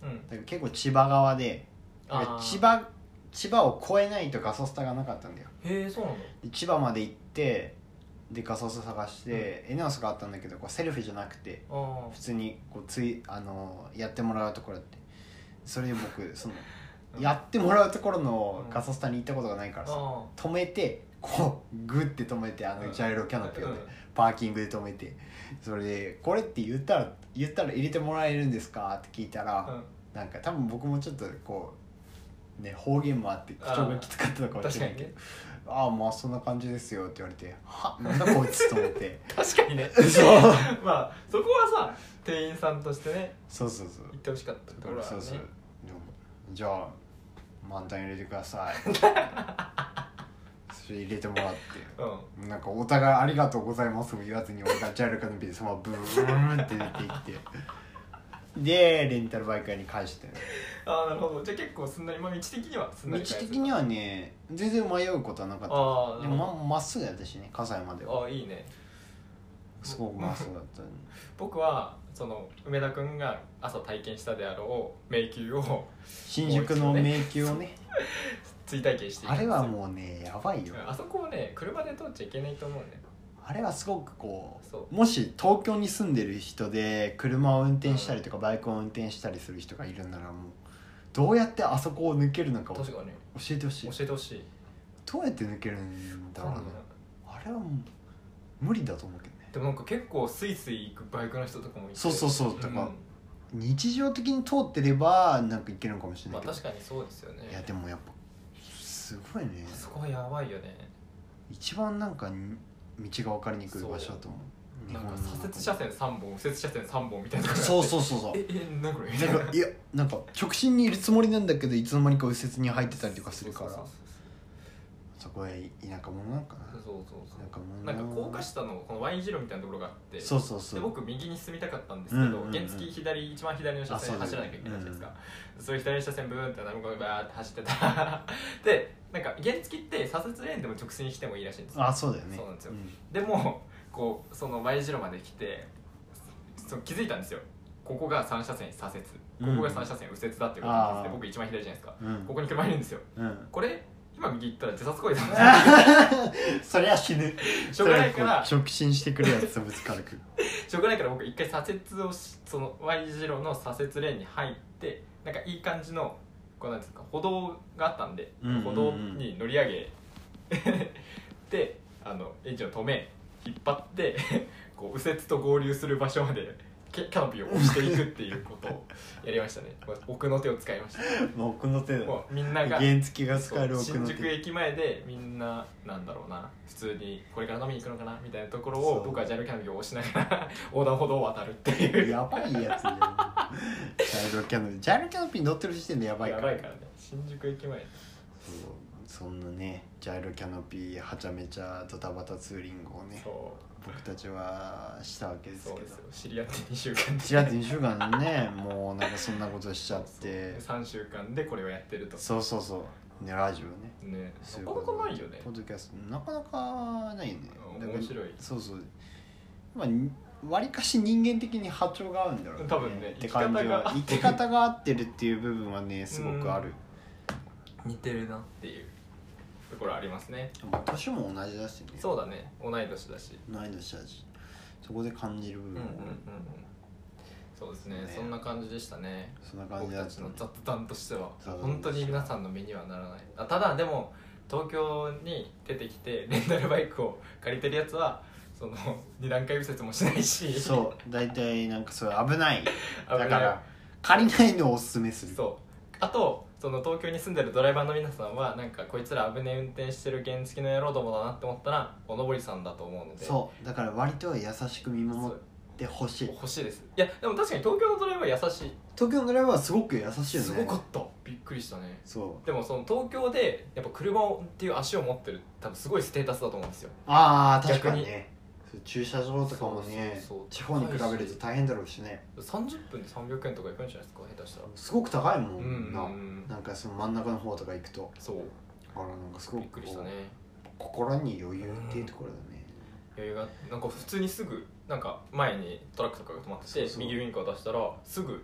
Speaker 2: 結構千葉側で
Speaker 1: あ
Speaker 2: 千葉千葉を越えないとガソスタがなかったんだよ。
Speaker 1: へえそうなんだ。
Speaker 2: で千葉まで行ってでガソスタ探して、うん、エネオスがあったんだけどこうセルフじゃなくて
Speaker 1: あ
Speaker 2: 普通にこうついあのやってもらうところって、それで僕その、
Speaker 1: うん、
Speaker 2: やってもらうところのガソスタに行ったことがないからさ、
Speaker 1: うん、
Speaker 2: 止めてこうグッて止めてあのジャイロキャノピーをね、うん、パーキングで止めて、それでこれって言ったら言ったら入れてもらえるんですかって聞いたら、うん、なんか多分僕もちょっとこうね方言もあって口調がきつかったのかもしれないけど、ああまあそんな感じですよって言われて、はなんだこいつと思って
Speaker 1: 確かにね
Speaker 2: そう
Speaker 1: まあそこはさ店員さんとしてね
Speaker 2: そうそうそう
Speaker 1: 言ってほしかったところはね、
Speaker 2: そうそうじゃあ満タン入れてくださいそれ入れてもらって、うん、なんかお互いありがとうございますも言わずに俺がジャイロカノピーでそのままブーンって出ていってでレンタルバイク屋に返して、ね、
Speaker 1: ああなるほど。じゃあ結構すんなり、まあ、道的にはすんなり
Speaker 2: 道的にはね全然迷うことはなかった。あでも ま, まっすぐやったしね葛西までは。
Speaker 1: ああいいね
Speaker 2: すごくまっすぐだった、ね、
Speaker 1: 僕はその梅田くんが朝体験したであろう迷宮を
Speaker 2: 新宿の迷宮をね
Speaker 1: 追体験していくんですよ。
Speaker 2: あれはもうねやばいよ。
Speaker 1: あそこはね車で通っちゃいけないと思うね。
Speaker 2: あれはすごくこうもし東京に住んでる人で車を運転したりとかバイクを運転したりする人がいるならもうどうやってあそこを抜けるのかを教えてほしい。
Speaker 1: 教えてほしい。
Speaker 2: どうやって抜けるんだろうな。あれはもう無理だと思うけどね。
Speaker 1: でもなんか結構スイスイ行くバイクの人とかもいて、
Speaker 2: そうそうそうとか、うん、日常的に通ってればなんか行けるのかもしれないけど、
Speaker 1: まあ、確かにそうですよね。
Speaker 2: いやでもやっぱすごいね。
Speaker 1: そこはやばいよね。
Speaker 2: 一番なんか道が分かりにくい場所だと思う。
Speaker 1: なんか左折車線さんぼん右折車線さんぼんみたいな。
Speaker 2: そうそうそうそう。
Speaker 1: ええなんかこれ
Speaker 2: なんかいやなんか直進にいるつもりなんだけどいつの間にか右折に入ってたりとかするから、そこへ田舎者なんかな。
Speaker 1: そうそうそう。
Speaker 2: なんかもう
Speaker 1: なんか高架下のこのワイン城みたいなところがあって、
Speaker 2: そうそうそう。
Speaker 1: で僕右に進みたかったんですけど、うんうんうん、原付左一番左の車線走らなきゃいけないじゃないですか。うん、そういう左の車線ブーンって向こうバーって走ってたでなんか原付って左折レーンでも直進してもいいらしいんですよ。
Speaker 2: あそうだよね。
Speaker 1: そうなんですよ。
Speaker 2: うん、
Speaker 1: でもこうその Y 字路まで来てそ気づいたんですよ。ここがさん車線左折、ここがさん車線右折だっていうことなんですね、うん、僕一番左じゃないですか、うん、ここに車いるんですよ、うん、これ今右行ったら自殺行為だなんです
Speaker 2: そりゃ死ぬ。
Speaker 1: しょうがないから
Speaker 2: 直進してくるやつとぶつかるく
Speaker 1: しょうがないから僕一回左折をしその Y 字路の左折レーンに入ってなんかいい感じのこうなんですか歩道があったんで、うんうんうん、歩道に乗り上げであのエンジンを止め引っ張ってこう右折と合流する場所までキャノピーを押していくっていうことをやりましたね。奥の手を使いました。
Speaker 2: もう奥の手だ。
Speaker 1: もうみんなが
Speaker 2: 原付が使える奥の手。
Speaker 1: 新宿駅前でみんななんだろうな普通にこれから飲みに行くのかなみたいなところを僕はジャイロキャノピーを押しながら横断歩道を渡るっていう
Speaker 2: やばいやつじゃん。ジャイロキャノピージャイロキャノピー乗ってる時点でやばいから。
Speaker 1: やばいからね。新宿駅前。
Speaker 2: そうそんなねジャイロキャノピーはちゃめちゃドタバタツーリングをね僕たちはしたわけですけど。そうですよ。知り合ってにしゅうかんで知り合ってにしゅうかんねもうなんかそんなことしちゃって
Speaker 1: そうそうさんしゅうかんでこれをやってると。
Speaker 2: そうそうそうねラジオね
Speaker 1: ねなかなかないよね。
Speaker 2: ポッドキャストなかなかないよね。
Speaker 1: 面白い。
Speaker 2: そうそうまあ割かし人間的に波長が合うんだろうね
Speaker 1: 多分ね
Speaker 2: って感じは生き方が合ってるっていう部分はねすごくある。
Speaker 1: 似てるなっていうところありますね。
Speaker 2: 年も同じだしね。
Speaker 1: そうだね同い年だし
Speaker 2: 同い年だしそこで感じる部分も、うんうんうんうん、
Speaker 1: そうですね、ねそんな感じでしたね。
Speaker 2: そんな感じだった、
Speaker 1: 僕たちの雑談としては本当に皆さんの目にはならない。あただでも東京に出てきてレンタルバイクを借りてるやつはそのに段階右折もしないし
Speaker 2: そう大体なんかそれ危ないだから借りないのをおすすめする。
Speaker 1: そうあとその東京に住んでるドライバーの皆さんはなんかこいつら危ねえ運転してる原付の野郎どもだなって思ったらおのぼりさんだと思うので
Speaker 2: そうだから割と優しく見守ってほしい。
Speaker 1: 欲しいです。いやでも確かに東京のドライバーは優しい。
Speaker 2: 東京のドライバーはすごく優しいよね。
Speaker 1: すごかったびっくりしたね。
Speaker 2: そう
Speaker 1: でもその東京でやっぱ車っていう足を持ってる多分すごいステータスだと思うんですよ。
Speaker 2: ああ確かにね駐車場とかもねそうそうそう地方に比べると大変だろうしね。
Speaker 1: さんじゅっぷんでさんびゃくえんとかいくんじゃないですか下手したら。
Speaker 2: すごく高いもん、
Speaker 1: うん
Speaker 2: な、うん、なんかその真ん中の方とか行くと
Speaker 1: そう
Speaker 2: あらなんかすごく
Speaker 1: びっくりしたね。
Speaker 2: 心に余裕っていうところだね、
Speaker 1: うん、余裕がなんか普通にすぐなんか前にトラックとかが止まってて右ウインカー出したらすぐ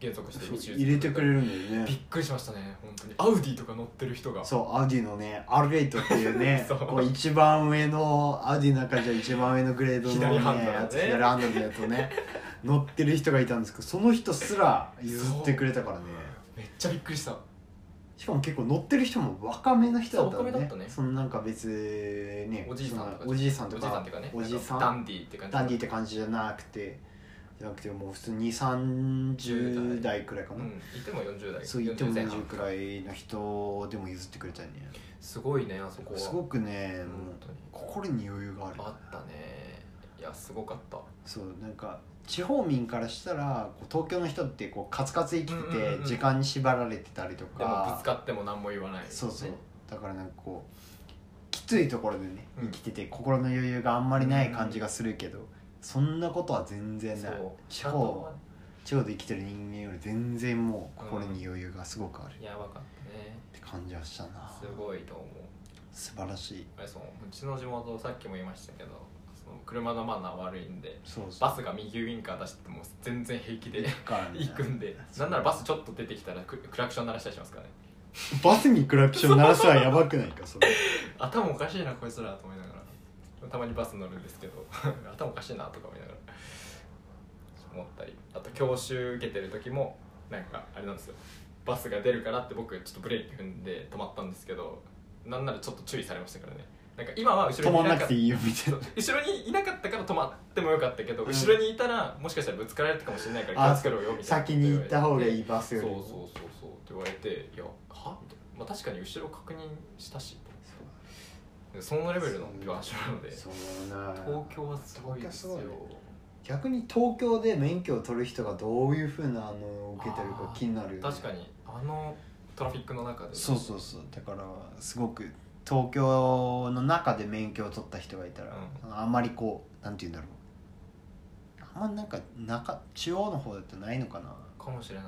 Speaker 1: 減速して
Speaker 2: 入れてくれるんだよね。
Speaker 1: びっくりしましたね本当に。アウディとか乗ってる人が、
Speaker 2: そうアウディのね アールエイト っていうね
Speaker 1: そう
Speaker 2: こう一番上のアウディの中じゃ一番上のグレードの、ね、
Speaker 1: 左ハンドルね
Speaker 2: やつ左ハンドルのやつをね乗ってる人がいたんですけど、その人すら譲ってくれたからね。
Speaker 1: めっちゃびっくりした。
Speaker 2: しかも結構乗ってる人も若めな人だった
Speaker 1: そう若めだったね。
Speaker 2: そのなんか別ね
Speaker 1: おじいさんとか
Speaker 2: おじいさんとか
Speaker 1: おじいさんっていうかね
Speaker 2: おじさん
Speaker 1: ダンディって感じ
Speaker 2: ダンディって感じじゃなくてじゃなくてもう普通にさんじゅう代くらいかな、
Speaker 1: うん、いてもよんじゅう代、
Speaker 2: そういっても
Speaker 1: よんじゅう
Speaker 2: よんじゅうくらいの人でも譲ってくれたよね。
Speaker 1: すごいねあそこは。
Speaker 2: すごくね、
Speaker 1: 本
Speaker 2: もう
Speaker 1: 当に
Speaker 2: 心に余裕がある。
Speaker 1: あったね。いやすごかった。
Speaker 2: そうなんか地方民からしたらこう東京の人ってこうカツカツ生きて
Speaker 1: うんうんうん
Speaker 2: て時間に縛られてたりと
Speaker 1: でも
Speaker 2: か、
Speaker 1: ぶつかっても何も言わない、ね、
Speaker 2: そうそうだからなんかこうきついところでね
Speaker 1: うん
Speaker 2: 生きてて心の余裕があんまりない感じがするけど、そんなことは全然ない。
Speaker 1: そう
Speaker 2: 地方地方で生きてる人間より全然もう心に余裕がすごくある、
Speaker 1: やばかったね
Speaker 2: って感じはしたな。
Speaker 1: すごいと思う。
Speaker 2: 素晴らしい。
Speaker 1: あれそううちの地元さっきも言いましたけどその車のマナー悪いんで
Speaker 2: そうそう
Speaker 1: バスが右ウインカー出しても全然平気で
Speaker 2: からね
Speaker 1: 行くんで、なんならバスちょっと出てきたらククラクション鳴らしたりしますからね。
Speaker 2: バスにクラクション鳴らすはやばくないかそれ。
Speaker 1: 頭おかしいなこいつらと思いながらたまにバス乗るんですけど頭おかしいなとか思いながら思ったり、あと教習受けてる時もなんかあれなんですよ、バスが出るからって僕ちょっとブレーキ踏んで止まったんですけど、なんならちょっと注意されましたからね。なんか今は後ろ
Speaker 2: 止まん
Speaker 1: にいなかった
Speaker 2: なくていいよみたいな。
Speaker 1: 後ろにいなかったから止まってもよかったけど、
Speaker 2: うん
Speaker 1: 後ろにいたらもしかしたらぶつかられたかもしれないから気をつけろよみたいな
Speaker 2: 先に行った方がいいバスよりも。
Speaker 1: そうそうそうそうって言われて、いやはみたいな、まあ、確かに後ろ確認したしそのレベルの場所なので、
Speaker 2: そうな
Speaker 1: 東京はすごいですよ。
Speaker 2: 東京すごいね。逆に東京で免許を取る人がどういうふうなあのを受けてるか気になるよね。
Speaker 1: 確かにあのトラフィックの中で、
Speaker 2: そうそうそうだからすごく東京の中で免許を取った人がいたら、うん、あんまりこうなんて言うんだろう、あんまなんか中中央の方だとないのかな
Speaker 1: かもしれない。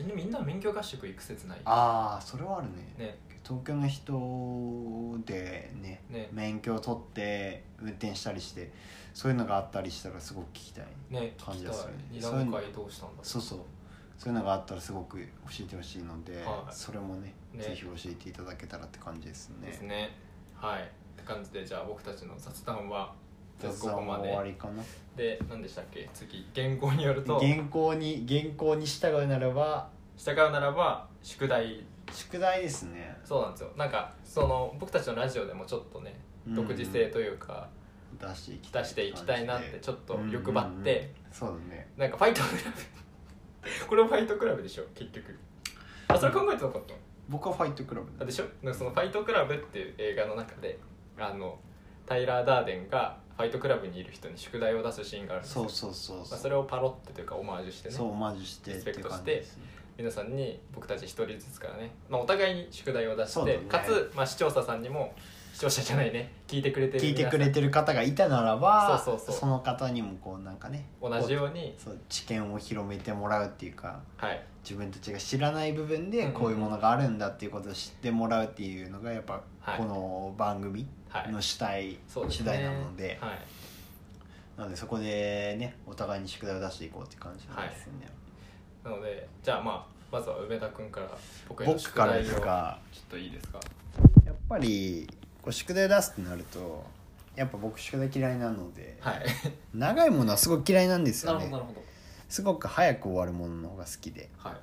Speaker 1: みんな免許合宿行く説ない？
Speaker 2: ああそれはあるね。
Speaker 1: ね
Speaker 2: 東京の人で ね, ね免許を取って運転したりしてそういうのがあったりしたらすごく聞きたい感じがするね。
Speaker 1: 二段階どうしたんだろう。
Speaker 2: そうそうそういうのがあったらすごく教えてほしいので、はい、それも ね, ねぜひ教えていただけたらって感じですね。
Speaker 1: ですね。はいって感じで、じゃあ僕たちの雑談は
Speaker 2: 雑談は終わりかな。
Speaker 1: で何でしたっけ、次原稿によると
Speaker 2: 原稿に原稿に従うならば
Speaker 1: 従うならば宿題
Speaker 2: 宿題ですね。
Speaker 1: そうなんですよ。なんかその僕たちのラジオでもちょっとね、うん、独自性というか
Speaker 2: 出していきたい
Speaker 1: 出していきたいなってちょっと欲張って、うんうんうん、
Speaker 2: そうだね。
Speaker 1: なんかファイトクラブこれもファイトクラブでしょ結局。あそれ考えてなかった。
Speaker 2: 僕はファイトクラブ
Speaker 1: あでしょ。なんかそのファイトクラブっていう映画の中であのタイラー・ダーデンがファイトクラブにいる人に宿題を出すシーンがあるんですよ。
Speaker 2: そうそうそうそう、
Speaker 1: まあ、それをパロってというかオマージュしてね、
Speaker 2: そうオマージュして
Speaker 1: リスペクトして皆さんに僕たち一人ずつからね、まあ、お互いに宿題を出して、ね、かつ、まあ、視聴者さんにも視聴者じゃないね聞いてくれてる
Speaker 2: 聞いてくれてる方がいたならば
Speaker 1: そうそうそう
Speaker 2: その方にもこうなんかね
Speaker 1: 同じように
Speaker 2: そう知見を広めてもらうっていうか、
Speaker 1: はい、
Speaker 2: 自分たちが知らない部分でこういうものがあるんだっていうことを知ってもらうっていうのがやっぱこの番組の主体、はい主題なので、
Speaker 1: はい、
Speaker 2: なのでそこでねお互いに宿題を出していこうって感じなんですよね、
Speaker 1: はい、なのでじゃあまあまずは梅田くんから僕
Speaker 2: への宿題を僕から
Speaker 1: ちょっといいですか。
Speaker 2: やっぱりこう宿題を出すってなるとやっぱ僕宿題嫌いなので、
Speaker 1: はい、
Speaker 2: 長いものはすごく嫌いなんですよね。
Speaker 1: なるほどなるほど。
Speaker 2: すごく早く終わるものの方が好きで、
Speaker 1: はい、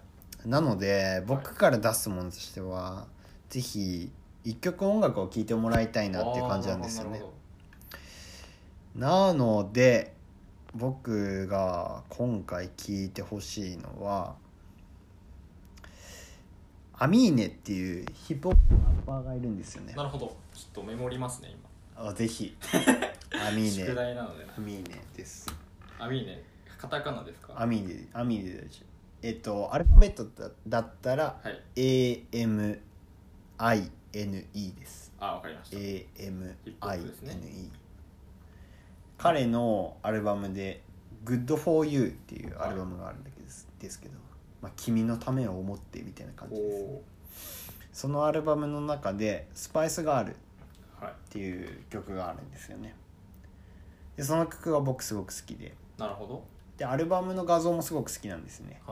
Speaker 1: な
Speaker 2: ので僕から出すものとしては、はい、ぜひ一曲音楽を聴いてもらいたいなっていう感じなんですよね。なので僕が今回聴いてほしいのはアミーネっていうヒップホップのラッパーがいるんですよね。
Speaker 1: なるほど、ちょっとメモりますね
Speaker 2: 今。あぜひアミーネ
Speaker 1: 宿題なので、ね、
Speaker 2: アミーネです。
Speaker 1: アミーネカタカナですか？
Speaker 2: アミーネアミーネです。えっとアルファベット だ, だったら、はい、エーエムアイエヌイー です。
Speaker 1: あ、わかりました。
Speaker 2: エーエムアイエヌイー、
Speaker 1: ね、
Speaker 2: 彼のアルバムで Good for You っていうアルバムがあるんだけど、はい、ですけど、まあ、君のためを思ってみたいな感じですね。そのアルバムの中でスパイスガールっていう曲があるんですよね。でその曲が僕すごく好きで、
Speaker 1: なるほど。
Speaker 2: でアルバムの画像もすごく好きなんですね、
Speaker 1: は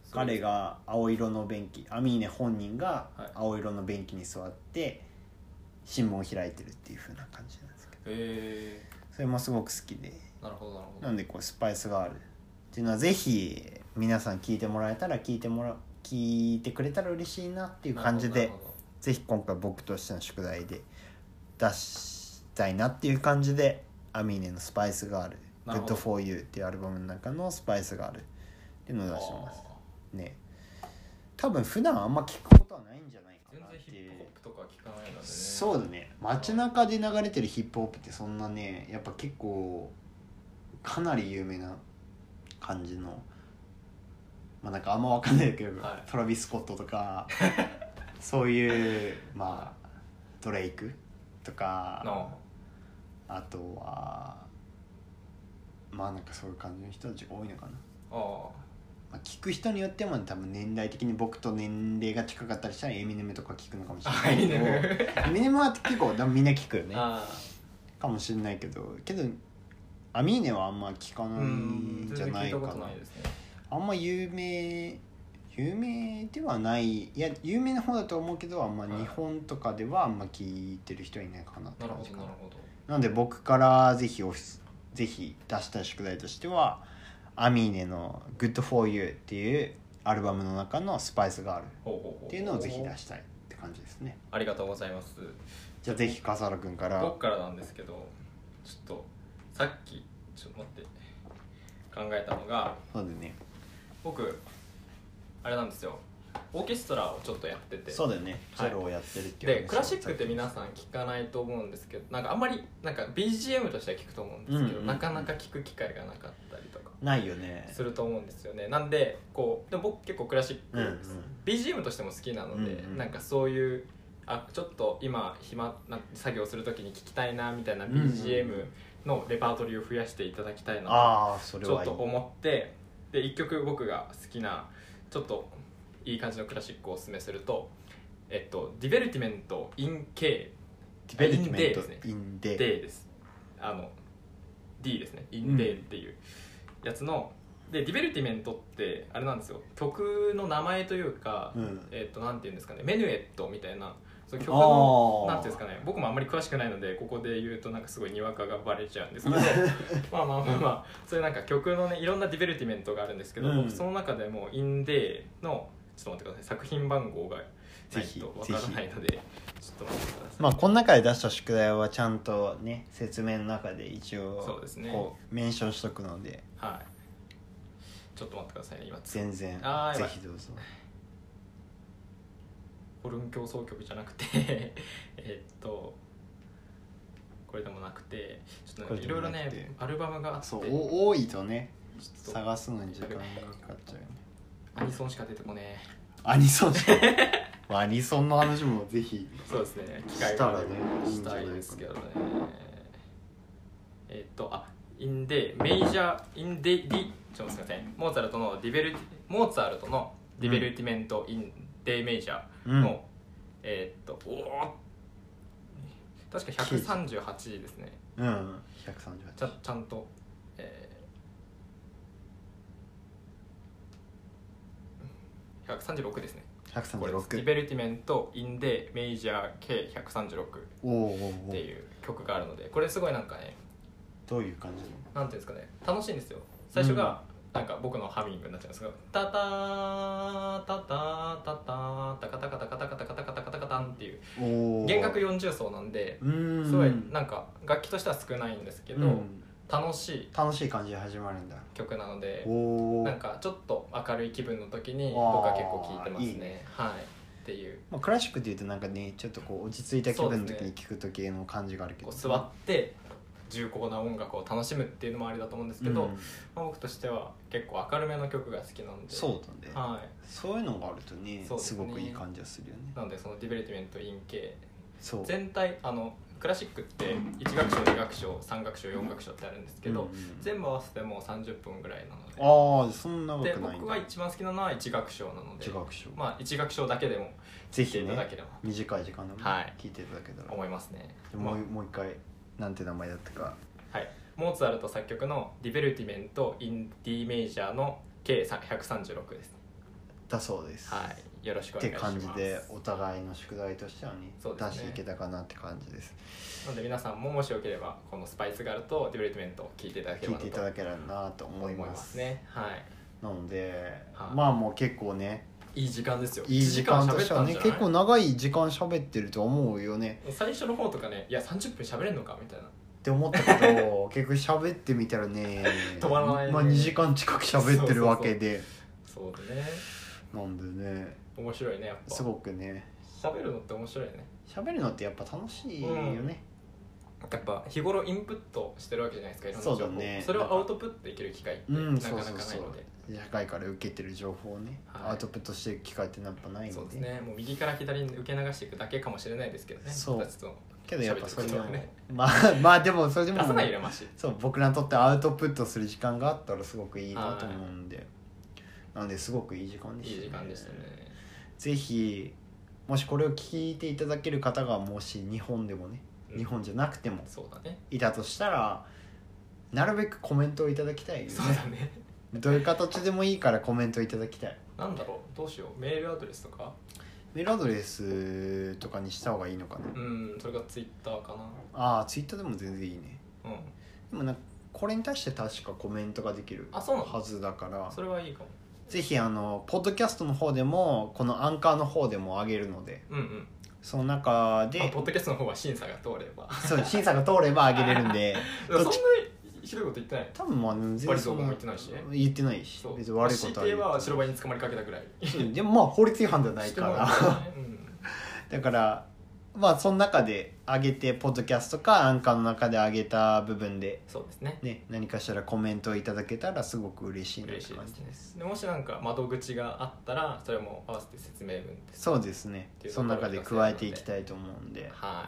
Speaker 2: 彼が青色の便器、アミーネ本人が青色の便器に座って新聞を開いてるっていう風な感じなんですけど、
Speaker 1: へ
Speaker 2: それもすごく好きで、
Speaker 1: なるほどなるほど。
Speaker 2: なんでこうスパイスがあるっていうのはぜひ皆さん聞いてもらえたら聞いてもら聞いてくれたら嬉しいなっていう感じで、ぜひ今回僕としての宿題で出したいなっていう感じで、アミーネのスパイスがある Good for You っていうアルバムの中のスパイスがあるっていうのを出してますね。多分普段あんま聞くことはないんじゃないかなっていう。
Speaker 1: 全然ヒップホップとか聞かないのでね。
Speaker 2: そうだね、街中で流れてるヒップホップってそんなね、やっぱ結構かなり有名な感じの、まあなんかあんま分かんないけど、はい、トラビス・スコットとかそういうまあドレイクとか、
Speaker 1: no.
Speaker 2: あとはまあなんかそういう感じの人たちが多いのかな。
Speaker 1: あ、
Speaker 2: まあ、聞く人によっても多分年代的に僕と年齢が近かったりしたらエミネムとか聞くのかもしれないけどエミネムは結構みんな聞くよねかもしれないけど、けどアミーネはあんま聞かないんじゃないかな。あんま有名有名ではない、いや有名な方だと思うけど、あんま日本とかではあんま聞いてる人いないかなって感じかな。なるほどなるほど。なので僕からぜひオフィスぜひ出したい宿題としては、アミーネの Good for You っていうアルバムの中のスパイスがあるっていうのをぜひ出したいって感じですね。
Speaker 1: ありがとうございます。
Speaker 2: じゃあぜひ笠原くんから。
Speaker 1: 僕からなんですけど、ちょっとさっきちょっと待って考えたのが、
Speaker 2: そうだね、
Speaker 1: 僕あれなんですよ、オーケストラをちょっとやってて。
Speaker 2: そうだよね、チェロをやってるっていう、
Speaker 1: はい、でクラシックって皆さん聞かないと思うんですけど、なんかあんまりなんか ビージーエム としては聞くと思うんですけど、うんうんうん、なかなか聞く機会がなかったりとか
Speaker 2: ないよね
Speaker 1: すると思うんですよね。なんでこうでも僕結構クラシック、うんうん、ビージーエム としても好きなので、うんうん、なんかそういうあちょっと今暇な作業するときに聞きたいなみたいな ビージーエム のレパートリーを増やしていただきたいなとちょっと思って、でいっきょく僕が好きなちょっといい感じのクラシックをおすすめすると、えっと、ディベルティメント in K
Speaker 2: ディベルティメント
Speaker 1: in Day です。あの D ですね in Day っていうやつの、うん、でディベルティメントってあれなんですよ、曲の名前というか、うん、えっとなんていうんですかね、メヌエットみたいな、その曲のなんていうんですかね、僕もあんまり詳しくないのでここで言うとなんかすごいにわかがバレちゃうんですけどまあまあまあまあそういうなんか曲のねいろんなディベルティメントがあるんですけど、うん、僕その中でも in Day のちょっと待ってください、作品番号がないとわからないのでちょっと待ってください。
Speaker 2: まあこの中で出した宿題はちゃんとね説明の中で一応
Speaker 1: そうですね、
Speaker 2: こうメンションしとくので、
Speaker 1: はい、ちょっと待ってくださいね今。
Speaker 2: 全然ぜひどうぞ。
Speaker 1: ホルン協奏曲じゃなくてえっとこれでもなくて、ちょっといろいろねアルバムがあって、
Speaker 2: そう多いとね探すのに時間がかかっちゃうよね。
Speaker 1: アニソンしか出てこねえ。
Speaker 2: アニソンしかアニソンの話もぜひ
Speaker 1: そうですね、機会があればしたいですけどね。えっとあインデメジャーインデディちょっとすみません、モーツァルトのディベルモーツァルトのディベルティメント、うん、インデメジャーの、うん、えー、っとおお確かひゃくさんじゅうはちですね。
Speaker 2: うんひゃくさんじゅうはち ち, ゃ
Speaker 1: ちゃんと、えー、ひゃくさんじゅうろくですね。
Speaker 2: ひゃくさんじゅうろく
Speaker 1: ディベルティメントインデメジャー ケーひゃくさんじゅうろく っていう曲があるので、これすごいなんかね、
Speaker 2: どういう感じ
Speaker 1: のなんていうんですかね、楽しいんですよ。最初が、うん、なんか僕のハミングになっちゃうんですけど、タタータタタタタカタカタカタカタカタカタカタカタンっていう弦楽よんじゅう奏なんで、すごいなんか楽器としては少ないんですけど、うん、楽しい
Speaker 2: 楽しい感じで始まるんだ
Speaker 1: 曲なので、なんかちょっと明るい気分の時に僕は結構聴いてますね。いいね、はいっていう、
Speaker 2: まあ、クラシックっていうとなんかねちょっとこう落ち着いた気分の時に聴く時の感じがあるけど、
Speaker 1: ね、こう座って重厚な音楽を楽しむっていうのもありだと思うんですけど、うん、まあ、僕としては結構明るめの曲が好きなので、
Speaker 2: そうだね、
Speaker 1: はい、
Speaker 2: そういうのがあると ね, ねすごくいい感じがするよね。
Speaker 1: なのでそのディベルティメントイン系全体、あのクラシックっていち楽章に楽章さん楽章よん楽章ってあるんですけど、うんうん、全部合わせてもうさんじゅっぷんぐらいなので、
Speaker 2: ああそんな長くないんだ。
Speaker 1: で僕が一番好きなのはいち楽章なので、
Speaker 2: いち楽章、
Speaker 1: まあ、いち楽章だけでも
Speaker 2: ぜひね短い時間でも聴いていただけたら、
Speaker 1: はい、思いますね。
Speaker 2: もう、もう一回なんて名前だったか。
Speaker 1: はい、モーツァルト作曲のディベルティメントイン D メジャーの ケーひゃくさんじゅうろく です。
Speaker 2: だそうです。
Speaker 1: はいよろしくお願いします。
Speaker 2: って感じでお互いの宿題としてはね、
Speaker 1: ね
Speaker 2: 出していけたかなって感じです。
Speaker 1: なので皆さんももしよければこのスパイスガールとディベロップメントを聞いていただければ
Speaker 2: 聞いていただければなと思います。
Speaker 1: 思いますね。はい
Speaker 2: なので、
Speaker 1: はい、
Speaker 2: まあもう結構ね
Speaker 1: いい時間ですよ。
Speaker 2: いい時間としてはね結構長い時間喋ってると思うよね。
Speaker 1: 最初の方とかねいやさんじゅっぷん喋れんのかみたいな
Speaker 2: って思ったけど結局喋ってみたらね
Speaker 1: 止まらないね。
Speaker 2: まあ、にじかん近く喋ってるわけで
Speaker 1: そうだね。
Speaker 2: なんでね
Speaker 1: 面白いねやっぱ
Speaker 2: すごくね
Speaker 1: 喋るのって面白いね。
Speaker 2: 喋るのってやっぱ楽しいよね、
Speaker 1: うん、やっぱ日頃インプットしてるわけじゃないですかいろんな情報。
Speaker 2: そうだね。
Speaker 1: それをアウトプットできる機会ってなかなかないので、うん、そうそうそう
Speaker 2: 社会から受けてる情報をね、はい、アウトプットしてる機会ってやっぱないので。
Speaker 1: そうですね。もう右から左に受け流していくだけかもしれないですけどね。
Speaker 2: そうけどやっぱそれでも、
Speaker 1: ね、
Speaker 2: まあまあでもそれでも
Speaker 1: 出さないよまし
Speaker 2: そう僕らにとってアウトプットする時間があったらすごくいいなと思うんで、なのですごくいい時間でしたね。
Speaker 1: いい時間でしたね。
Speaker 2: ぜひもしこれを聞いていただける方がもし日本でもね、うん、日本じゃなくてもいたとしたら、なるべくコメントをいただきたいよね。
Speaker 1: そうだね。
Speaker 2: どういう形でもいいからコメントいただきたい。
Speaker 1: なんだろうどうしようメールアドレスとか
Speaker 2: メールアドレスとかにした方がいいのかな。
Speaker 1: うんそれがツイッターかな。
Speaker 2: ああツイッターでも全然いいね。
Speaker 1: うん
Speaker 2: でもなこれに対して確かコメントができるはずだから、
Speaker 1: それはいいかも。
Speaker 2: ぜひあのポッドキャストの方でもこのアンカーの方でも上げるので、
Speaker 1: うんうん、
Speaker 2: その中で
Speaker 1: ポッドキャストの方は審査が通れば
Speaker 2: そう審査が通れば上げれるんで
Speaker 1: そんなひどいこと言ってない。
Speaker 2: 多分まあ全
Speaker 1: 然そんな言ってないし、ね、
Speaker 2: 言ってないし別に悪いことは言ってない。
Speaker 1: は白バイに捕まりかけたぐらい
Speaker 2: でもまあ法律違反ではないから、ねうん、だからまあその中で上げてポッドキャストかアンカーの中で上げた部分で
Speaker 1: そうですね、
Speaker 2: ね何かしらコメントをいただけたらすごく嬉しいなって感じです。
Speaker 1: でもしなんか窓口があったらそれも合わせて説明文です
Speaker 2: そうですねその中で加えていきたいと思うんで、
Speaker 1: はい、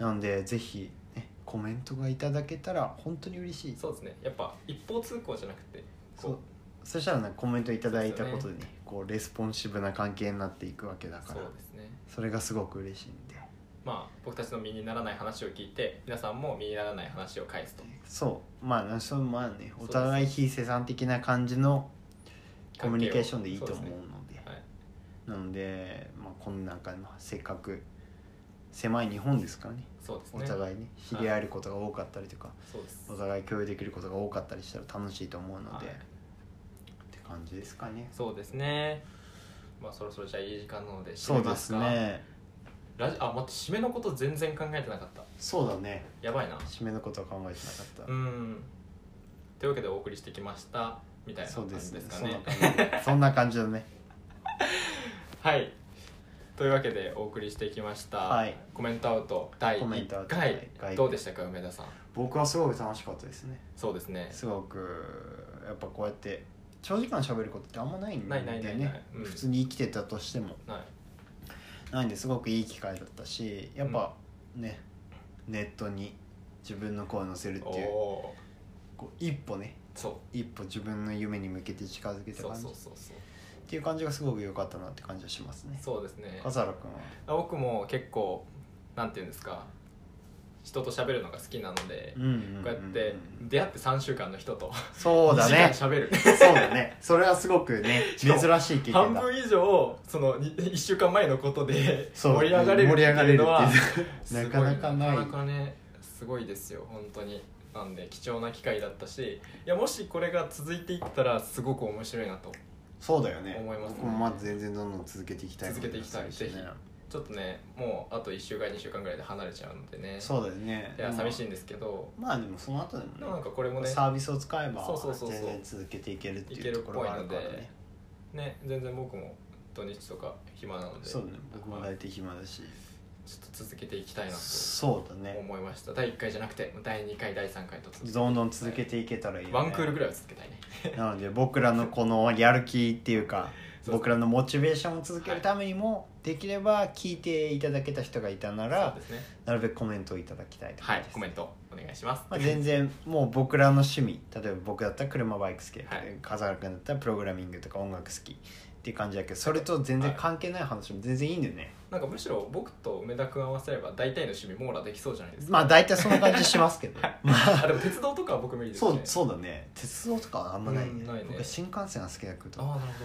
Speaker 2: なのでぜひ、ね、コメントがいただけたら本当に嬉しい。
Speaker 1: そうですねやっぱ一方通行じゃなくて
Speaker 2: そうそしたら、ね、コメントいただいたことでねで、ね、こうレスポンシブな関係になっていくわけだから
Speaker 1: そうですね
Speaker 2: それがすごく嬉しいんで
Speaker 1: まあ僕たちの身にならない話を聞いて皆さんも身にならない話を返すと
Speaker 2: そうまあそまあねお互い非生産的な感じのコミュニケーションでいいと思うので、ねはい、なので、まあ、この中のせっかく狭い日本ですからね
Speaker 1: そうですね
Speaker 2: お互いね知り合えることが多かったりとか、
Speaker 1: そうです
Speaker 2: お互い共有できることが多かったりしたら楽しいと思うので、はい、って感じですかね。
Speaker 1: そうですねまあそろそろじゃあいい時間なので
Speaker 2: 締めますか。そうですね
Speaker 1: ラジあ待って締めのこと全然考えてなかった。
Speaker 2: そうだね
Speaker 1: やばいな
Speaker 2: 締めのことは考えてなかった。
Speaker 1: うんというわけでお送りしてきましたみたいな感じですかね。
Speaker 2: そんな感じだね
Speaker 1: はいというわけでお送りしてきました、はい、コメントアウトだいいっかいどうでしたか梅田さん。
Speaker 2: 僕はすごく楽しかったですね。
Speaker 1: そうですね
Speaker 2: すごくやっぱこうやって長時間喋ることってあんまないんでね。ないないないない、うん、普通に生きてたとしてもないなんですごくいい機会だったしやっぱね、うん、ネットに自分の声を載せるっていうこう一歩ね
Speaker 1: そう
Speaker 2: 一歩自分の夢に向けて近づけた感じ
Speaker 1: そうそうそうそう
Speaker 2: っていう感じがすごく良かったなって感じはしますね。
Speaker 1: そうですね。
Speaker 2: 笠原君は
Speaker 1: 僕も結構なんていうんですか人と喋るのが好きなので、うんうんうんうん、こうやって出会ってさんしゅうかんの人と
Speaker 2: そうだね
Speaker 1: にじかん喋る
Speaker 2: そうだねそれはすごくね珍しい経験だ。
Speaker 1: 半分以上そのいっしゅうかんまえのことで盛り上がれるっていうのは
Speaker 2: なかなかない
Speaker 1: なかなかねすごいですよ本当に。なんで貴重な機会だったしいやもしこれが続いていったらすごく面白いなと
Speaker 2: そうだよね
Speaker 1: 思いますね。
Speaker 2: 僕もまず全然どんどん続けていきたい
Speaker 1: 続けていきたいぜひちょっとねもうあといっしゅうかんにしゅうかんぐらいで離れちゃうのでね
Speaker 2: そうだよね
Speaker 1: いや寂しいんですけど
Speaker 2: まあでもその後でもね
Speaker 1: なんかこれもね
Speaker 2: サービスを使えば
Speaker 1: そうそうそうそう
Speaker 2: 全然続けていけるっていうところがあるからね
Speaker 1: ね全然僕も土日とか暇なので
Speaker 2: そうね僕も大体暇だし
Speaker 1: ちょっと続けていきたいなと
Speaker 2: そうだね
Speaker 1: 思いました。だいいっかいじゃなくてだいにかいだいさんかいと
Speaker 2: どんどん続けていけたらいいよね。
Speaker 1: ワンクールぐらいは続けたいね
Speaker 2: なので僕らのこのやる気っていうか僕らのモチベーションを続けるためにも、はい、できれば聞いていただけた人がいたなら、ね、なるべくコメントをいただきたいと思います。
Speaker 1: はいコメントお願いします、
Speaker 2: まあ、全然もう僕らの趣味例えば僕だったら車バイク好き、はい、笠原君だったらプログラミングとか音楽好きっていう感じだけどそれと全然関係ない話も全然いいんだよね、
Speaker 1: はい、なんかむしろ僕と梅田君合わせれば大体の趣味網羅できそうじゃないですか。
Speaker 2: まあ大体そんな感じしますけど、
Speaker 1: はいまあ、でも鉄道とかは僕無理ですね。
Speaker 2: そうそうだね鉄道とかはあんまないね、うん、ないね。僕は新幹線が好きだけど
Speaker 1: あなるほど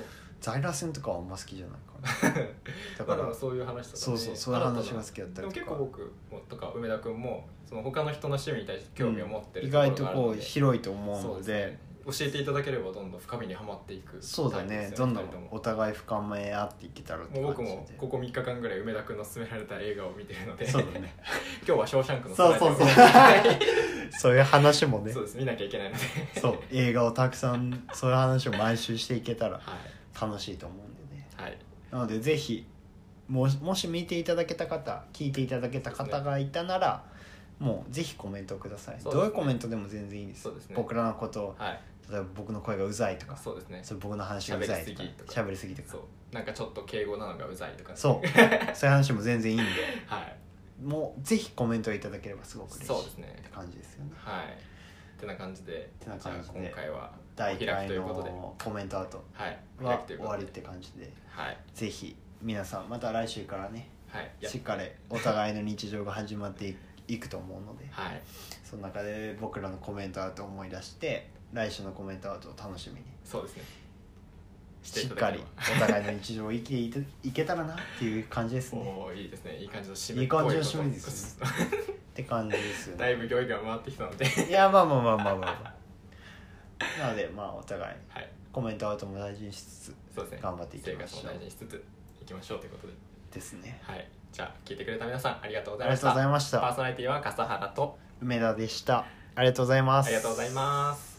Speaker 2: 在来線とかはあんま好きじゃないかなだから、
Speaker 1: まあ、そういう話とか、ね、
Speaker 2: そうそうそういう話が好きだったりとか。
Speaker 1: でも結構僕もとか梅田君もその他の人の趣味に対して興味を持ってる、
Speaker 2: うん、意
Speaker 1: ところ
Speaker 2: 外と
Speaker 1: があるので
Speaker 2: こう広いと思うので、
Speaker 1: で、ね、教えていただければどんどん深みにはまっていく。
Speaker 2: そうだね、どんどんお互い深め合っていけたらって
Speaker 1: もう
Speaker 2: 感じで。
Speaker 1: 僕もここみっかかんぐらい梅田君の勧められた映画を見てるので、
Speaker 2: そうだね
Speaker 1: 今日はショーシャンクの
Speaker 2: そうそうそうそういう話もね、
Speaker 1: そうです見なきゃいけないので
Speaker 2: そう映画をたくさんそういう話を毎週していけたら
Speaker 1: はい
Speaker 2: 楽しいと思うんでね、
Speaker 1: はい、
Speaker 2: なのでぜひもし、もし見ていただけた方、聞いていただけた方がいたなら、もうぜひコメントください、ね、どういうコメントでも全然いいです。
Speaker 1: そうですね、
Speaker 2: 僕らのことを、
Speaker 1: はい、
Speaker 2: 例えば僕の声がうざいとか、
Speaker 1: そうですね、
Speaker 2: それ僕の話がうざいとか、喋りすぎとか、
Speaker 1: そうなんかちょっと敬語なのがうざいとか、ね、
Speaker 2: そうそういう話も全然いいんで、
Speaker 1: はい、
Speaker 2: もうぜひコメントいただければすごく嬉しい、
Speaker 1: そうですね、
Speaker 2: って感じですよね。
Speaker 1: はい、ってな感じで、
Speaker 2: てな感じで
Speaker 1: 今回は
Speaker 2: だいいっかい
Speaker 1: ということで、
Speaker 2: のコメントアウト
Speaker 1: はい
Speaker 2: は終わりって感じで、
Speaker 1: はい、
Speaker 2: ぜひ皆さんまた来週からね、
Speaker 1: はい、
Speaker 2: しっかりお互いの日常が始まっていくと思うので、
Speaker 1: はい、
Speaker 2: その中で僕らのコメントアウトを思い出して来週のコメントアウトを楽しみに、
Speaker 1: そうですね、
Speaker 2: しっかりお互いの日常を生きていていけたらなっていう感じですね。
Speaker 1: おーいいですね、いい感じの締め
Speaker 2: いい感じの
Speaker 1: っぽ
Speaker 2: 締めですねって感じですよね。
Speaker 1: だいぶ教育が回ってきたので
Speaker 2: いやまあまあまあまあまあなのでまあお互い
Speaker 1: はい
Speaker 2: コメントアウトも大事にしつつ、
Speaker 1: そうですね、
Speaker 2: 頑張っていきましょう。
Speaker 1: 生活も大事にしつついきましょうということで
Speaker 2: ですね。
Speaker 1: はい、じゃあ聞いてくれた皆さんありがとうござ
Speaker 2: ありがとう
Speaker 1: いました。
Speaker 2: ございました。
Speaker 1: パーソナリティは笠原と
Speaker 2: 梅田でした。ありがとうございます。
Speaker 1: ありがとうございます。